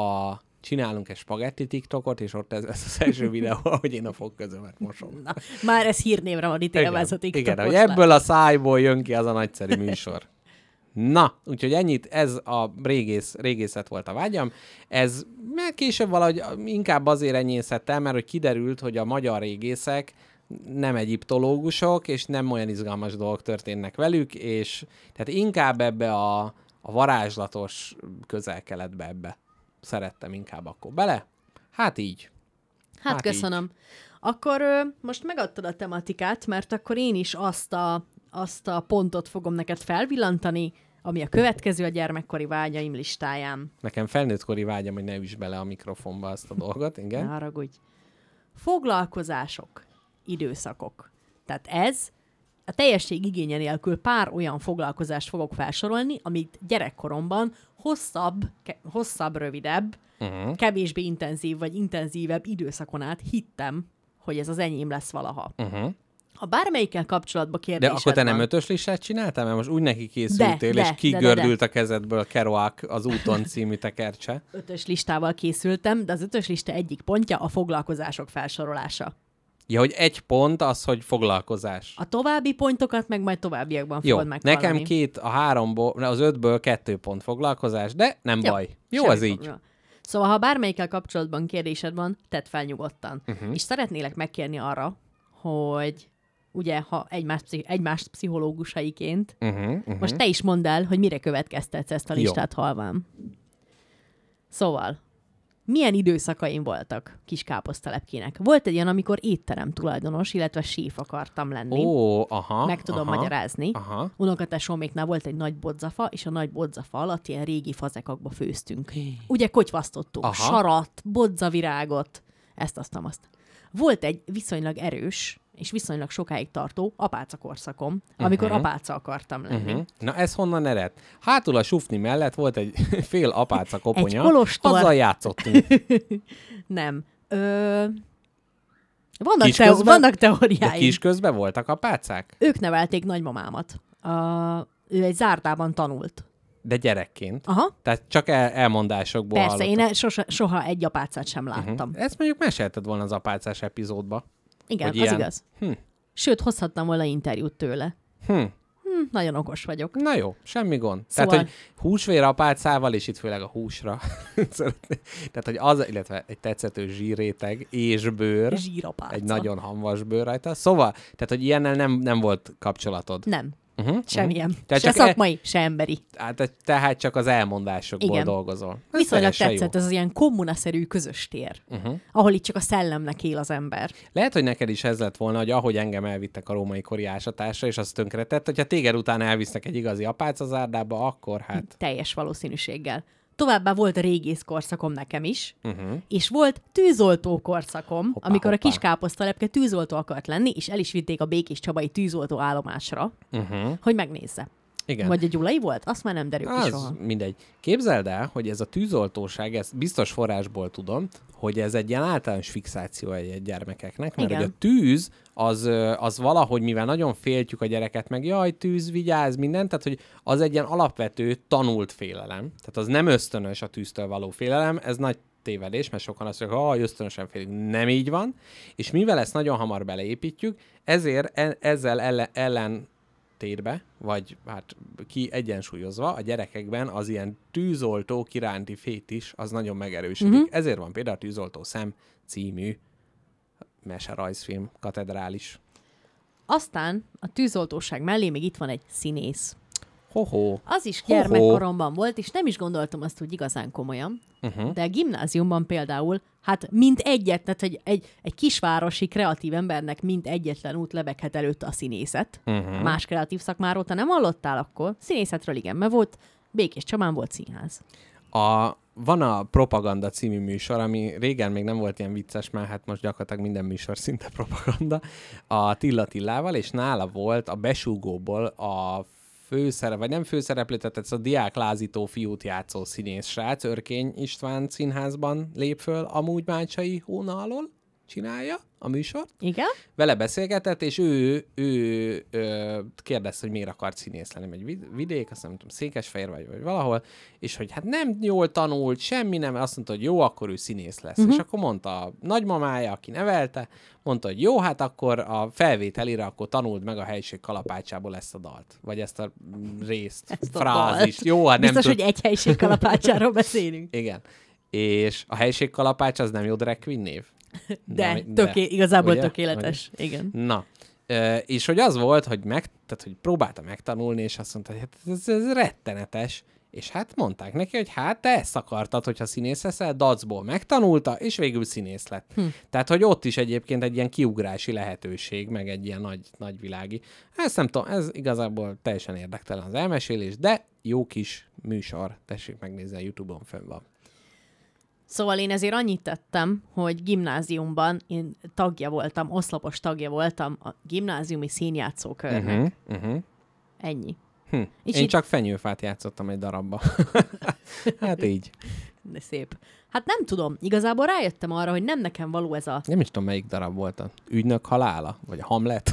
csinálunk egy spagetti TikTokot, és ott ez az első videó, hogy én a fogközömet mosom. Na, már ez hírnévre van ítélve ez a TikTokos. Igen, hogy ebből a szájból jön ki az a nagyszerű műsor. Na, úgyhogy ennyit, ez a régészet volt a vágyam. Ez mert később valahogy inkább azért enyészett el, mert hogy kiderült, hogy a magyar régészek nem egyiptológusok, és nem olyan izgalmas dolgok történnek velük, és tehát inkább ebbe a varázslatos közel-keletbe ebbe szerettem inkább akkor bele. Hát így. Hát köszönöm. Így. Akkor most megadtad a tematikát, mert akkor én is azt a pontot fogom neked felvillantani, ami a következő a gyermekkori vágyaim listáján. Nekem felnőttkori vágyam, hogy ne üss bele a mikrofonba azt a dolgot, igen. Ne haragudj. Foglalkozások, időszakok. Tehát ez a teljesség igénye nélkül pár olyan foglalkozást fogok felsorolni, amit gyerekkoromban hosszabb, rövidebb, kevésbé intenzív vagy intenzívebb időszakon át hittem, hogy ez az enyém lesz valaha. Ha bármelyikkel kapcsolatban De kérdésed akkor te nem van, 5-ös listát csináltál? Mert most úgy neki készültél, De, és de, kigördült a kezedből Kerouac az úton című tekercse. 5-ös listával készültem, de az 5-ös lista egyik pontja a foglalkozások felsorolása. Ja, hogy 1 pont az, hogy foglalkozás. A további pontokat meg majd továbbiakban Jó, fogod meghalani. nekem az 5-ből 2 pont foglalkozás, de nem baj. Jó, semmi az így. probléma. Szóval, ha bármelyikkel kapcsolatban kérdésed van, tedd fel nyugodtan. És szeretnélek megkérni arra, hogy ugye, ha egymás pszichológusaiként, most te is mondd el, hogy mire következtetsz ezt a listát halván. Szóval, milyen időszakaim voltak kis káposztalepkének? Volt egy olyan, amikor étterem tulajdonos, illetve séf akartam lenni. Ó, aha. Meg tudom magyarázni. Aha. Unokatesóméknál volt egy nagy bodzafa, és a nagy bodzafa alatt ilyen régi fazekakba főztünk. Ugye kotyvasztottuk, Aha. sarat, bodzavirágot, ezt. Volt egy viszonylag erős és viszonylag sokáig tartó apácakorszakom, amikor apáca akartam lenni. Na ez honnan ered? Hátul a sufni mellett volt egy fél apáca koponya, Egy kolostor. azzal játszottunk. Nem. Kisközben? Vannak De teóriáim. kisközben voltak apácák? Ők nevelték nagymamámat. Ő egy zárdában tanult. De gyerekként. Aha. Tehát csak elmondásokból Persze, hallottam. én soha egy apácát sem láttam. Ezt mondjuk mesélted volna az apácás epizódba. Igen, hogy az ilyen- igaz. Sőt, hozhattam volna interjút tőle. Hm. Nagyon okos vagyok. Na jó, semmi gond. Szóval- Tehát, hogy húsvér apácával, és itt főleg a húsra. Tehát, hogy az, illetve egy tetszető zsírréteg és bőr. Zsírapáca. Egy nagyon hamvas bőr rajta. Szóval, tehát, hogy ilyennel nem volt kapcsolatod. Nem. Uh-huh, Semmilyen. Tehát Se csak szakmai, se emberi. tehát csak az elmondásokból Igen. dolgozol. Ez Viszonylag teljesen tetszett jó. ez az ilyen kommunaszerű közös tér, ahol itt csak a szellemnek él az ember. Lehet, hogy neked is ez lett volna, hogy ahogy engem elvittek a római kori ásatásra, és az tönkretett, hogyha téged után elvisznek egy igazi apácazárdába, akkor hát... Teljes valószínűséggel. Továbbá volt régész korszakom nekem is, és volt tűzoltó korszakom, amikor a kis káposztalepke tűzoltó akart lenni, és el is vitték a Békés Csabai tűzoltó állomásra, hogy megnézze. Igen. Vagy a Gyulai volt? Azt már nem derül ki soha. Az mindegy. Képzeld el, hogy ez a tűzoltóság, ezt biztos forrásból tudom, hogy ez egy ilyen általános fixáció egy gyermekeknek, mert Igen. hogy a tűz az valahogy, mivel nagyon féltjük a gyereket, meg jaj, tűz, vigyázz, minden, tehát hogy az egy ilyen alapvető tanult félelem. Tehát az nem ösztönös a tűztől való félelem, ez nagy tévedés, mert sokan azt mondják, hogy ösztönösen félünk. Nem így van, és mivel ezt nagyon hamar beleépítjük, ezért ezzel ellentétbe, vagy hát egyensúlyozva a gyerekekben az ilyen tűzoltók iránti fétis az nagyon megerősödik. Ezért van például a Tűzoltó szem című meserajzfilm, katedrális. Aztán a tűzoltóság mellé még itt van egy színész. Ho-ho. Az is gyermekkoromban volt, és nem is gondoltam azt úgy igazán komolyan. De a gimnáziumban például, hát mint tehát egy kisvárosi kreatív embernek mint egyetlen út lebeghet előtt a színészet. Más kreatív szakmáról te nem hallottál akkor? Színészetről igen, mert volt Békés Csabán volt színház. Van a Propaganda című műsor, ami régen még nem volt ilyen vicces, mert hát most gyakorlatilag minden műsor szinte propaganda, a Tilla Tillával, és nála volt a Besúgóból a vagy nem főszereplő, tehát ez a diák lázító fiút játszó színész srác, Örkény István színházban lép föl, amúgy Mácsai Hóna alól csinálja a műsort. Igen? Vele beszélgetett, és ő kérdezte, hogy miért akart színész lenni, egy vidék, azt nem tudom, Székesfehér vagy valahol, és hogy hát nem jól tanult, semmi nem, azt mondta, hogy jó, akkor ő színész lesz. És akkor mondta a nagymamája, aki nevelte, mondta, hogy jó, hát akkor a felvételire akkor tanuld meg a helység kalapácsából ezt a dalt, vagy ezt a részt, Ezt a frázist. dalt. Jó, hát nem Biztos, hogy egy helység kalapácsáról beszélünk. Igen. És a helység kalapács az nem jó drag queen név? Igazából Ugye? tökéletes. Igen. Na, és hogy az volt, hogy hogy próbálta megtanulni, és azt mondta, hogy hát ez rettenetes. És hát mondták neki, hogy hát te ezt akartad, hogyha színész leszel, dacból megtanulta, és végül színész lett. Tehát, hogy ott is egyébként egy ilyen kiugrási lehetőség, meg egy ilyen nagyvilági. Ezt nem tudom, ez igazából teljesen érdektelen az elmesélés, de jó kis műsor. Tessék megnézni, a YouTube-on fönn van. Szóval én ezért annyit tettem, hogy gimnáziumban én oszlopos tagja voltam a gimnáziumi színjátszókörnek. Ennyi. Én csak fenyőfát játszottam egy darabba. Hát így. De szép. Hát nem tudom, igazából rájöttem arra, hogy nem nekem való ez a... Nem is tudom, melyik darab volt a Ügynök halála? Vagy a Hamlet?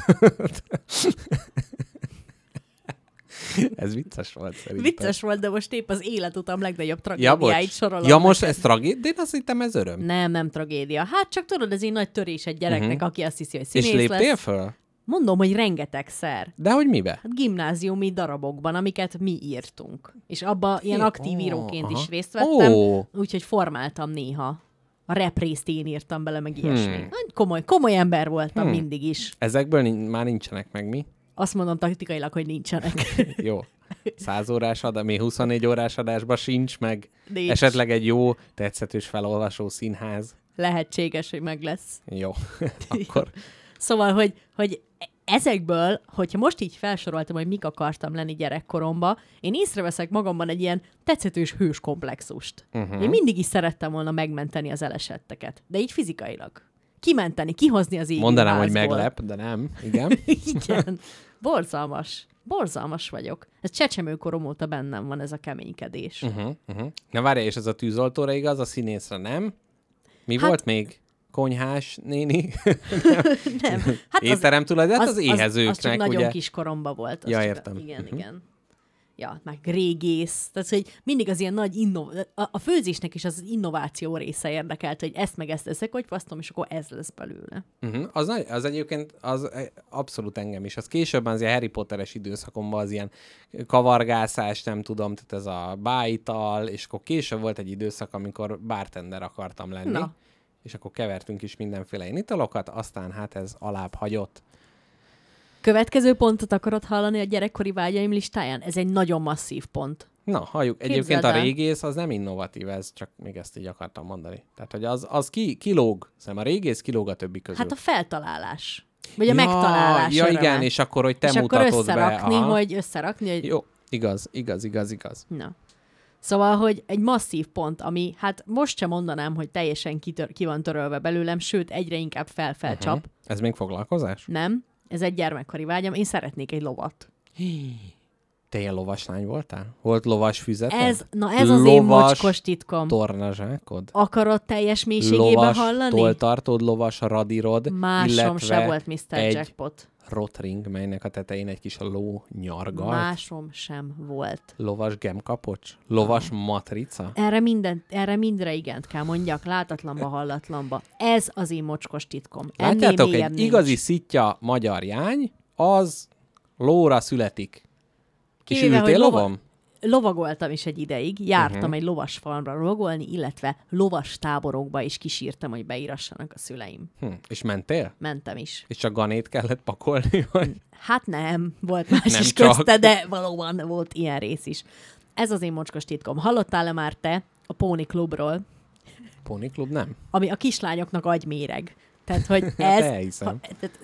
Ez vicces volt szerintem. Vicces volt, de most épp az életutam legnagyobb tragédiáit sorolom. Ja, most neked. ez tragédia? De én azt hittem, ez öröm. Nem tragédia. Hát csak tudod, ez egy nagy törés egy gyereknek, aki azt hiszi, hogy És színész léptél lesz. föl? Mondom, hogy rengetegszer. De hogy mibe? Hát gimnáziumi darabokban, amiket mi írtunk. És abba ilyen aktív íróként is részt vettem, úgyhogy formáltam néha. A rap részt én írtam bele, meg ilyesmi. Komoly ember voltam mindig is. Ezekből már nincsenek meg mi? Azt mondom taktikailag, hogy nincsenek. Jó. 100 órás adás, még 24 órás adásban sincs meg. Nincs. Esetleg egy jó, tetszetős felolvasó színház. Lehetséges, hogy meg lesz. Jó. Akkor Szóval, hogy ezekből, hogyha most így felsoroltam, hogy mik akartam lenni gyerekkoromban, én észreveszek magamban egy ilyen tetszetős hős komplexust. Én mindig is szerettem volna megmenteni az elesetteket, de így fizikailag. Kimenteni, kihozni az égi mondanám, hogy házból. meglep, de nem. Igen. Igen. Borzalmas. Borzalmas vagyok. Ez csecsemőkorom óta bennem van ez a keménykedés. Na várjál, és ez a tűzoltóra igaz, a színészre nem? Mi Hát- volt még? Konyhás néni? Nem. Hát Étterem tulajdonos? Hát az az éhezőknek, csak nagyon ugye? kis koromban volt. Az Ja, csak- értem. Igen, igen. Ja, meg régész. Tehát, hogy mindig az ilyen nagy a főzésnek is az innováció része érdekelt, hogy ezt meg ezt összekotyvasztom, és akkor ez lesz belőle. Az egyébként az abszolút engem is. Az későbben az ilyen Harry Potteres időszakomban az ilyen kavargászás, nem tudom, tehát ez a bájital, és akkor később volt egy időszak, amikor bartender akartam lenni. Na. És akkor kevertünk is mindenféle italokat, aztán hát ez alább hagyott. Következő pontot akarod hallani a gyerekkori vágyaim listáján? Ez egy nagyon masszív pont. Na, halljuk. Képzeld Egyébként a el. régész az nem innovatív, ez csak még ezt így akartam mondani. Tehát, hogy az kilóg. Szerintem a régész kilóg a többi közül. Hát a feltalálás. Vagy a megtalálás Ja, öröme. igen, és akkor, hogy te és akkor mutatod összerakni, be. Aha. hogy... Jó, igaz. Na. Szóval, hogy egy masszív pont, ami, hát most sem mondanám, hogy teljesen ki van törölve belőlem, sőt, egyre inkább felcsap. Ez még foglalkozás? Nem? Ez egy gyermekkori vágyam. Én szeretnék egy lovat. Te ilyen lovaslány voltál? Volt lovas füzeted? Ez az én mocskos titkom. Tornazsákod? Akarod teljes mélységében Lovas hallani? toltartód, lovas radirod, Másom illetve se volt Mr. egy Jackpot. rotring, melynek a tetején egy kis ló nyargalt. Másom sem volt. Lovas gemkapocs? Lovas matrica? Erre mindre igent kell mondjak, látatlanba, hallatlanba. Ez az én mocskos titkom. Ennél Látjátok, mélyebb egy nincs. igazi szitja magyar jány, az lóra születik. És Kivéve, ültél hogy lovam? Lovagoltam is egy ideig, jártam egy lovas farmra lovagolni, illetve lovas táborokba is kísírtam, hogy beírassanak a szüleim. És mentél? Mentem is. És csak ganét kellett pakolni? Vagy? Hát nem, volt más Nem is csak. közte, de valóban volt ilyen rész is. Ez az én mocskos titkom. Hallottál-e már te a Pony Klubról, Pony Klub nem? ami a kislányoknak agyméreg? Tehát, hogy ez... elhiszem.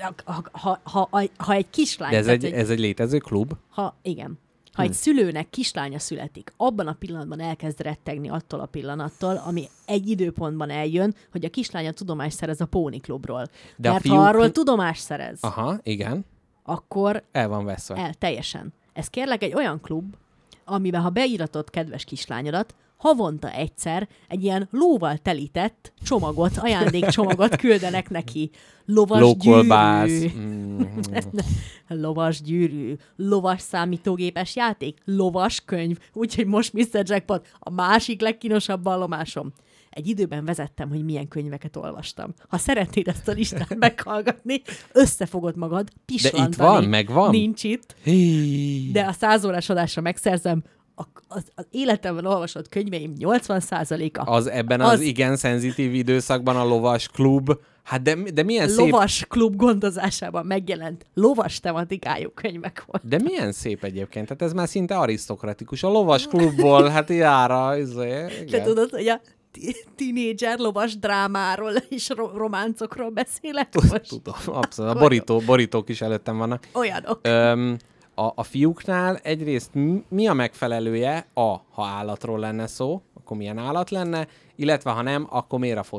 Ha egy kislány... De ez tehát, egy létező klub? Igen. Ha egy szülőnek kislánya születik, abban a pillanatban elkezd rettegni attól a pillanattól, ami egy időpontban eljön, hogy a kislánya tudomást szerez a Pony Klubról. De a Mert fiúk- ha arról tudomást szerez, Aha, igen. akkor El van veszve. teljesen. Ez kérlek egy olyan klub, amiben ha beíratod kedves kislányodat, havonta egyszer egy ilyen lóval telített csomagot, ajándékcsomagot küldenek neki. Lovas Lókolbász. gyűrű. Lovas gyűrű, lovas számítógépes játék, lovas könyv, úgyhogy most Mr. Jackpot a másik legkínosabb vallomásom. Egy időben vezettem, hogy milyen könyveket olvastam. Ha szeretnéd ezt a listát meghallgatni, összefogod magad pislantani. itt van, megvan? Nincs itt, de a 100 órás adásra megszerzem. Az életemben olvasott könyveim 80%-a. Az ebben az igen szenzitív időszakban a lovas klub. Hát de milyen szép... Lovas klub gondozásában megjelent lovas tematikájú könyvek volt. De milyen szép egyébként. Tehát ez már szinte arisztokratikus. A lovas klubból, hát jára, Te igen. tudod, hogy a tínédzser lovas drámáról és románcokról beszélek most? Tudom, abszolút. A borítók is előttem vannak. Olyanok. A fiúknál egyrészt mi a megfelelője? Ha állatról lenne szó, akkor milyen állat lenne, illetve ha nem, akkor miért a foci?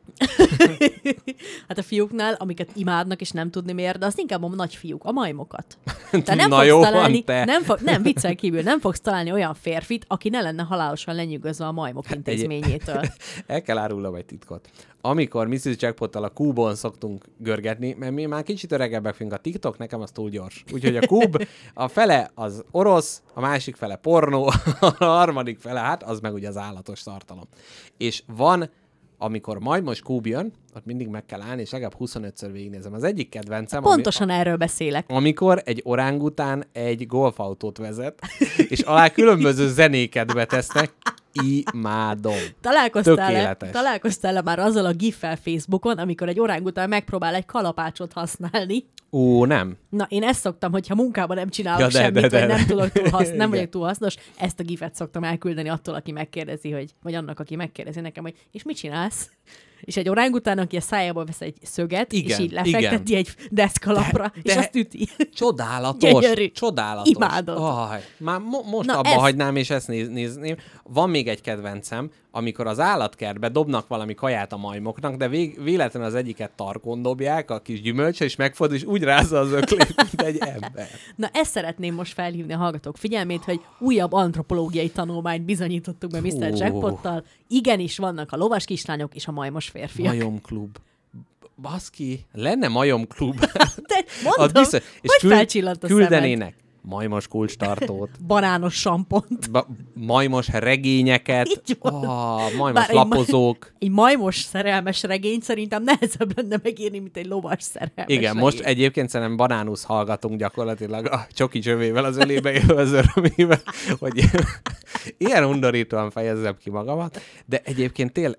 Hát a fiúknál, amiket imádnak, és nem tudni miért, de az inkább a nagyfiúk, a majmokat. Te nem Na fogsz jó, találni, te. nem viccel kívül, nem fogsz találni olyan férfit, aki ne lenne halálosan lenyűgözve a majmok intézményétől. El kell árulnom egy titkot. Amikor Mrs. Jackpottal a Cube-on szoktunk görgetni, mert mi már kicsit öregebbek vagyunk, a TikTok nekem az túl gyors. Úgyhogy a Cube, a fele az orosz, a másik fele pornó, a harmadik fele, hát az meg ugye az állatos tartalom. És van, amikor majmos Cube jön, ott mindig meg kell állni, és legalább 25-ször végignézem. Az egyik kedvencem, Pontosan erről beszélek. amikor egy orángután egy golfautót vezet, és alá különböző zenéket betesznek, imádom. Találkoztál-e már azzal a gif-fel Facebookon, amikor egy orángután megpróbál egy kalapácsot használni? Nem. Na, én ezt szoktam, hogyha munkában nem csinálok Ja, semmit, de. vagy nem tudok nem Igen. vagyok túl hasznos, ezt a gifet szoktam elküldeni attól, aki megkérdezi, vagy annak, aki megkérdezi nekem, hogy és mit csinálsz? És egy orángután, aki a szájából vesz egy szöget, és Igen, így lefekteti egy deszkalapra, és de- azt üti. Csodálatos. Gyönyörű. Csodálatos. Imádod. Már most Na, abba ezt- hagynám, és ezt nézném. Van még egy kedvencem, amikor az állatkertbe dobnak valami kaját a majmoknak, de véletlenül az egyiket tarkon dobják, a kis gyümölcse, és megfordul, és úgy rázza az öklét, mint egy ember. Na, ezt szeretném most felhívni a hallgatók figyelmét, hogy újabb antropológiai tanulmányt bizonyítottuk be Mr. Hú. Jackpottal. Igenis vannak a lovas kislányok és a majmos férfiak. Majomklub. Baszki, lenne majomklub. De Az mondom, biztos- hogy felcsillant a szemed. küldenének majmos kulcstartót, Banános sampont. majmos regényeket, Így van. majmos Bár egy lapozók. Egy majmos szerelmes regényt szerintem nehezebb lenne megírni, mint egy lovas szerelmes Igen, regény. most egyébként szerintem Banánusz hallgatunk gyakorlatilag a csoki csövével az ölébe élve az örömével, hogy ilyen undorítóan fejezzem ki magamat, de egyébként tényleg,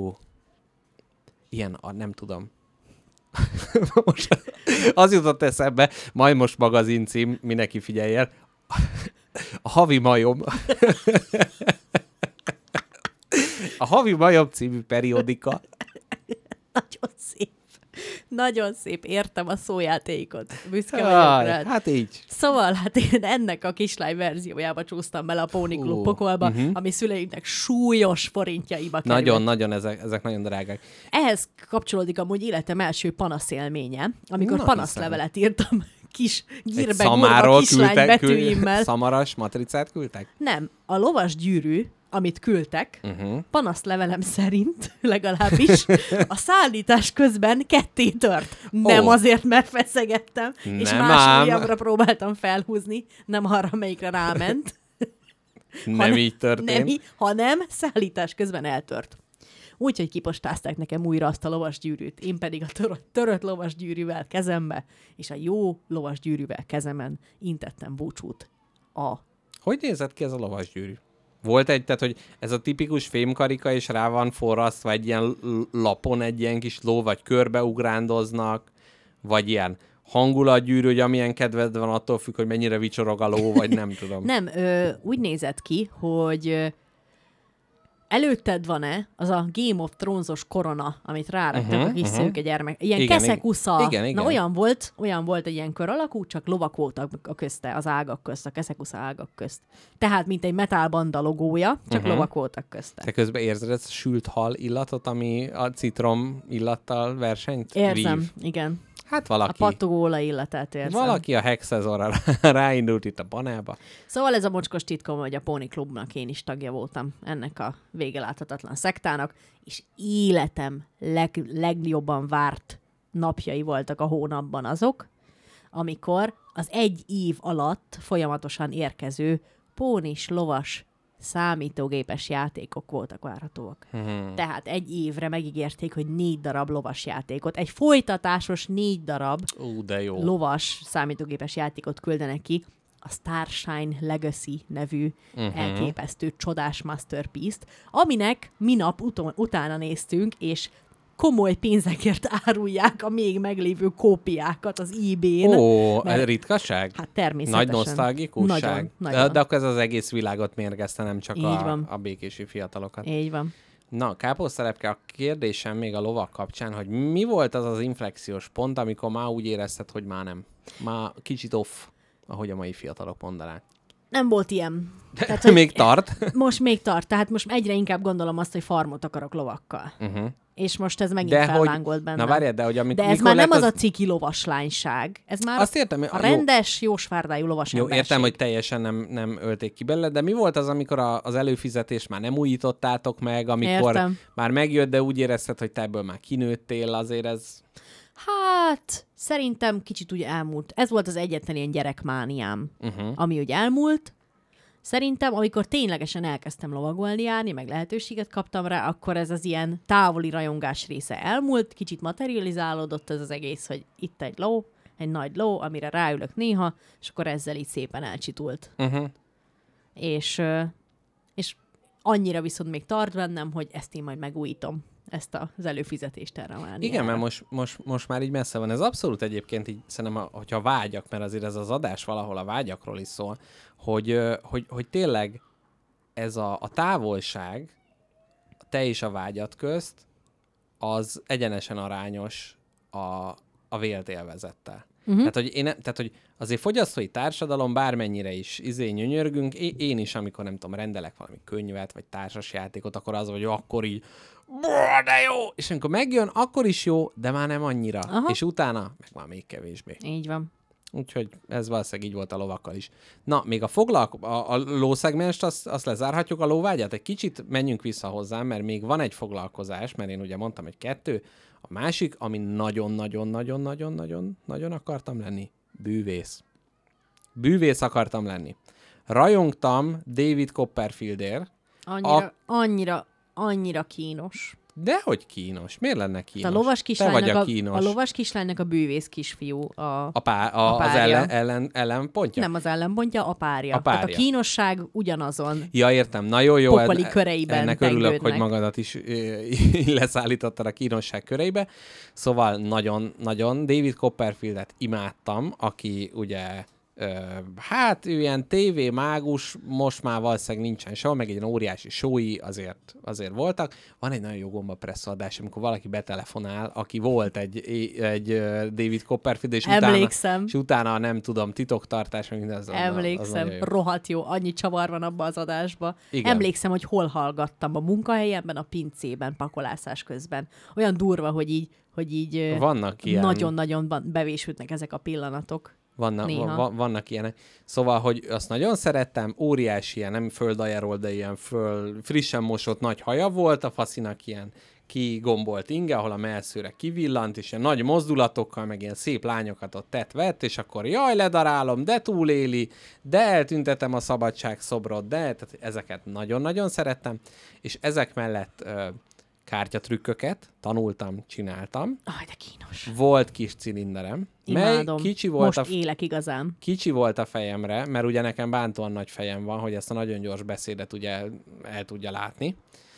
ilyen, nem tudom. Most az jutott eszembe, majd most magazin cím, mindenki figyeljen, a havi majom. A havi majom című periódika. Nagyon szép. Nagyon szép, értem a szójátékot. Büszke vagyok rád. Hát így. Szóval, hát én ennek a kislány verziójába csúsztam bele a Pony Club pokolba, ami szüleinknek súlyos forintjaiba került. Nagyon, ezek nagyon drágák. Ehhez kapcsolódik amúgy életem első panaszélménye, amikor Na, panaszlevelet írtam kis gírbe gurva Szamáról kislány betűimmel. szamaras matricát küldtek? Nem, a lovas gyűrű, amit küldtek, panaszlevelem szerint legalábbis, a szállítás közben ketté tört. Nem azért, mert feszegettem, és Nem más ám. ujjamra próbáltam felhúzni, nem arra, amelyikre ráment. Nem így történt. hanem szállítás közben eltört. Úgyhogy kipostázták nekem újra azt a lovasgyűrűt. Én pedig a törött lovasgyűrűvel kezembe, és a jó lovasgyűrűvel kezemen intettem búcsút Hogy nézett ki ez a lovasgyűrű? Volt egy, tehát, hogy ez a tipikus fémkarika, és rá van forrasztva egy ilyen lapon egy ilyen kis ló, vagy körbeugrandoznak, vagy ilyen hangulatgyűrű, hogy amilyen kedved van, attól függ, hogy mennyire vicsorog a ló, vagy nem tudom. Nem, úgy nézett ki, hogy előtted van-e az a Game of Thrones-os korona, amit ráraktak a kis szőke gyermek. Ilyen Igen, keszekusza. igen. Na olyan volt egy ilyen kör alakú, csak lovak voltak a közte, az ágak közt, a keszekusza ágak közt. Tehát, mint egy metalbanda logója, csak lovak voltak közte. Te közben érzed ezt a sült hal illatot, ami a citrom illattal versenyt Érzem, vív? igen. Hát A valaki. pattogóolaj illatát érzem. Valaki a hexezorra ráindult itt a panába. Szóval ez a mocskos titkom, hogy a Pony Clubnak én is tagja voltam, ennek a végeláthatatlan szektának, és életem legjobban várt napjai voltak a hónapban azok, amikor az egy év alatt folyamatosan érkező pónis, lovas, számítógépes játékok voltak várhatóak. Tehát egy évre megígérték, hogy 4 darab lovas játékot, egy folytatásos 4 darab De jó. lovas számítógépes játékot küldenek ki, a Starshine Legacy nevű elképesztő csodás masterpiece-t, aminek minap utána néztünk, és komoly pénzekért árulják a még meglévő kópiákat az eBay-n. Ez ritkaság? Hát természetesen. Nagy nosztalgikusság? Nagyon. De akkor ez az egész világot mérgezte, nem csak Így van. a békési fiatalokat. Így van. Na, káposztelepke, a kérdésem még a lovak kapcsán, hogy mi volt az az inflexiós pont, amikor már úgy érezted, hogy már nem. Már kicsit off, ahogy a mai fiatalok mondanák. Nem volt ilyen. Tehát, hogy... Még tart? Most még tart, tehát most egyre inkább gondolom azt, hogy farmot akarok lovakkal. És most ez megint fellángolt bennem. Na várjál, de hogy De ez már nem az a ciki lovaslányság. Ez már azt értem, a rendes, jósvárdájú lovas Jó, emberség. értem, hogy teljesen nem ölték ki belőle, de mi volt az, amikor az előfizetést már nem újítottátok meg, amikor már megjött, de úgy érezted, hogy te ebből már kinőttél, azért ez... Hát, szerintem kicsit úgy elmúlt. Ez volt az egyetlen ilyen gyerekmániám, ami úgy elmúlt. Szerintem, amikor ténylegesen elkezdtem lovagolni járni, meg lehetőséget kaptam rá, akkor ez az ilyen távoli rajongás része elmúlt, kicsit materializálódott ez az egész, hogy itt egy ló, egy nagy ló, amire ráülök néha, és akkor ezzel így szépen elcsitult. És annyira viszont még tart bennem, hogy ezt én majd megújítom, ezt az előfizetést erre már. Igen, mert most már így messze van. Ez abszolút egyébként így, szerintem, hogyha vágyak, mert azért ez az adás valahol a vágyakról is szól, hogy tényleg ez a távolság te és a vágyat közt, az egyenesen arányos a vélt élvezettel. Tehát, hogy azért fogyasztói társadalom bármennyire is nyönyörgünk, én is, amikor nem tudom, rendelek valami könyvet, vagy társasjátékot, akkor az, hogy akkor így de jó! És amikor megjön, akkor is jó, de már nem annyira. Aha. És utána meg már még kevésbé. Így van. Úgyhogy ez valószínűleg így volt a lovakkal is. Na, még a lószegmenst, azt lezárhatjuk, a lóvágyat. Egy kicsit menjünk vissza hozzám, mert még van egy foglalkozás, mert én ugye mondtam, hogy 2. A másik, ami nagyon-nagyon-nagyon-nagyon-nagyon akartam lenni, bűvész. Bűvész akartam lenni. Rajongtam David Copperfieldért. Annyira kínos. Dehogy kínos? Miért lenne kínos? Te vagy a kínos. A lovas kislánynak a bűvész kisfiú a párja. Az ellenpontja? Nem az ellenpontja, a párja. Tehát a kínosság ugyanazon. Ja, értem. Na jó. Pokoli köreiben ennek örülök, hogy magadat is leszállítottad a kínosság köreibe. Szóval nagyon David Copperfieldet imádtam, aki ugye hát ő ilyen tévémágus, most már valószínűleg nincsen sehol, meg egy ilyen óriási showi azért voltak. Van egy nagyon jó gombapresszó adás, amikor valaki betelefonál, aki volt egy David Copperfield, és utána nem tudom, titoktartás, meg minden. Emlékszem, rohadt jó, annyi csavar van abban az adásban. Igen. Emlékszem, hogy hol hallgattam, a munkahelyemben, a pincében, pakolászás közben. Olyan durva, hogy így vannak ilyen... nagyon-nagyon bevésődnek ezek a pillanatok. Vannak ilyenek. Szóval, hogy azt nagyon szerettem, óriási ilyen, nem földajáról, de ilyen frissen mosott nagy haja volt, a faszinak ilyen kigombolt inge, ahol a mellszőre kivillant, és ilyen nagy mozdulatokkal, meg ilyen szép lányokat ott vett, és akkor jaj, ledarálom, de túléli, de eltüntetem a szabadság szobrot, de tehát ezeket nagyon-nagyon szerettem, és ezek mellett kártyatrükköket tanultam, csináltam. Aj, de kínos. Volt kis cilinderem. Imádom. Kicsi volt most élek igazán. Kicsi volt a fejemre, mert ugye nekem bántóan nagy fejem van, hogy ezt a nagyon gyors beszédet ugye el tudja látni.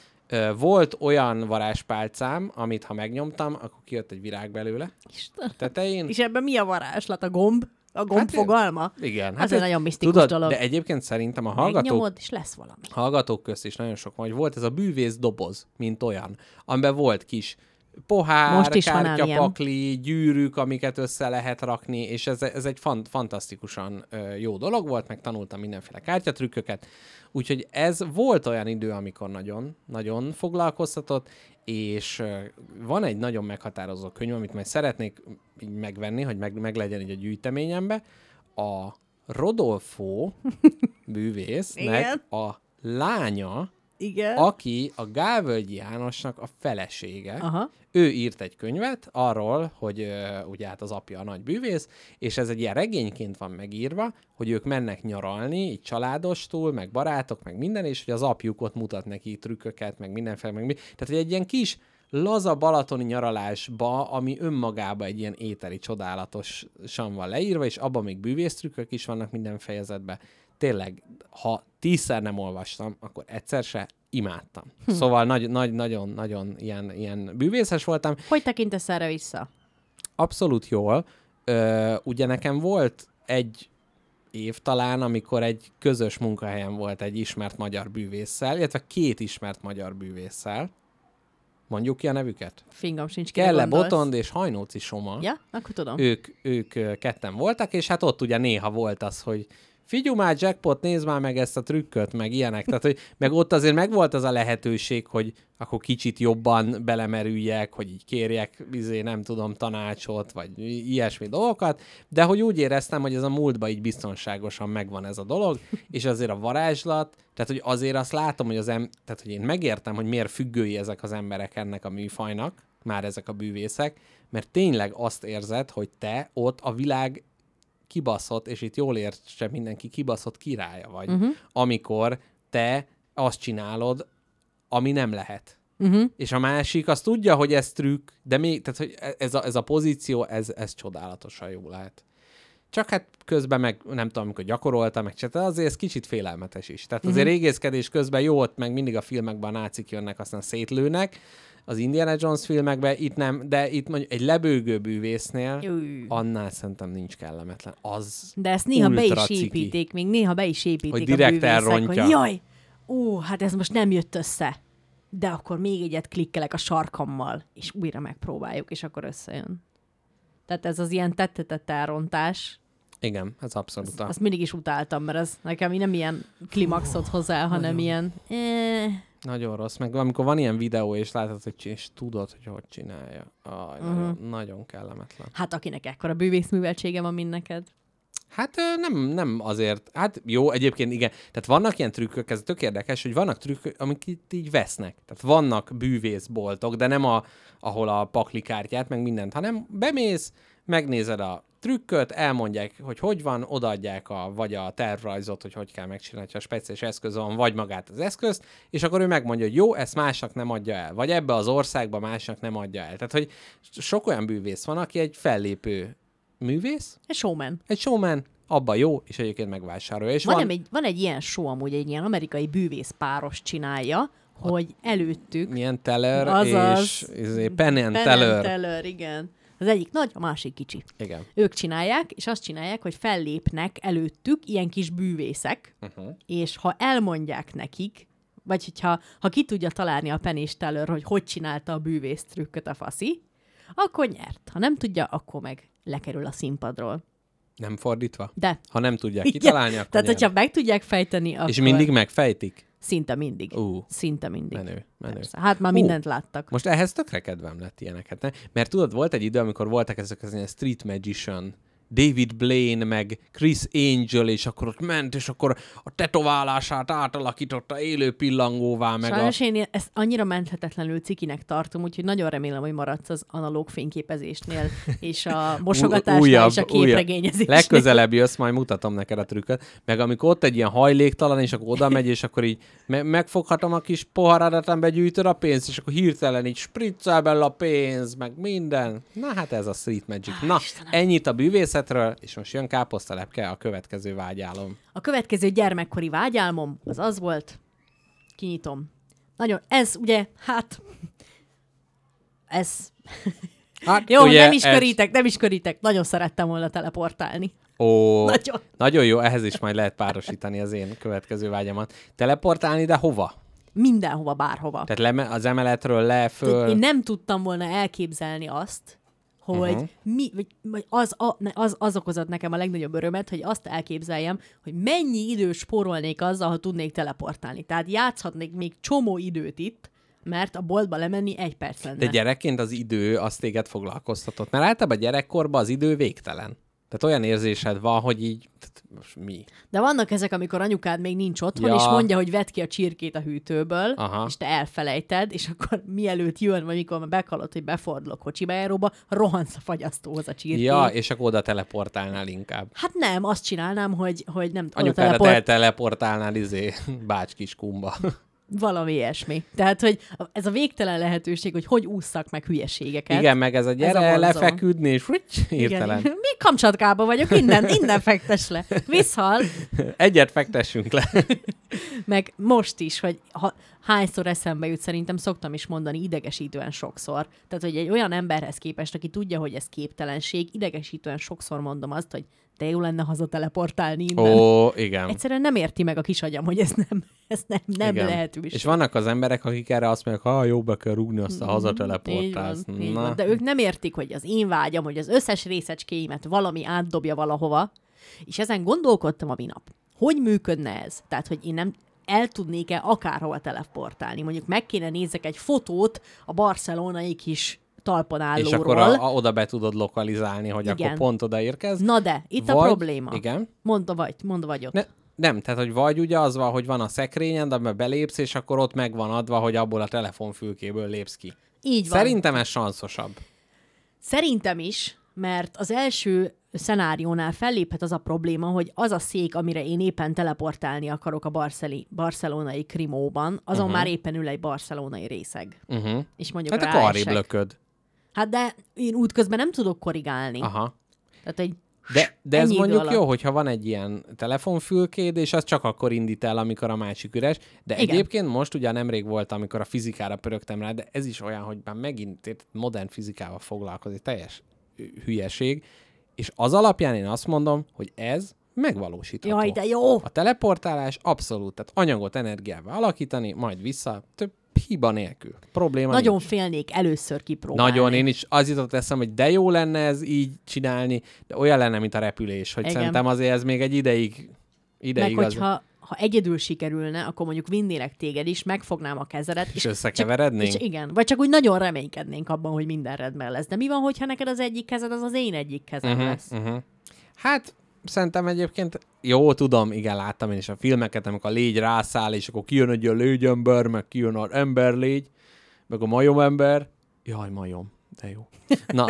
Volt olyan varázspálcám, amit ha megnyomtam, akkor kijött egy virág belőle. Isten. Tetején. És ebben mi a varázslat? A gomb? A gomb fogalma? Igen. Hát ez nagyon misztikus dolog. De egyébként szerintem a megnyomod, és lesz valami. Hallgatók közt is nagyon sok van, hogy volt ez a bűvész doboz, mint olyan, amiben volt kis pohár, kártyapakli, gyűrűk, amiket össze lehet rakni, és ez egy fantasztikusan jó dolog volt, meg tanultam mindenféle kártyatrükköket, úgyhogy ez volt olyan idő, amikor nagyon foglalkoztatott, és van egy nagyon meghatározó könyv, amit majd szeretnék így megvenni, hogy meg legyen így a gyűjteményembe, a Rodolfo bűvésznek a lánya, igen. Aki a Gálvölgyi Jánosnak a felesége. Aha. Ő írt egy könyvet arról, hogy ugye hát az apja a nagy bűvész, és ez egy ilyen regényként van megírva, hogy ők mennek nyaralni, így családostul, meg barátok, meg minden, és hogy az apjuk ott mutat neki trükköket, meg mindenféle, tehát hogy egy ilyen kis laza balatoni nyaralásba, ami önmagában egy ilyen éteri csodálatosan van leírva, és abban még bűvésztrükkök is vannak minden fejezetben. Tényleg, ha 10-szer nem olvastam, akkor egyszer se imádtam. Szóval nagyon ilyen bűvészes voltam. Hogy tekintesz erre vissza? Abszolút jól. Ugye nekem volt egy év talán, amikor egy közös munkahelyen volt egy ismert magyar bűvésszel, illetve 2 ismert magyar bűvésszel. Mondjuk ki a nevüket? Fingam sincs, Kelle Botond és Hajnóci Soma. Ja, akkor tudom. Ők ketten voltak, és hát ott ugye néha volt az, hogy figyelj már, jackpot, nézd már meg ezt a trükköt, meg ilyenek. Tehát, hogy meg ott azért megvolt az a lehetőség, hogy akkor kicsit jobban belemerüljek, hogy így kérjek, nem tudom, tanácsot, vagy ilyesmi dolgokat, de hogy úgy éreztem, hogy ez a múltban így biztonságosan megvan ez a dolog, és azért a varázslat, tehát, hogy azért azt látom, hogy tehát, hogy én megértem, hogy miért függői ezek az emberek ennek a műfajnak, már ezek a bűvészek, mert tényleg azt érzed, hogy te ott a világ kibaszott, és itt jól értse mindenki, kibaszott királya vagy, amikor te azt csinálod, ami nem lehet. És a másik azt tudja, hogy ez trükk, de még, tehát, hogy ez a pozíció, ez csodálatosan jó lehet. Csak hát közben meg, nem tudom, amikor gyakoroltam, meg azért ez kicsit félelmetes is. Tehát azért régészkedés közben jó, ott meg mindig a filmekben a nácik jönnek, aztán szétlőnek, az Indiana Jones filmekben, itt nem, de itt mondjuk egy lebőgő bűvésznél annál szerintem nincs kellemetlen. Az de ezt néha be is ciki. építik, még néha be is építik hogy a direkt bűvészek, elrontja. hogy jaj, hát ez most nem jött össze. De akkor még egyet klikkelek a sarkammal, és újra megpróbáljuk, és akkor összejön. Tehát ez az ilyen tette elrontás. Igen, ez abszolút. Azt mindig is utáltam, mert ez nekem nem ilyen klimaxot hozzá, hanem ilyen... Nagyon rossz, meg amikor van ilyen videó, és látod, és tudod, hogy csinálja. Nagyon kellemetlen. Hát akinek ekkora bűvészműveltsége van, mint neked. Hát nem azért. Hát jó, egyébként igen. Tehát vannak ilyen trükkök, ez tök érdekes, hogy vannak trükkök, amik itt így vesznek. Tehát vannak bűvészboltok, de nem ahol a paklikártyát, meg mindent, hanem bemész, megnézed a trükköt, elmondják, hogy van, odaadják vagy a tervrajzot, hogy kell megcsinálni, ha speciális eszköz van, vagy magát az eszközt, és akkor ő megmondja, hogy jó, ezt másnak nem adja el, vagy ebbe az országba másnak nem adja el. Tehát, hogy sok olyan bűvész van, aki egy fellépő művész. Egy showman, abba jó, és egyébként megvásárolja. És van egy ilyen show, amúgy egy ilyen amerikai bűvész páros csinálja, hogy előttük... Milyen Teller és Penn and Teller, igen. Az egyik nagy, a másik kicsi. Igen. Ők csinálják, és azt csinálják, hogy fellépnek előttük ilyen kis bűvészek, és ha elmondják nekik, vagy hogyha ki tudja találni a Penn és Teller, hogy csinálta a bűvész trükköt a faszi, akkor nyert. Ha nem tudja, akkor meg lekerül a színpadról. Nem fordítva? De. Ha nem tudják kitalálni, akkor tehát, hogyha meg tudják fejteni, akkor... És mindig megfejtik? Szinte mindig. Szinte mindig. Menő. Hát már mindent láttak. Most ehhez tökre kedvem lett ilyeneket, ne? Mert tudod, volt egy idő, amikor voltak ezek az ilyen street magician, David Blaine, meg Chris Angel, és akkor ott ment, és akkor a tetoválását átalakította élő pillangóvá, meg sajnos én ezt annyira menthetetlenül cikinek tartom, úgyhogy nagyon remélem, hogy maradsz az analóg fényképezésnél, és a mosogatásnál, és a képregényezésnél. Legközelebb jössz, majd mutatom neked a trükköt. Meg amikor ott egy ilyen hajléktalan, és akkor oda megy, és akkor így megfoghatom a kis poharadat, begyűjtöd a pénzt, és akkor hirtelen így spriccel bele a pénz, meg minden. Na hát ez a street magic. Na, ennyit a bűvészet. És most jön káposztalepke, a következő vágyálom. A következő gyermekkori vágyálmom az volt, kinyitom. Nagyon, ez ugye, ez... jó, ugye, nem is körítek, nagyon szerettem volna teleportálni. Nagyon jó, ehhez is majd lehet párosítani az én következő vágyamat. Teleportálni, de hova? Mindenhova, bárhova. Tehát az emeletről föl... Én nem tudtam volna elképzelni azt, hogy az okozott nekem a legnagyobb örömet, hogy azt elképzeljem, hogy mennyi időt spórolnék azzal, ha tudnék teleportálni. Tehát játszhatnék még csomó időt itt, mert a boltba lemenni 1 perc lenne. De gyerekként az idő azt téged foglalkoztatott, mert általában gyerekkorban az idő végtelen. Tehát olyan érzésed van, hogy így, most mi? De vannak ezek, amikor anyukád még nincs otthon, és mondja, hogy vedd ki a csirkét a hűtőből, és te elfelejted, és akkor mielőtt jön, vagy mikor bekalod, hogy befordul a kocsibejáróba, rohansz a fagyasztóhoz a csirkét. Ja, és akkor oda teleportálnál inkább. Hát nem, azt csinálnám, hogy nem... Anyukádat elteleportálnál Bács-Kiskunba. Valami ilyesmi. Tehát, hogy ez a végtelen lehetőség, hogy ússzak meg hülyeségeket. Igen, meg ez a gyere lefeküdni, és hirtelen. Mi Kamcsatkában vagyok, innen fektes le. Visszhal. Egyet fektessünk le. Meg most is, hogy hányszor eszembe jut, szerintem szoktam is mondani idegesítően sokszor. Tehát, hogy egy olyan emberhez képest, aki tudja, hogy ez képtelenség, idegesítően sokszor mondom azt, hogy de jó lenne hazateleportálni innen. Igen. Egyszerűen nem érti meg a kis agyam, hogy ez nem lehetőség. És vannak az emberek, akik erre azt mondják, jó, be kell rúgni, azt a hazateleportálsz. Így van. De ők nem értik, hogy az én vágyam, hogy az összes részecskéimet valami átdobja valahova, és ezen gondolkodtam a minap, hogy működne ez? Tehát, hogy én nem el tudnék-e akárhova teleportálni? Mondjuk meg kéne nézzek egy fotót a barcelonai kis talpon És akkor állóról. oda be tudod lokalizálni, hogy Igen. akkor pont oda érkez. Na de, itt a probléma. Igen. Mondd vagy ott. Nem, tehát hogy vagy ugye az van, hogy van a szekrényed, amiben belépsz, és akkor ott meg van adva, hogy abból a telefonfülkéből lépsz ki. Így van. Szerintem ez sanszosabb. Szerintem is, mert az első szenáriónál felléphet az a probléma, hogy az a szék, amire én éppen teleportálni akarok a barcelonai krimóban, azon már éppen ül egy barcelonai részeg. És mondjuk Hát akkor arrébb ráesek. lököd. Hát de én útközben nem tudok korrigálni. Aha. Tehát egy De ez ennyi idő mondjuk alatt. jó, hogyha van egy ilyen telefonfülkéd, és az csak akkor indít el, amikor a másik üres. De Igen. egyébként most ugye nemrég volt, amikor a fizikára pörögtem rá, de ez is olyan, hogy már megint modern fizikával foglalkozik, teljes hülyeség. És az alapján én azt mondom, hogy ez megvalósítható. Jaj, de jó! A teleportálás abszolút, tehát anyagot energiával alakítani, majd vissza, több hiba nélkül. Probléma Nagyon nincs. félnék először kipróbálni. Nagyon, én is az jutott eszembe, hogy de jó lenne ez így csinálni, de olyan lenne, mint a repülés, hogy Igen. szerintem azért ez még egy ideig Meg az, hogyha egyedül sikerülne, akkor mondjuk vinnélek téged is, megfognám a kezedet. és összekeverednénk. És igen, vagy csak úgy nagyon reménykednénk abban, hogy minden rendben lesz. De mi van, hogyha neked az egyik kezed, az én egyik kezem lesz? Hát szerintem egyébként, jó, tudom, igen, láttam én is a filmeket, amikor a légy rászáll, és akkor kijön egy a légyember, meg kijön az emberlégy, meg a majomember. Jaj, majom, de jó. Na,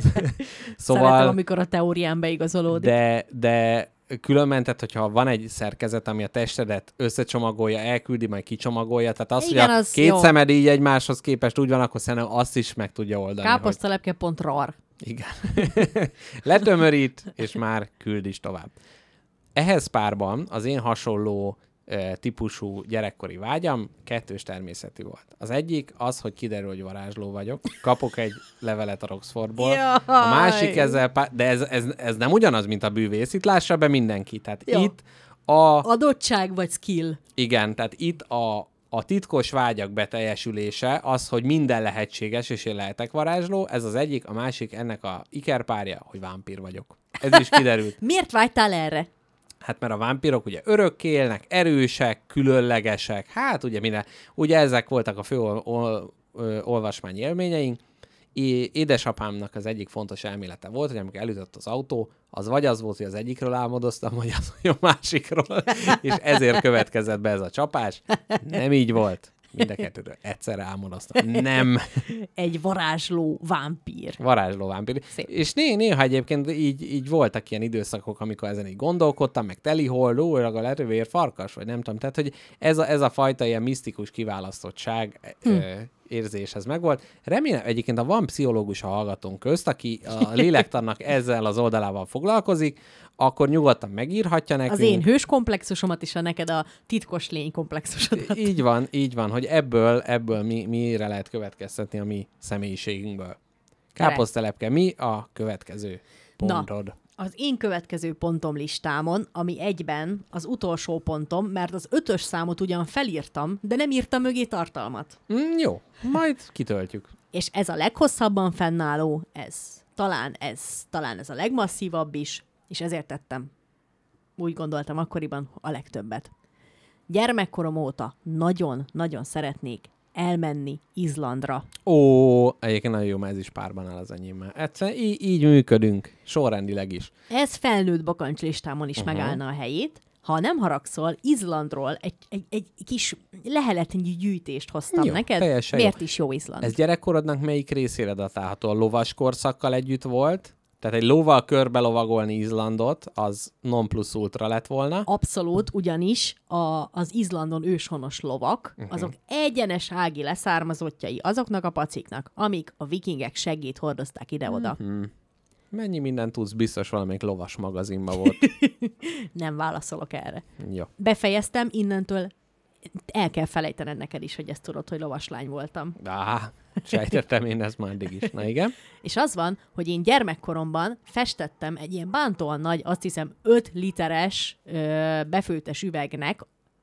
Szeretem, amikor a teórián beigazolódik. de különben, tehát hogyha van egy szerkezet, ami a testedet összecsomagolja, elküldi, majd kicsomagolja, tehát az, Igen, hogy a az két jó. szemed így egymáshoz képest úgy van, akkor szerintem azt is meg tudja oldani. Káposztalepke.rar. Igen. Letömörít, és már küld is tovább. Ehhez párban az én hasonló típusú gyerekkori vágyam kettős természetű volt. Az egyik az, hogy kiderül, hogy varázsló vagyok. Kapok egy levelet a Roxfordból. Jaj. A másik ezzel, de ez nem ugyanaz, mint a bűvész. Itt lássa be mindenki. Tehát Jó. itt Adottság vagy skill. igen, tehát itt a titkos vágyak beteljesülése az, hogy minden lehetséges, és én lehetek varázsló, ez az egyik, a másik ennek a ikerpárja, hogy vámpír vagyok. Ez is kiderült. Miért vágytál erre? Hát mert a vámpírok ugye örökké élnek, erősek, különlegesek, hát ugye minden. Ugye ezek voltak a fő olvasmány élményeink. Édesapámnak az egyik fontos elmélete volt, hogy amikor elütött az autó, az vagy az volt, hogy az egyikről álmodoztam, vagy az, hogy a másikról, és ezért következett be ez a csapás. Nem így volt. Mind a kettőről egyszerre álmodoztam. Nem. Egy varázsló vámpír. Varázsló vámpír. Szép. És néha egyébként így voltak ilyen időszakok, amikor ezen így gondolkodtam, meg teliholdó, lehet, hogy vérfarkas, vagy nem tudom. Tehát, hogy ez a fajta ilyen misztikus kiválasztottság érzéshez megvolt. Remélem, egyébként, ha van pszichológus a hallgatónk közt, aki a lélektannak ezzel az oldalával foglalkozik, akkor nyugodtan megírhatja nekünk. Az én hőskomplexusomat és a neked a titkos lény komplexusodat. Így van, hogy ebből mire lehet következtetni a mi személyiségünkből. Káposztelepke, mi a következő pontod? Na, az én következő pontom listámon, ami egyben az utolsó pontom, mert az 5-ös számot ugyan felírtam, de nem írtam mögé tartalmat. Jó, majd kitöltjük. És ez a leghosszabban fennálló, talán ez a legmasszívabb is, és ezért tettem. Úgy gondoltam akkoriban a legtöbbet. Gyermekkorom óta nagyon-nagyon szeretnék elmenni Izlandra. Egyébként nagyon jó, mert ez is párban áll az enyémmel. Egyszerűen így működünk, sorrendileg is. Ez felnőtt bakancslistámon is megállna a helyét. Ha nem haragszol, Izlandról egy kis leheletnyi gyűjtést hoztam Jó, neked. teljesen Miért jó. is jó Izland? Ez gyerekkorodnak melyik részére datálható? A lovas korszakkal együtt volt? Tehát egy lóval körbe lovagolni Izlandot, az non plus ultra lett volna. Abszolút, ugyanis az Izlandon őshonos lovak, azok egyenes ági leszármazottjai azoknak a paciknak, amik a vikingek seggét hordozták ide-oda. Mennyi mindent tudsz, biztos valamelyik lovas magazinban volt. Nem válaszolok erre. Jó. Befejeztem, innentől el kell felejtened neked is, hogy ezt tudod, hogy lovaslány voltam. Sejtettem én ezt már eddig is. Na igen. És az van, hogy én gyermekkoromban festettem egy ilyen bántóan nagy, azt hiszem 5 literes befőttes üvegnek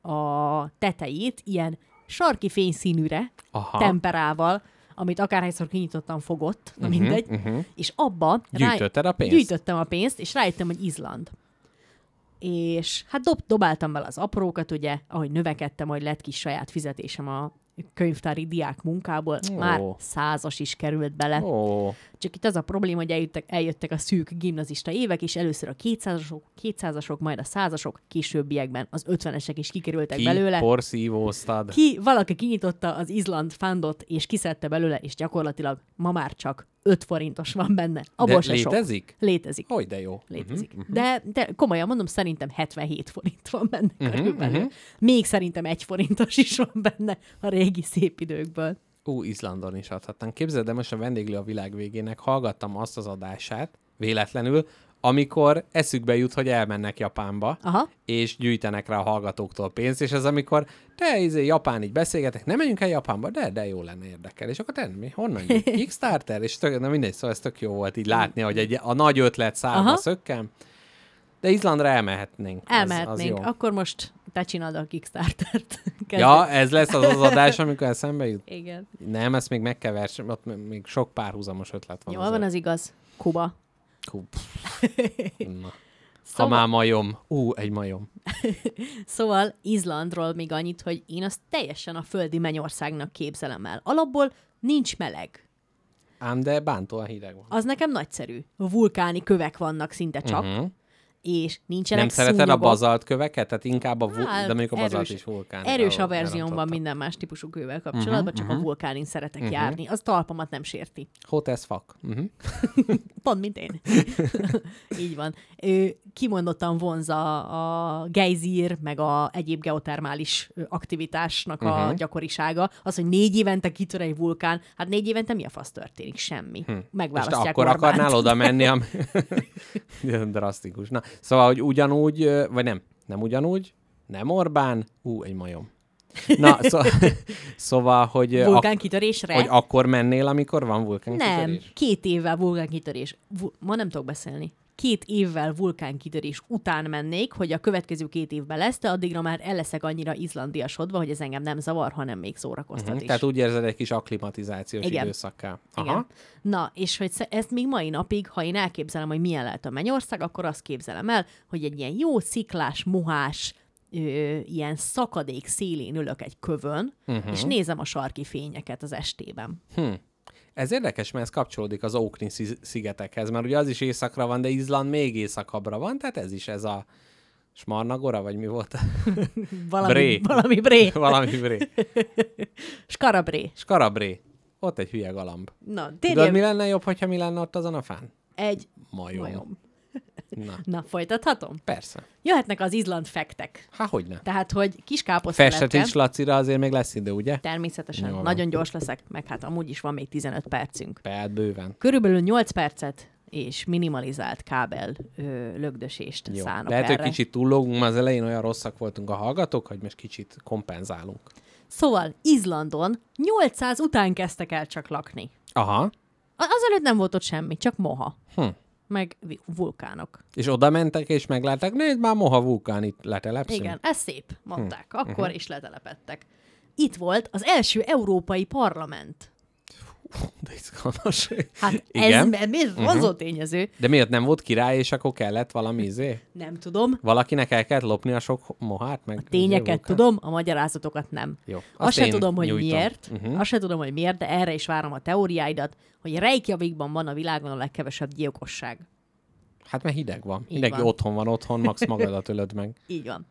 a tetejét ilyen sarki fényszínűre, temperával, amit akárhányszor kinyitottam, fogott, na mindegy, és abba gyűjtöttem a pénzt, és rájöttem, hogy Izland. és hát dobáltam bele az aprókat, ugye, ahogy növekedtem, hogy lett kis saját fizetésem a könyvtári diák munkából, már 100-as is került bele. Csak itt az a probléma, hogy eljöttek a szűk gimnazista évek, és először a 200-asok, majd a 100-asok, későbbiekben az 50-esek is kikerültek belőle. Porszívóztad. Valaki kinyitotta az Izland fundot, és kiszedte belőle, és gyakorlatilag ma már csak 5 forintos van benne. Abból de létezik? Sok. Létezik. Hogy de jó. Létezik. De komolyan mondom, szerintem 77 forint van benne körülbelül. Még szerintem 1 forintos is van benne a régi szép időkből. Izlandon is adhatnám. Képzeld, de most a Vendéglő a világ végének hallgattam azt az adását, véletlenül, amikor eszükbe jut, hogy elmennek Japánba, és gyűjtenek rá a hallgatóktól pénzt, és ez amikor Japán így beszélgetek, nem menjünk el Japánba, de jó lenne, érdekel. És akkor mi? Honnan jön? Kickstarter? És mindegy, szóval ez tök jó volt így látni, hogy a nagy ötlet szárba szökken. De Izlandra elmehetnénk. Elmehetnénk. Az akkor most te csinálod a Kickstartert. Ja, ez lesz az adás, amikor eszembe jut? Igen. Nem, ezt még megkevers, ott még sok párhuzamos ötlet van. Jól van, az igaz. Kuba. Na. Ha már majom. Egy majom. Szóval Izlandról még annyit, hogy én azt teljesen a földi mennyországnak képzelem el. Alapból nincs meleg. Ám de bántóan hideg van. Az nekem nagyszerű. Vulkáni kövek vannak szinte csak. És nincsenek nem szereted szúnyogok. a bazalt köveket? Tehát inkább de mondjuk a bazalt is vulkán. Erős averziómban minden más típusú kővel kapcsolatban, csak a vulkánin szeretek járni. Az talpamat nem sérti. Hot as fuck. Pont, mint én. Így van. Kimondottan vonza a gejzír, meg a egyéb geotermális aktivitásnak a gyakorisága. Az, hogy 4 évente kitör egy vulkán, hát 4 évente mi a fasz történik? Semmi. Megválasztják akkor Orbánt. akarnál oda menni, ami... drasztikus. Na, szóval, hogy ugyanúgy, vagy nem ugyanúgy, nem Orbán, egy majom. Na, szóval, hogy... Vulkánkitörésre? Hogy akkor mennél, amikor van vulkánkitörés? Nem, 2 évvel vulkánkitörés. Ma nem tudok beszélni. 2 évvel vulkánkitörés után mennék, hogy a következő 2 évben lesz, de addigra már el leszek annyira izlandiasodva, hogy ez engem nem zavar, hanem még szórakoztat is. Tehát úgy érzed egy kis akklimatizációs időszakká. Igen. Na, és hogy ezt még mai napig, ha én elképzelem, hogy milyen lehet a Mennyország, akkor azt képzelem el, hogy egy ilyen jó sziklás, mohás, ilyen szakadék szélén ülök egy kövön, és nézem a sarki fényeket az estében. Ez érdekes, mert ez kapcsolódik az Orkney-szigetekhez, mert ugye az is északra van, de Izland még északabbra van, tehát ez is ez a Smarnagora, vagy mi volt? Valami bré. Valami bré. Skarabré. Ott egy hülye galamb. Na, tudod, mi lenne jobb, hogyha mi lenne ott azon a fán? Egy majom. Na, folytathatom? Persze. Jöhetnek az Izland fektek. Hogyne. Tehát, hogy kis káposztelepke. Festetés Lacira azért még lesz idő, ugye? Természetesen. Jó, nagyon gyors leszek, meg hát amúgy is van még 15 percünk. Bőven. Körülbelül 8 percet és minimalizált kábel lögdösést szánok Lehet, erre. hogy kicsit túllógunk, mert az elején olyan rosszak voltunk a hallgatók, hogy most kicsit kompenzálunk. Szóval Izlandon 800 után kezdtek el csak lakni. Aha. Azelőtt nem volt ott semmi, csak moha. Meg vulkánok. És oda mentek, és meglátták, nézd, már moha vulkán, itt letelepszünk. Igen, ez szép, mondták. Akkor is letelepedtek. Itt volt az első európai parlament. De izgalmas. Hát igen. ez miért vonzó tényező? De miért nem volt király, és akkor kellett valami Nem tudom. Valakinek el kellett lopni a sok mohát? Meg A tényeket tudom, a magyarázatokat nem. Jó. Azt se tudom, hogy miért. Azt se tudom, hogy miért, de erre is várom a teóriáidat, hogy Reykjavikban van a világon a legkevesebb gyilkosság. Hát mert hideg van. Így Mindenki van. otthon, max magadat ölöd meg. Így van.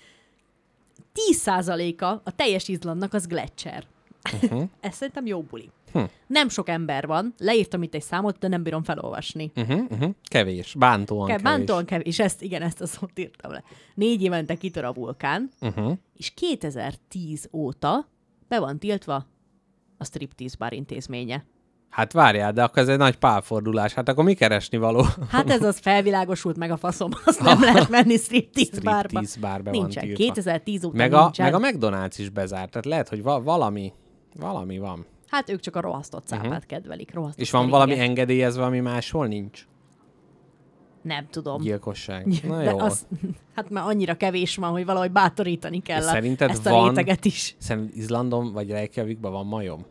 10%-a a teljes Izlandnak az gletszer. Ez szerintem jó buli. Nem sok ember van, leírtam itt egy számot, de nem bírom felolvasni. Kevés, bántóan kevés. Ezt a szót írtam le. 4 évente kitör a vulkán, és 2010 óta be van tiltva a striptease bar intézménye. Hát várjál, de akkor ez egy nagy pálfordulás. Hát akkor mi keresni való? Hát ez az felvilágosult meg a faszom. Azt nem lehet menni striptease bárba. Striptease bárba van Nincsen. tiltva. 2010 óta meg nincsen. Meg a McDonald's is bezárt. Tehát lehet, hogy valami van. Hát ők csak a rohasztott cápát kedvelik. És van valami engedélyezve, ami máshol nincs? Nem tudom. Gyilkosság. Na de jó. Hát már annyira kevés van, hogy valahogy bátorítani kell ezt a van, réteget is. Szerinted Izlandon vagy Reykjavikban van majom?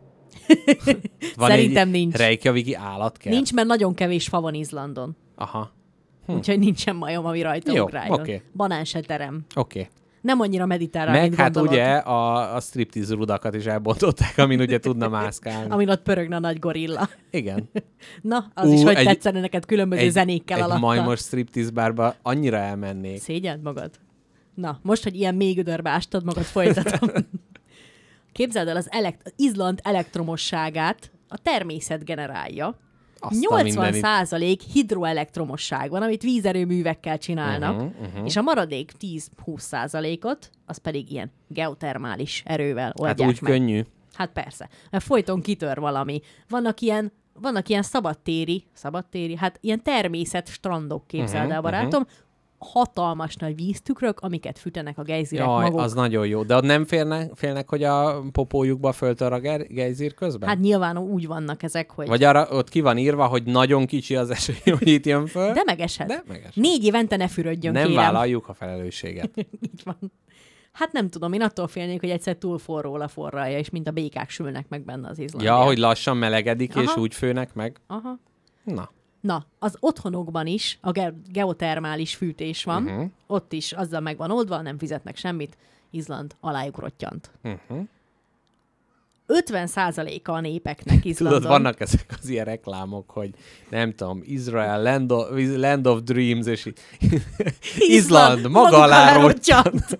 Van szerintem nincs. Reykjaviki állatkert? Nincs, mert nagyon kevés fa van Izlandon. Aha. Úgyhogy nincsen majom, ami rajta Jó, ugráljon. oké. Banán se terem. Oké. Nem annyira mediterrán, Meg mint hát gondolod, ugye a striptease rudakat is elbontották, amin ugye tudna mászkálni. amin ott pörögne a nagy gorilla. Igen. Na, az is, hogy egy- tetszene neked különböző zenékkel egy alatta. majmos striptease bárba annyira elmennék. Szégyeld magad? Na, most, hogy ilyen még gödörbe ástad magad, folytatom. Képzeld el, az Izland elektromosságát a természet generálja. Azt a mindenit. 80% hidroelektromosság van, amit vízerőművekkel csinálnak, és a maradék 10-20%-ot, az pedig ilyen geotermális erővel Hát oldják úgy meg. könnyű. Hát persze, mert folyton kitör valami. Vannak ilyen szabadtéri, hát ilyen természet strandok, képzeld el, barátom, hatalmas nagy víztükrök, amiket fütenek a gejzirek Jaj, maguk. az nagyon jó. De ott nem félnek, hogy a popójukba föltör a gejzír közben? Hát nyilván úgy vannak ezek, hogy... Vagy arra ott ki van írva, hogy nagyon kicsi az esély, hogy itt jön föl? De megeshet. De megeshet. 4 évente ne fürödjön, Nem kérem. vállaljuk a felelősséget. Így van. Hát nem tudom, én attól félnék, hogy egyszer túl forró a forralja, és mint a békák sülnek meg benne az Izlandián. Ja, hogy lassan melegedik, és Aha. úgy főnek meg. Aha. Na. Na, az otthonokban is a geotermális fűtés van, ott is azzal meg van oldva, nem fizetnek semmit, Izland alájuk rottyant. 50%-a a népeknek Izlandon. Tudod, vannak ezek az ilyen reklámok, hogy nem tudom, Israel, Land of Dreams, és Izland maga alá rottyant.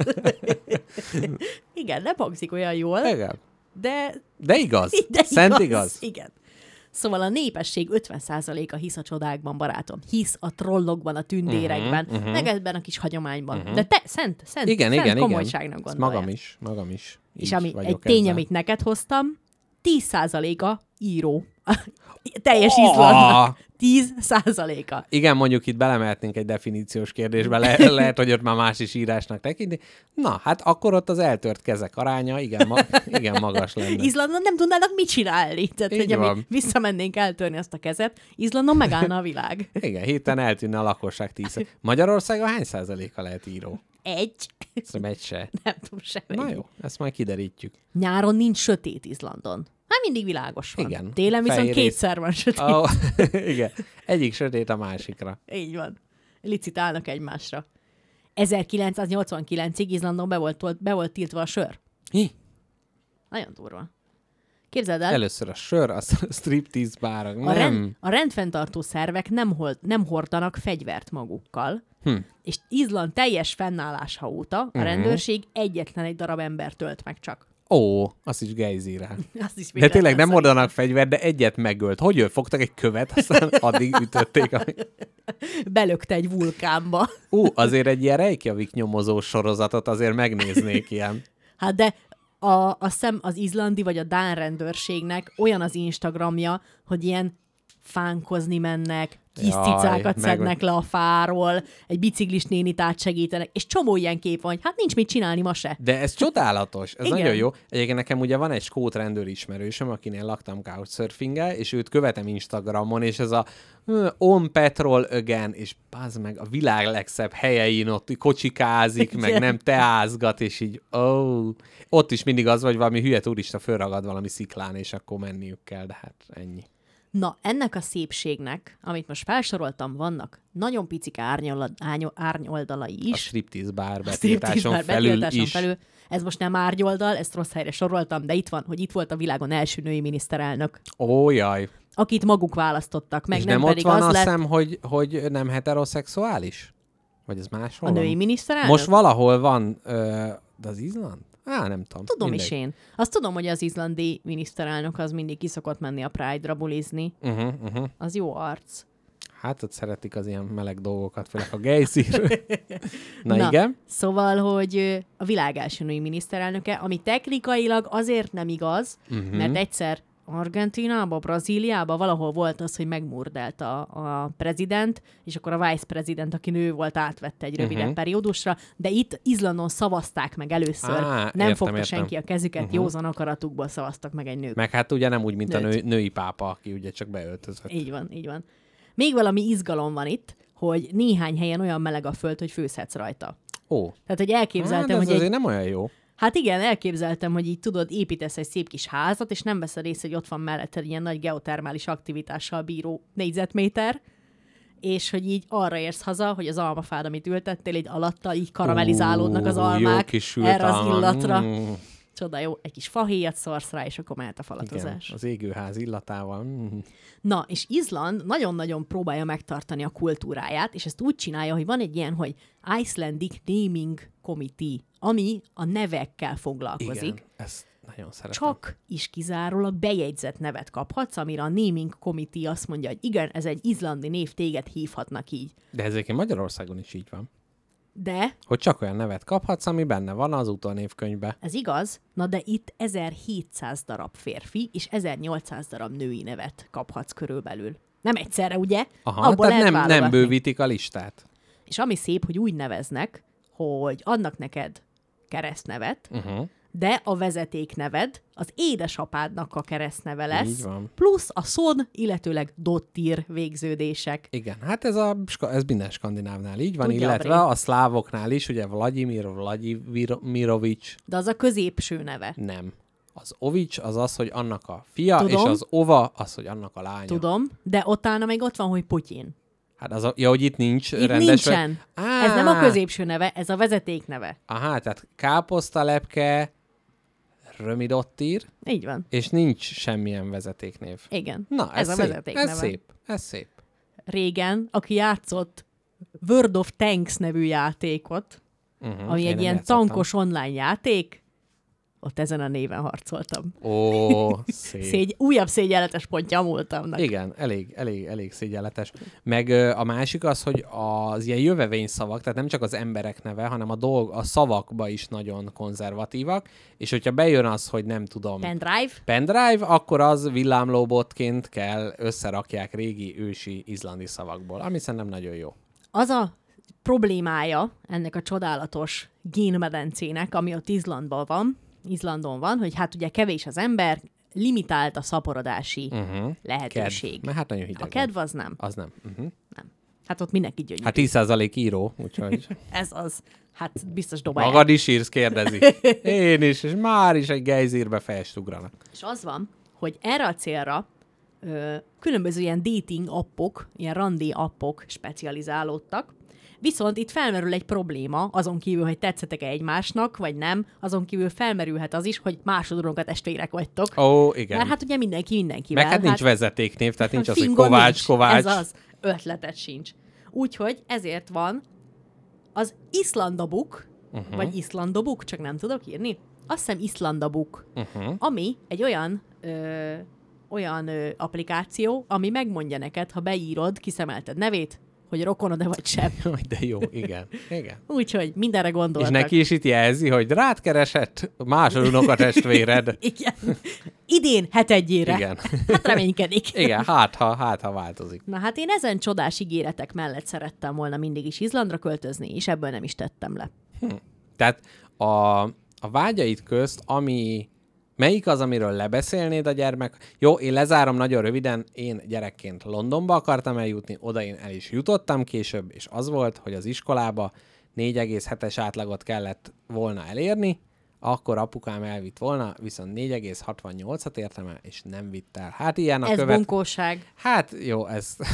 Igen, nem hangzik olyan jól, Igen. de igaz. Szent igaz. Igen. Szóval a népesség 50%-a hisz a csodákban, barátom. Hisz a trollokban, a tündérekben, meg ebben a kis hagyományban. De te szent Igen. komolyságnak Ezt gondolja. magam is. És így ami vagyok egy tény, ezzel. amit neked hoztam, 10%-a író. Teljes Izlandnak. 10%-a. Igen, mondjuk itt belemehetnénk egy definíciós kérdésbe, lehet, hogy ott már más is írásnak tekinti. Na, hát akkor ott az eltört kezek aránya igen magas lenne. Izlandon nem tudnának mit csinálni. Tehát, Így hogy ami van. visszamennénk eltörni azt a kezet, Izlandon megállna a világ. Igen, hirtelen eltűnne a lakosság 10. Magyarországon hány százaléka lehet író? Egy. Szerintem egy se. Nem tudom semmi. Na jó, ezt majd kiderítjük. Nyáron nincs sötét Izlandon. Hát mindig világos van. Igen. Télen viszont Fehér rész. kétszer van sötét. Oh, igen, egyik sötét a másikra. Így van. Licitálnak egymásra. 1989-ig Izlandon be volt tiltva a sör. Hi? Nagyon durva. Képzeld el, Először a sör, aztán a striptease bárak. Nem. a rendfenntartó szervek nem hordanak fegyvert magukkal, és Izland teljes fennállása óta a rendőrség egyetlen egy darab embert tölt meg csak. Ó, azt is gejzírál. Azt is De tényleg nem véletlen hordanak fegyvert, de egyet megölt. Hogy ő? Fogtak egy követ, aztán addig ütötték. belökte egy vulkánba. Azért egy ilyen Reykjavik nyomozó sorozatot azért megnéznék ilyen. Hát de az izlandi vagy a dán rendőrségnek olyan az Instagramja, hogy ilyen fánkozni mennek, kis Jaj, cicákat meg- szednek le a fáról, egy biciklis nénit átsegítenek, és csomó ilyen kép van, hogy hát nincs mit csinálni ma se. De ez csodálatos, ez Igen. nagyon jó. Egyébként nekem ugye van egy skót rendőr ismerősöm, akinél laktam couchsurfinggel, és őt követem Instagramon, és ez a on petrol again, és bazd meg a világ legszebb helyein ott kocsikázik, meg Igen. nem teázgat, és így ott is mindig az, vagy valami hülye turista fölragad valami sziklán, és akkor menniük kell, de hát ennyi. Na, ennek a szépségnek, amit most felsoroltam, vannak nagyon picik árnyoldalai A is. striptease bár A striptease betiltáson bár felül betiltáson is. felül. Ez most nem árnyoldal, ezt rossz helyre soroltam, de itt van, hogy itt volt a világon első női miniszterelnök, Ó, jaj. akit maguk választottak meg, És nem nem ott pedig van az azt lett hiszem, hogy nem heteroszexuális? Vagy ez máshol a van? női miniszterelnök. Most valahol van, de az Izland? Nem tudom. Tudom mindegy. is én. Azt tudom, hogy az izlandi miniszterelnök az mindig ki szokott menni a Pride-ra bulizni. Az jó arc. Hát ott szeretik az ilyen meleg dolgokat, főleg a gejzír. Na igen. Szóval, hogy a világ első női miniszterelnöke, ami technikailag azért nem igaz, mert egyszer Argentínába, Brazíliába valahol volt az, hogy megmurdelt a prezident, és akkor a vice-prezident, aki nő volt, átvette egy rövidebb periódusra, de itt Izlandon szavazták meg először. Nem fogta senki a kezüket, józan akaratukból szavaztak meg egy nőt. Meg hát ugye nem úgy, mint a Nőt. női pápa, aki ugye csak beöltözött. Így van, így van. Még valami izgalom van itt, hogy néhány helyen olyan meleg a föld, hogy főzhetsz rajta. Ó. Tehát, hogy Hát, elképzeltem, ez hogy azért egy... nem olyan jó. Hát igen, elképzeltem, hogy így tudod, építesz egy szép kis házat, és nem veszed észre, hogy ott van melletted ilyen nagy geotermális aktivitással bíró négyzetméter, és hogy így arra érsz haza, hogy az almafád, amit ültettél, így alatta így karamellizálódnak az almák erre az illatra. Csoda jó, egy kis fahéjat szarsz rá, és akkor mehet a falatozás. Igen, az égőház illatával. Na, és Izland nagyon-nagyon próbálja megtartani a kultúráját, és ezt úgy csinálja, hogy van egy ilyen, hogy Icelandic Naming Committee, ami a nevekkel foglalkozik. Igen, ezt nagyon szeretem. Csak is kizárólag bejegyzett nevet kaphatsz, amire a Naming Committee azt mondja, hogy igen, ez egy izlandi név, téged hívhatnak így. De ezért Magyarországon is így van. De Hogy csak olyan nevet kaphatsz, ami benne van az utónévkönyvben. ez igaz, na de itt 1700 darab férfi és 1800 darab női nevet kaphatsz körülbelül. Nem egyszerre, ugye? Aha, Abból tehát lehet nem válogatni. bővítik a listát. És ami szép, hogy úgy neveznek, hogy adnak neked keresztnevet, de a vezetékneved az édesapádnak a keresztneve lesz, Így van. plusz a szon, illetőleg dottir végződések. Igen, hát ez minden skandinávnál így van, Tudja, illetve André. a szlávoknál is, ugye Vladimirovics, De az a középső neve. nem. Az Ovics az, hogy annak a fia, Tudom. és az Ova az, hogy annak a lánya. Tudom, de utána még ott van, hogy Putyin. Hát hogy itt nincs Itt rendesve. nincsen. Ez nem a középső neve, ez a vezeték neve. Aha, tehát káposztalepke, Römidottir, Így van. és nincs semmilyen vezetéknév. Igen. Na, ez a szép. vezeték Ez neve. szép. Ez szép. Régen, aki játszott World of Tanks nevű játékot, ami én egy nem ilyen játszottam. tankos online játék, ott ezen a néven harcoltam. Ó, szép. Újabb szégyenletes pontja a múltamnak. Igen, elég szégyenletes. Meg a másik az, hogy az ilyen jövevény szavak, tehát nem csak az emberek neve, hanem a szavakba is nagyon konzervatívak, és hogyha bejön az, hogy nem tudom, pendrive, akkor az villámlóbotként kell összerakják régi ősi izlandi szavakból, ami szerintem nagyon jó. Az a problémája ennek a csodálatos génmedencének, ami ott Izlandon van, hogy hát ugye kevés az ember, limitált a szaporodási lehetőség. Kedv. Mert hát nagyon hideg A kedv az nem. Az nem. Hát ott mindenki gyönyörű. Hát 10% író, úgyhogy Ez az. Hát biztos dobálják. magad is írsz, kérdezi. Én is, és már is egy gejzírbe fejest ugranak. És az van, hogy erre a célra különböző ilyen dating appok, ilyen randi appok specializálódtak, viszont itt felmerül egy probléma, azon kívül, hogy tetszetek-e egymásnak, vagy nem, azon kívül felmerülhet az is, hogy másodunokat testvérek vagytok. Ó, igen. Mert hát ugye mindenki mindenkivel. Meg hát nincs vezetéknév, tehát nincs az, hogy fingon Kovács. Ez az. Ötletet sincs. Úgyhogy ezért van az Islandabuk, vagy Islandabuk, csak nem tudok írni. Azt hiszem Islandabuk, ami egy olyan applikáció, ami megmondja neked, ha beírod, kiszemelted nevét, hogy rokonod-e vagy sem. Jaj, de jó, igen. Úgyhogy mindenre És gondoltak. neki is itt jelzi, hogy rád keresett másodunoka testvéred. Igen. Idén hetedjére. Igen. Hát reménykedik. Igen, hát ha változik. Na hát én ezen csodás ígéretek mellett szerettem volna mindig is Izlandra költözni, és ebből nem is tettem le. Tehát a vágyait közt, melyik az, amiről lebeszélnéd a gyermek? Jó, én lezárom nagyon röviden, én gyerekként Londonba akartam eljutni, oda én el is jutottam később, és az volt, hogy az iskolába 4,7-es átlagot kellett volna elérni, akkor apukám elvitt volna, viszont 4,68-at értem el, és nem vitt el. Hát ilyen a Ez bunkóság. Hát jó,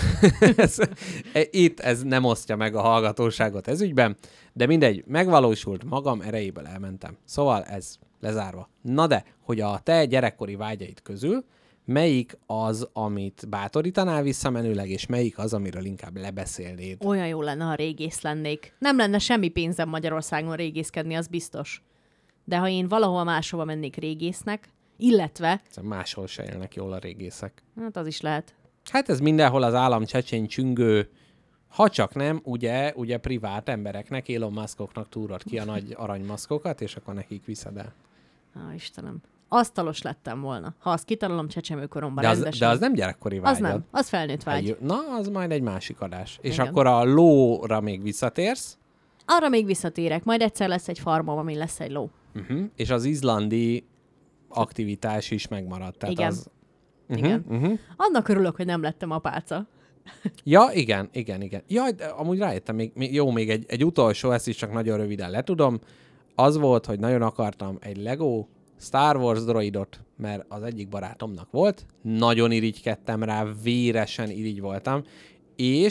itt ez nem osztja meg a hallgatóságot ez ügyben, de mindegy, megvalósult, magam erejéből elmentem. Szóval ez lezárva. Na de, hogy a te gyerekkori vágyaid közül melyik az, amit bátorítanál visszamenőleg, és melyik az, amiről inkább lebeszélnéd? Olyan jó lenne, ha régész lennék. Nem lenne semmi pénzem Magyarországon régészkedni, az biztos. De ha én valahol máshova mennék régésznek, illetve... Máshol se élnek jól a régészek. Hát az is lehet. Hát ez mindenhol az állam csecsén csüngő, ha csak nem, ugye privát embereknek, Elon Muskoknak túrod ki a nagy aranymaszkokat, és akkor nekik viszed el. Istenem. Asztalos lettem volna, ha azt kitalálom csecsemőkoromban De rendesen. az nem gyerekkori vágyad. Az nem, az felnőtt vágy. Na, az majd egy másik adás. És Igen. akkor a lóra még visszatérsz. Arra még visszatérek, majd egyszer lesz egy farmom, amin lesz egy ló. És az izlandi aktivitás is megmaradt. Tehát Igen. Az... Igen. Annak örülök, hogy nem lettem apáca. Ja, igen. Jaj, de amúgy rájöttem, még egy utolsó, ezt is csak nagyon röviden letudom. Az volt, hogy nagyon akartam egy Lego Star Wars droidot, mert az egyik barátomnak volt, nagyon irigykedtem rá, véresen irigy voltam, és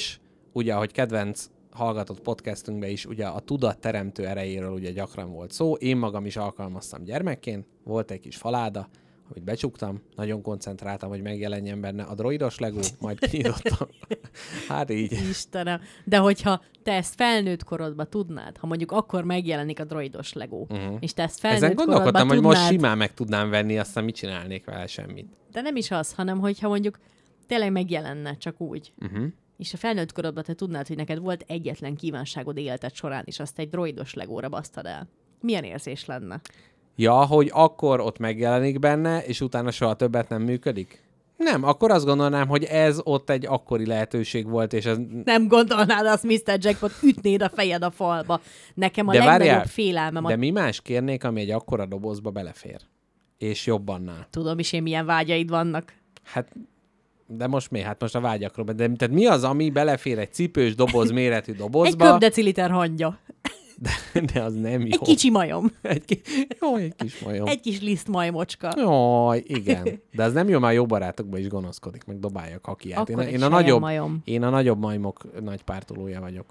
ugye, ahogy kedvenc hallgatott podcastünkben is, ugye a tudatteremtő erejéről ugye gyakran volt szó. Én magam is alkalmaztam gyermekként, volt egy kis faláda, amit becsuktam, nagyon koncentráltam, hogy megjelenjen benne a droidos Lego, majd kinyitottam. Hát így. Istenem. De hogyha te ezt felnőtt korodban tudnád, ha mondjuk akkor megjelenik a droidos Lego, és te ezt felnőtt Ezen korodban gondolkodtam, hogy tudnád, most simán meg tudnám venni, aztán mit csinálnék vele, semmit. de nem is az, hanem hogyha mondjuk tényleg megjelenne csak úgy, és a felnőtt korodban te tudnád, hogy neked volt egyetlen kívánságod életed során, és azt egy droidos Legóra basztad el. Milyen érzés lenne? Ja, hogy akkor ott megjelenik benne, és utána soha többet nem működik? Nem, akkor azt gondolnám, hogy ez ott egy akkori lehetőség volt, és ez... Nem gondolnád azt, Mr. Jackpot, ütnéd a fejed a falba. Nekem a legnagyobb félelmem de mi más kérnék, ami egy akkora dobozba belefér? És jobbannál? Tudom is én, milyen vágyaid vannak. Hát, de most mi? Hát most a vágyakról. De tehát mi az, ami belefér egy cipős doboz méretű dobozba? Egy köbdeciliter hangya. De az nem jó. Egy kicsi majom. Egy kis majom. Egy kis lisztmajmocska. Jaj, igen. De az nem jó, már jó barátokban is gonoszkodik, meg dobálja a kakiát. Akkor egy majom. Én a nagyobb majmok nagy pártolója vagyok.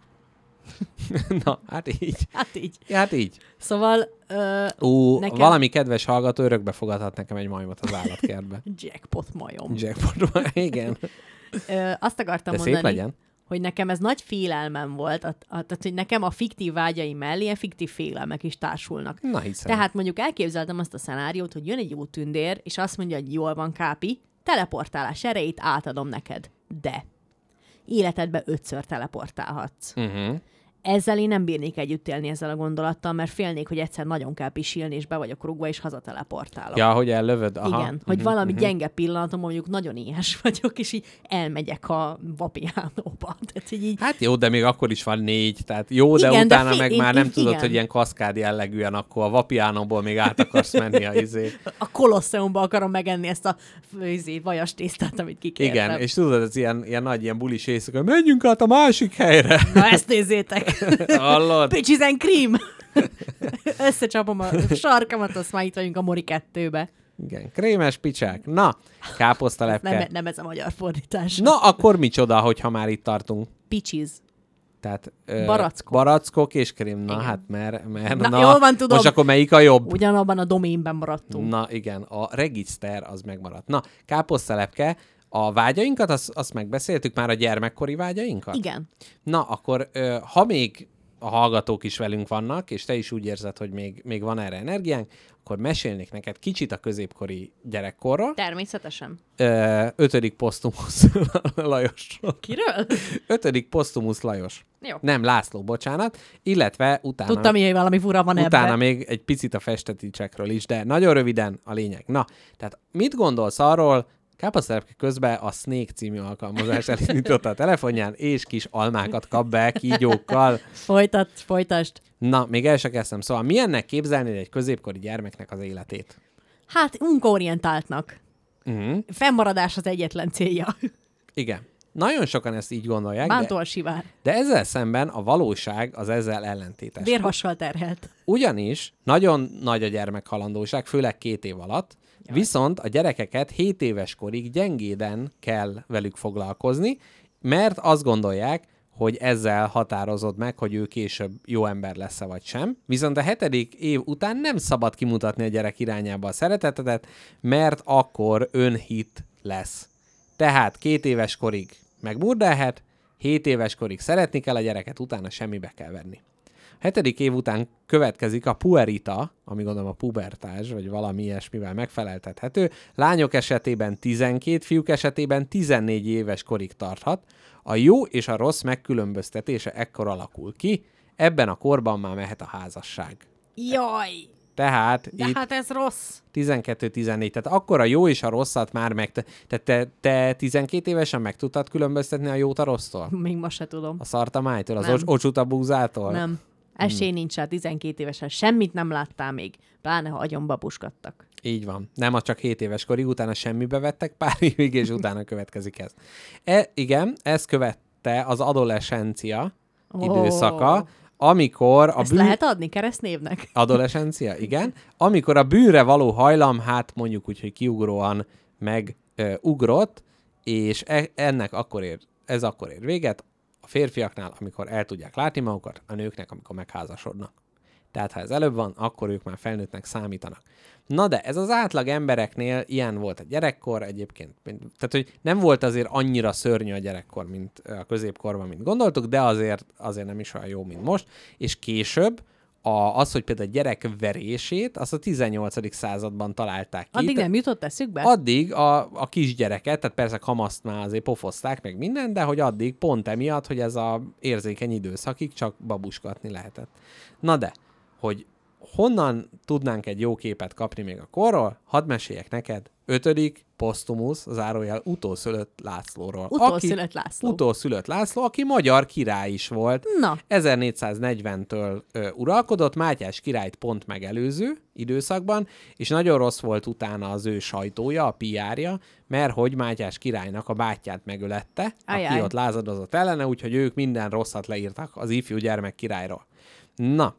Na, hát így. Hát így. Szóval... nekem... valami kedves hallgató örökbe fogadhat nekem egy majmot az állatkertbe. Jackpot majom. Jackpot majom, igen. Azt akartam de mondani, szép legyen. Hogy nekem ez nagy félelmem volt, tehát hogy nekem a fiktív vágyaim mellé ilyen fiktív félelmek is társulnak. Na, hiszem. Tehát mondjuk elképzeltem azt a szenáriót, hogy jön egy jó tündér, és azt mondja, hogy jól van, Kápi, teleportálás erejét átadom neked. De életedbe 5-ször teleportálhatsz. Ezzel én nem bírnék együtt élni ezzel a gondolattal, mert félnék, hogy egyszer nagyon kell pisilni, és be vagyok rúgva, és hazateleportálok. Ja, hogy ellövöd? Aha. Igen, hogy valami gyenge pillanatom, mondjuk nagyon éhes vagyok, és így elmegyek a vapiánóba. Tehát, így... Hát jó, de még akkor is van 4, tehát jó, de igen, utána meg már nem tudod, hogy ilyen kaszkád jellegűen, akkor a vapiánóból még át akarsz menni a A Kolosseumba akarom megenni ezt a vajas tésztát, amit kikértem. Igen, és tudod, ez ilyen nagy, ilyen bulis éjszaka, menjünk át a másik helyre. Na ezt nézzétek! Hallod? Bitches and cream! Összecsapom a sarkamat, azt már itt vagyunk a Mori 2-be. Igen, krémes picsák. Na, káposztalepke. Nem ez a magyar fordítás. Na, akkor micsoda, hogyha már itt tartunk? Bitches. Tehát barackok és krém. Na, igen. Hát mert na, jól van, tudom. Most akkor melyik a jobb? Ugyanabban a doménben maradtunk. Na, igen, a regiszter az megmaradt. Na, káposztalepke, a vágyainkat, azt megbeszéltük már, a gyermekkori vágyainkat? Igen. Na, akkor ha még a hallgatók is velünk vannak, és te is úgy érzed, hogy még van erre energiánk, akkor mesélnék neked kicsit a középkori gyerekkorról. Természetesen. 5. Posztumusz Lajosról. Kiről? 5. Posztumusz Lajos. Jó. Nem, László, bocsánat. Illetve utána... Tudtam, hogy valami fura van ebben. Utána még egy picit a festeticsekről is, de nagyon röviden a lényeg. Na, tehát mit gondolsz arról, káposztalepke közben a Snake című alkalmazás elindította a telefonján, és kis almákat kap be kígyókkal. Folytasd. Na, még el sem kezdtem. Szóval milyennek képzelnéd egy középkori gyermeknek az életét? Hát munkaorientáltnak. Fennmaradás az egyetlen célja. Igen. Nagyon sokan ezt így gondolják. Bántól sivár. De ezzel szemben a valóság az ezzel ellentétes. Vérhassal terhelt. Ugyanis nagyon nagy a gyermekhalandóság, főleg 2 év alatt, viszont a gyerekeket 7 éves korig gyengéden kell velük foglalkozni, mert azt gondolják, hogy ezzel határozod meg, hogy ő később jó ember lesz-e vagy sem. Viszont a 7. év után nem szabad kimutatni a gyerek irányába a szeretetedet, mert akkor önhit lesz. Tehát 2 éves korig megmurdelhet, 7 éves korig szeretni kell a gyereket, utána semmibe kell venni. 7. év után következik a puerita, ami gondolom a pubertás, vagy valami ilyesmivel megfeleltethető. Lányok esetében 12, fiúk esetében 14 éves korig tarthat. A jó és a rossz megkülönböztetése ekkor alakul ki, ebben a korban már mehet a házasság. Jaj! Tehát de itt hát ez rossz. 12-14, tehát akkor a jó és a rosszat már Tehát te 12 évesen meg tudtad különböztetni a jót a rossztól? Még most se tudom. A szartamájtól? Az ocsutabúzától? Nem. Esély nincs rá 12 évesen. Semmit nem láttál még. Pláne, ha agyonba puskadtak. Így van. Nem, az csak 7 éves korig, utána semmibe vettek pár évig, és utána következik ez. Igen, ez követte az adolescencia időszaka, amikor ezt lehet adni keresztnévnek? Adolescencia, igen. Amikor a bűnre való hajlam, hát mondjuk úgy, hogy kiugróan megugrott, és ez akkor ér véget, a férfiaknál, amikor el tudják látni magukat, a nőknek, amikor megházasodnak. Tehát ha ez előbb van, akkor ők már felnőttnek számítanak. Na de ez az átlag embereknél ilyen volt a gyerekkor egyébként. Tehát, hogy nem volt azért annyira szörnyű a gyerekkor, mint a középkorban, mint gondoltuk, de azért nem is olyan jó, mint most. És később az, hogy például a gyerek verését, azt a 18. században találták ki. Addig nem jutott eszükbe? Addig a kisgyereket, tehát persze kamaszt már azért pofozták meg minden, de hogy addig pont emiatt, hogy ez a érzékeny időszakig csak babuskatni lehetett. Na de, hogy honnan tudnánk egy jó képet kapni még a korról? Hadd meséljek neked. 5. Posztumusz, zárójel utószülött Lászlóról. Utószülött László, aki magyar király is volt. Na. 1440-től uralkodott, Mátyás királyt pont megelőző időszakban, és nagyon rossz volt utána az ő sajtója, a PR-ja, mert hogy Mátyás királynak a bátyját megölette, aki ott lázadozott ellene, úgyhogy ők minden rosszat leírtak az ifjú gyermek királyról. Na,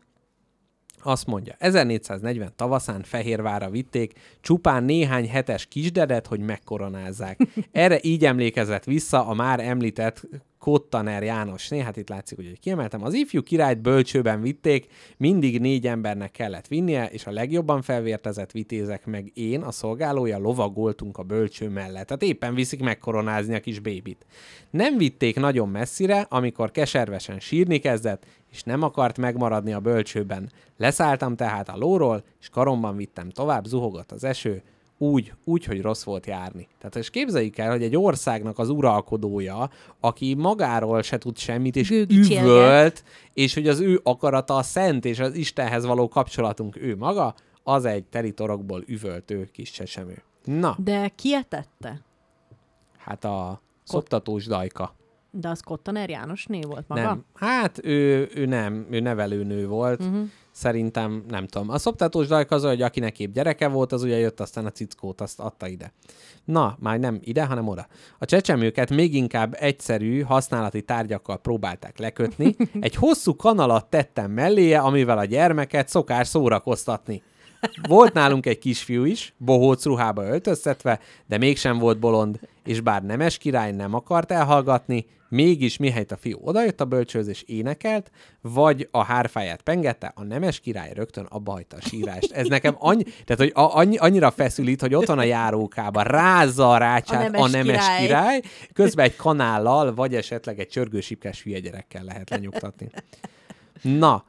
azt mondja, 1440 tavaszán Fehérvárra vitték csupán néhány hetes kisdedet, hogy megkoronázzák. Erre így emlékezett vissza a már említett Kottaner Jánosné, hát itt látszik, hogy kiemeltem, az ifjú királyt bölcsőben vitték, mindig 4 embernek kellett vinnie, és a legjobban felvértezett vitézek meg én, a szolgálója, lovagoltunk a bölcső mellett. Tehát éppen viszik megkoronázni a kis bébit. Nem vitték nagyon messzire, amikor keservesen sírni kezdett, és nem akart megmaradni a bölcsőben. Leszálltam tehát a lóról, és karomban vittem tovább, zuhogott az eső, úgy, hogy rossz volt járni. Tehát és képzeljük el, hogy egy országnak az uralkodója, aki magáról se tud semmit, és üvölt, és hogy az ő akarata a szent, és az Istenhez való kapcsolatunk ő maga, az egy teli torokból üvöltő kis csecsemő. Na. De ki etette? Hát a szoptatós Dajka. De az Kottaner Jánosné volt maga? Nem. Hát ő nem, ő nevelőnő volt. Szerintem, nem tudom. A szoptatós Dajka az, hogy akinek épp gyereke volt, az ugye jött, aztán a cickót azt adta ide. Na, már nem ide, hanem oda. A csecsemőket még inkább egyszerű, használati tárgyakkal próbálták lekötni. Egy hosszú kanalat tettem melléje, amivel a gyermeket szokás szórakoztatni. Volt nálunk egy kisfiú is, bohóc ruhába öltöztetve, de mégsem volt bolond, és bár nemes király nem akart elhallgatni, mégis mihelyt a fiú odajött a bölcsőhöz és énekelt, vagy a hárfáját pengette, a nemes király rögtön abbahagyta a sírást. Ez nekem tehát, hogy annyira feszülít, hogy ott van a járókában, rázza a rácsát a nemes király, közben egy kanállal, vagy esetleg egy csörgősipkás hülye gyerekkel lehet lenyugtatni. Na,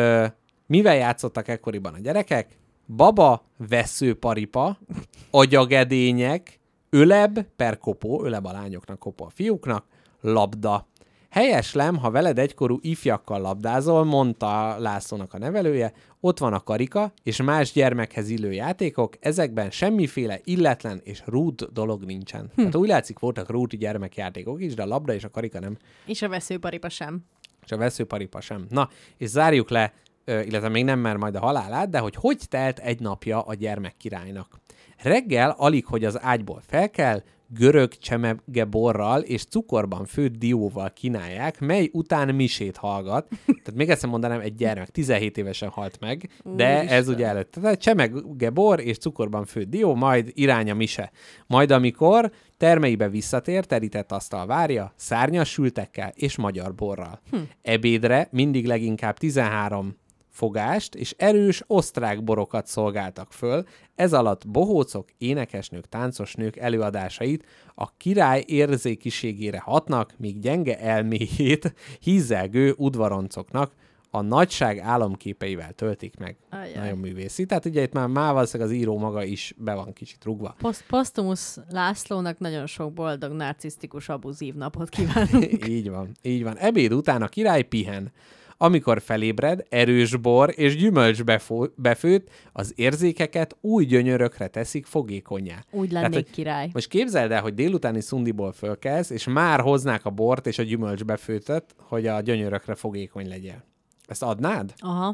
mivel játszottak ekkoriban a gyerekek? Baba, vesszőparipa, agyagedények, öleb per kopó, öleb a lányoknak, kopó a fiúknak, labda. Helyeslem, ha veled egykorú ifjakkal labdázol, mondta Lászlónak a nevelője, ott van a karika és más gyermekhez illő játékok, ezekben semmiféle illetlen és rút dolog nincsen. Hát úgy látszik, voltak rút gyermekjátékok is, de a labda és a karika nem. És a vesszőparipa sem. És a vesszőparipa sem. Na, és zárjuk le, illetve még nem mer majd a halálát, de hogy telt egy napja a gyermekkirálynak. Reggel alig, hogy az ágyból felkel, görög csemegeborral és cukorban főtt dióval kínálják, mely után misét hallgat. Tehát még egyszer mondanám, egy gyermek 17 évesen halt meg, de ez ugye előtt. Tehát csemegebor és cukorban főtt dió, majd irány a mise. Majd amikor termeibe visszatér, terített asztal várja, szárnyas sültekkel és magyar borral. Ebédre mindig leginkább 13 fogást és erős osztrák borokat szolgáltak föl, ez alatt bohócok, énekesnők, táncosnők előadásait a király érzékiségére hatnak, míg gyenge elméjét hízelgő udvaroncoknak a nagyság álomképeivel töltik meg. Ajaj. Nagyon művészi. Tehát ugye itt már valószínűleg az író maga is be van kicsit rugva. Posztumusz Lászlónak nagyon sok boldog, narcisztikus, abuzív napot kívánunk. Így van, így van. Ebéd után a király pihen. Amikor felébred, erős bor és gyümölcs befőtt, az érzékeket új gyönyörökre teszik fogékonnyá. Úgy lennék király. Most képzeld el, hogy délutáni szundiból fölkelsz, és már hoznák a bort és a gyümölcs befőttet, hogy a gyönyörökre fogékony legyél. Ezt adnád? Aha.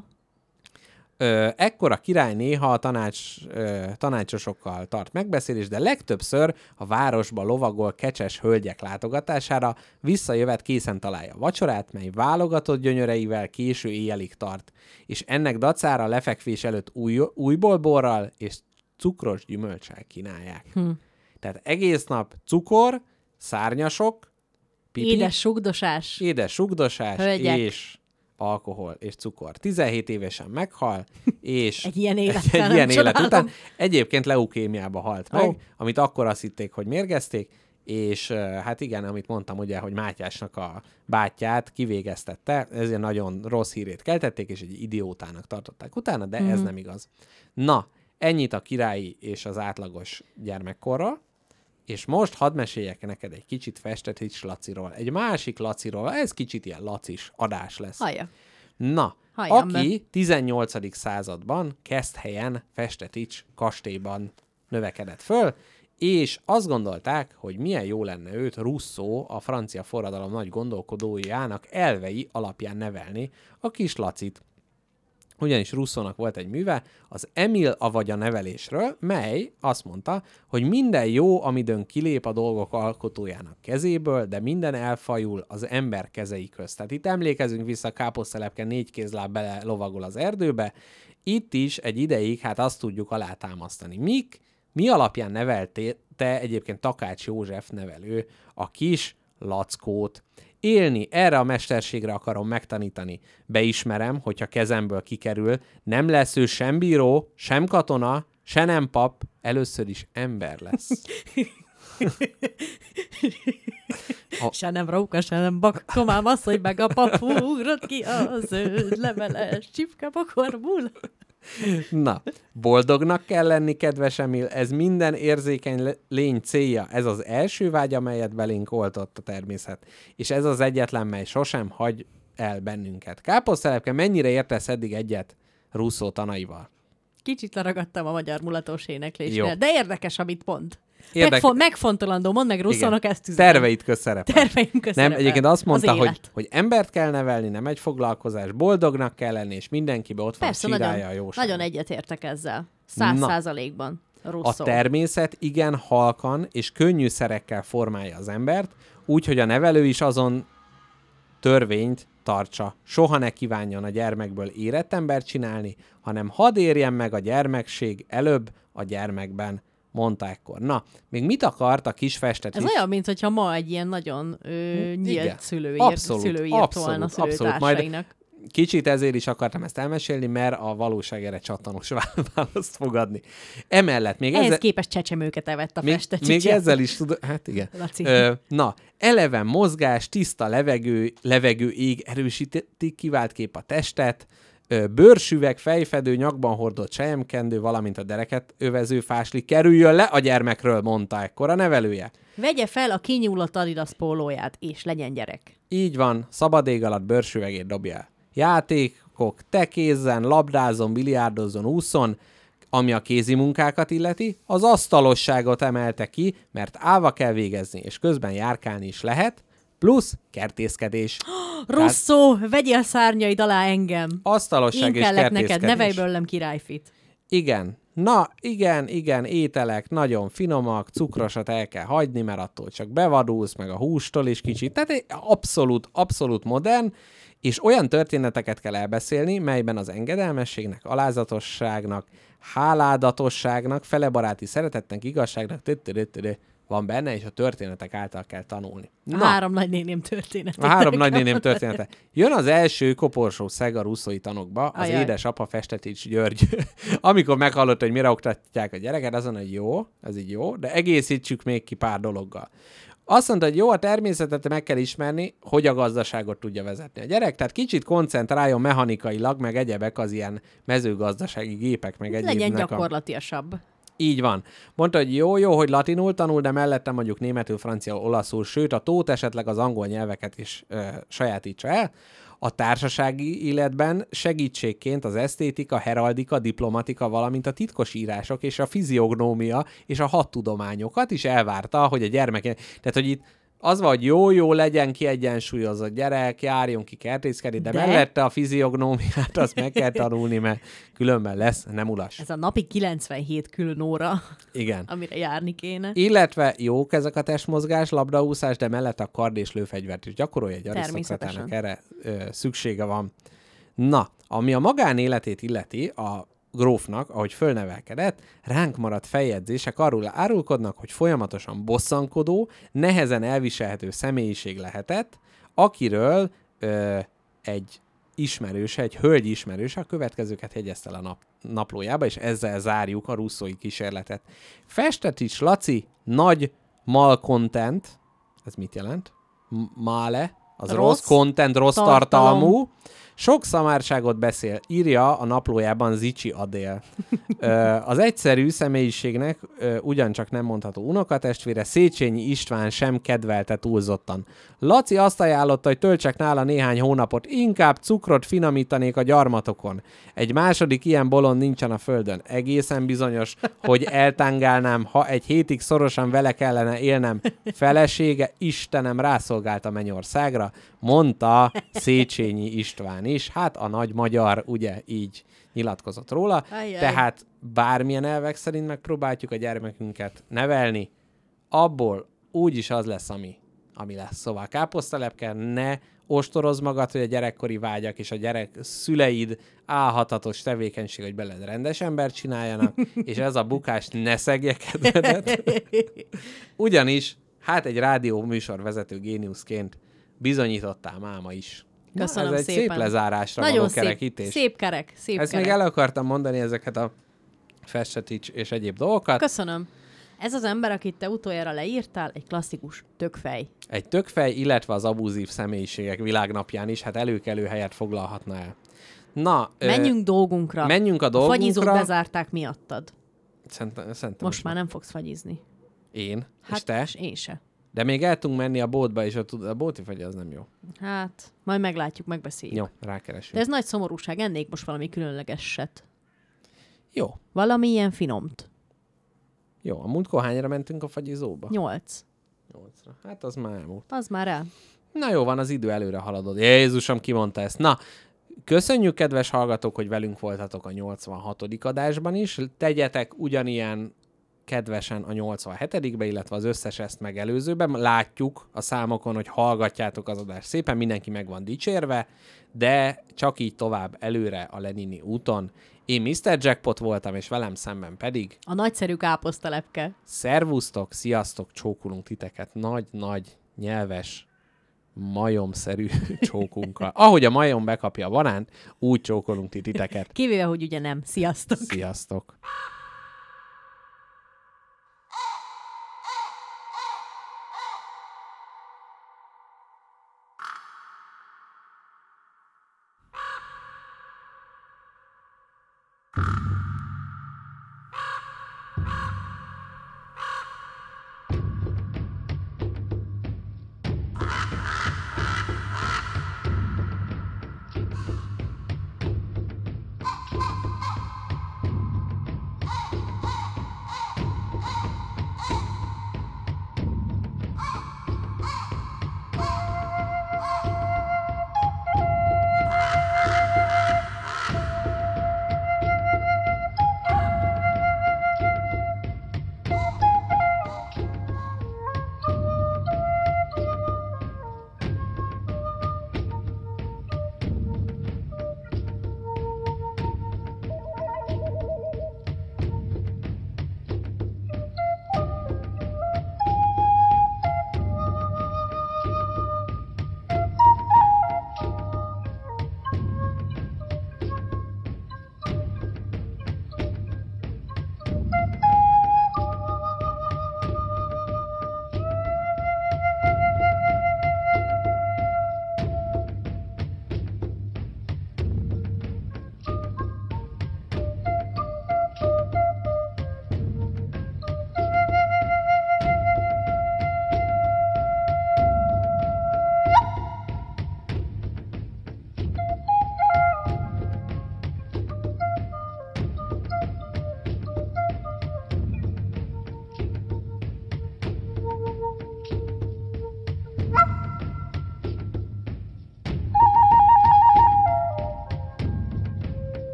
Ekkor a király néha a tanácsosokkal tart megbeszélést, de legtöbbször a városba lovagol kecses hölgyek látogatására, visszajövet készen találja a vacsorát, mely válogatott gyönyöreivel késő éjjelig tart, és ennek dacára lefekvés előtt újból borral és cukros gyümölccsel kínálják. Tehát egész nap cukor, szárnyasok, pipi, Édes sugdosás. Hölgyek. és alkohol és cukor. 17 évesen meghal, és Egy ilyen élet egy ilyen élet csodálom. után egyébként leukémiába halt meg, amit akkor azt hitték, hogy mérgezték, és hát igen, amit mondtam ugye, hogy Mátyásnak a bátyját kivégeztette, ezért nagyon rossz hírét keltették, és egy idiótának tartották utána, de ez nem igaz. Na, ennyit a királyi és az átlagos gyermekkorról, és most hadd meséljek neked egy kicsit Festetics Laciról. Egy másik Laciról, ez kicsit ilyen lacis adás lesz. Hallja. Na, Halljam aki 18. században Keszthelyen, Festetics kastélyban növekedett föl, és azt gondolták, hogy milyen jó lenne őt Rousseau, a francia forradalom nagy gondolkodójának elvei alapján nevelni, a kis Lacit. Ugyanis Rousseaunak volt egy műve, az Emile avagy a nevelésről, mely azt mondta, hogy minden jó, amidőn kilép a dolgok alkotójának kezéből, de minden elfajul az ember kezei közt. Tehát itt emlékezünk vissza, káposztelepke 4 kézláb bele lovagol az erdőbe, itt is egy ideig, hát azt tudjuk alátámasztani. Mi alapján nevelte egyébként Takács József nevelő a kis Lackót? Élni, erre a mesterségre akarom megtanítani. Beismerem, hogyha kezemből kikerül, nem lesz ő sem bíró, sem katona, se nem pap, először is ember lesz. Se nem róka, se nem bak, komám az, hogy meg a papu ugrott ki a zöld leveles csipkebakorból. Na, boldognak kell lenni, kedves Emil, ez minden érzékeny lény célja. Ez az első vágy, amelyet belénk oltott a természet. És ez az egyetlen, mely sosem hagy el bennünket. Káposztelepke, mennyire értesz eddig egyet Rousseau tanaival? Kicsit leragadtam a magyar mulatós éneklésnél, Jó. de érdekes, amit mond. Érdekes. Megfontolandó, mondd meg Rousseaunak ezt üzenem. Terveid közszerepel. Terveim közszerepel. Nem, egyébként azt mondta, Az élet. hogy embert kell nevelni, nem egy foglalkozás, boldognak kell lenni, és mindenkibe ott van Persze, csirálja a jóság. nagyon egyetértek ezzel. Na. 100%-ban. A Rousseau. természet igen halkan és könnyű szerekkel formálja az embert, úgyhogy a nevelő is azon törvényt tartsa. Soha ne kívánjon a gyermekből érett embert csinálni, hanem hadd érjen meg a gyermekség előbb a gyermekben, mondta ekkor. Na, még mit akart a kis Festetics? Ez olyan, mintha ma egy ilyen nagyon nyílt Igen. szülő Abszolút, írt volna a szülőtársainak. Kicsit ezért is akartam ezt elmesélni, mert a valóság erre csatanos választ fog adni. Emellett még Ehhez képest csecsemőket evett a Festetics. még ezzel is tud... Hát igen. Na, eleven mozgás, tiszta levegő ég erősítik, kivált kép a testet, bőrsüveg, fejfedő, nyakban hordott selyemkendő, valamint a dereket övező fásli kerüljön le a gyermekről, mondta ekkor a nevelője. Vegye fel a kinyúlott Adidas pólóját, és legyen gyerek. Így van, szabad ég alatt bőrsüvegét dobja el. Játékok, tekézzen, labdázon, biliárdozzon, úszon, ami a kézi munkákat illeti, az asztalosságot emelte ki, mert állva kell végezni, és közben járkálni is lehet, plusz kertészkedés. Rousseau, vegyél szárnyaid alá engem. Asztalosság Én és kellek kertészkedés. neked, nevelj belőlem királyfit. Igen. Na, igen, ételek nagyon finomak, cukrosat el kell hagyni, mert attól csak bevadulsz, meg a hústól is kicsit. Tehát abszolút modern, és olyan történeteket kell elbeszélni, melyben az engedelmességnek, alázatosságnak, háládatosságnak, felebaráti szeretetnek, igazságnak van benne, és a történetek által kell tanulni. A három nagynéném története. A három nagynéném története. Jön az első koporsó szeg a Rousseau-i tanokba, az Ajaj. édesapa Festetics György. Amikor meghallotta, hogy mire oktatják a gyereket, azon, hogy jó, ez így jó, de egészítsük még ki pár dologgal. Azt mondta, hogy jó, a természetet meg kell ismerni, hogy a gazdaságot tudja vezetni a gyerek, tehát kicsit koncentráljon mechanikailag, meg egyebek az ilyen mezőgazdasági gépek, meg Legyen egyébnek gyakorlatiasabb. Így van. Mondta, hogy jó, hogy latinul tanul, de mellette mondjuk németül, francia, olaszul, sőt a tót esetleg az angol nyelveket is sajátítsa el. A társasági életben segítségként az esztétika, heraldika, diplomatika, valamint a titkos írások és a fiziognómia és a hadtudományokat is elvárta, hogy a gyermek... Tehát, hogy itt az van, hogy jó legyen kiegyensúlyozott gyerek, járjon ki kertészkedni, de mellette a fiziognómiát azt meg kell tanulni, mert különben lesz nem ulas. Ez a napi 97 külön óra, Igen. amire járni kéne. Illetve jók ezek a testmozgás, labdaúszás, de mellett a kard és lőfegyvert is gyakorolja egy arisztokratának, erre szüksége van. Na, ami a magánéletét illeti, a grófnak, ahogy fölnevelkedett, ránk maradt feljegyzések arról árulkodnak, hogy folyamatosan bosszankodó, nehezen elviselhető személyiség lehetett, akiről egy ismerőse, egy hölgy ismerőse a következőket jegyezte el a naplójába, és ezzel zárjuk a russzói kísérletet. Festetics Laci, nagy malcontent, ez mit jelent? Mále, az rossz content, rossz tartalmú. Sok szamárságot beszél, írja a naplójában Zicsi Adél. Az egyszerű személyiségnek ugyancsak nem mondható unokatestvére Széchenyi István sem kedvelte túlzottan. Laci azt ajánlotta, hogy töltsek nála néhány hónapot, inkább cukrot finomítanék a gyarmatokon. Egy második ilyen bolond nincsen a földön. Egészen bizonyos, hogy eltángálnám, ha egy hétig szorosan vele kellene élnem. Felesége, Istenem, rászolgált a mennyországra, mondta Széchenyi István is. Hát a nagy magyar ugye így nyilatkozott róla. Ajjaj. Tehát bármilyen elvek szerint megpróbáljuk a gyermekünket nevelni, abból úgyis az lesz, ami lesz. Szóval káposztalepke, ne ostorozz magad, hogy a gyerekkori vágyak és a gyerek szüleid álhatatos tevékenység, hogy beled rendes embert csináljanak, és ez a bukás ne szegje kedvedet. Ugyanis, hát egy rádió műsorvezető géniuszként bizonyítottál máma is. Köszönöm ez egy szépen. szép lezárásra Nagyon való szép, kerekítés. szép kerek, szép Ezt kerek. még el akartam mondani, ezeket a Festetics és egyéb dolgokat. Köszönöm. Ez az ember, akit te utoljára leírtál, egy klasszikus tökfej. Egy tökfej, illetve az abúzív személyiségek világnapján is, hát előkelő helyet foglalhatna el. Na, Menjünk dolgunkra. menjünk a A fagyizók dolgunkra. bezárták miattad. Szerintem Most már nem fogsz fagyizni. Én? Hát, És te? és én se. De még el tudunk menni a boltba, és a bolti fagy az nem jó. Hát, majd meglátjuk, megbeszéljük. Jó, rákeresünk. De ez nagy szomorúság, ennék most valami különlegeset. Jó, Valami ilyen finomt. jó. A múltkor hányra mentünk a fagyizóba? 8. 8-ra. Hát az már elmúlt. Az már el. Na jó, van, az idő előre haladod. Jézusom, ki mondta ezt? Na, köszönjük, kedves hallgatók, hogy velünk voltatok a 86. adásban is. Tegyetek ugyanilyen kedvesen a 87-be, illetve az összes ezt megelőzőben. Látjuk a számokon, hogy hallgatjátok az adást szépen, mindenki meg van dicsérve, de csak így tovább előre a Lenini úton. Én Mr. Jackpot voltam, és velem szemben pedig A nagyszerű káposztalepke. szervusztok, sziasztok, csókolunk titeket nagy-nagy nyelves majomszerű csókunkkal. Ahogy a majom bekapja a banánt, úgy csókolunk titeket. Kivéve, hogy ugye nem. Sziasztok! Sziasztok!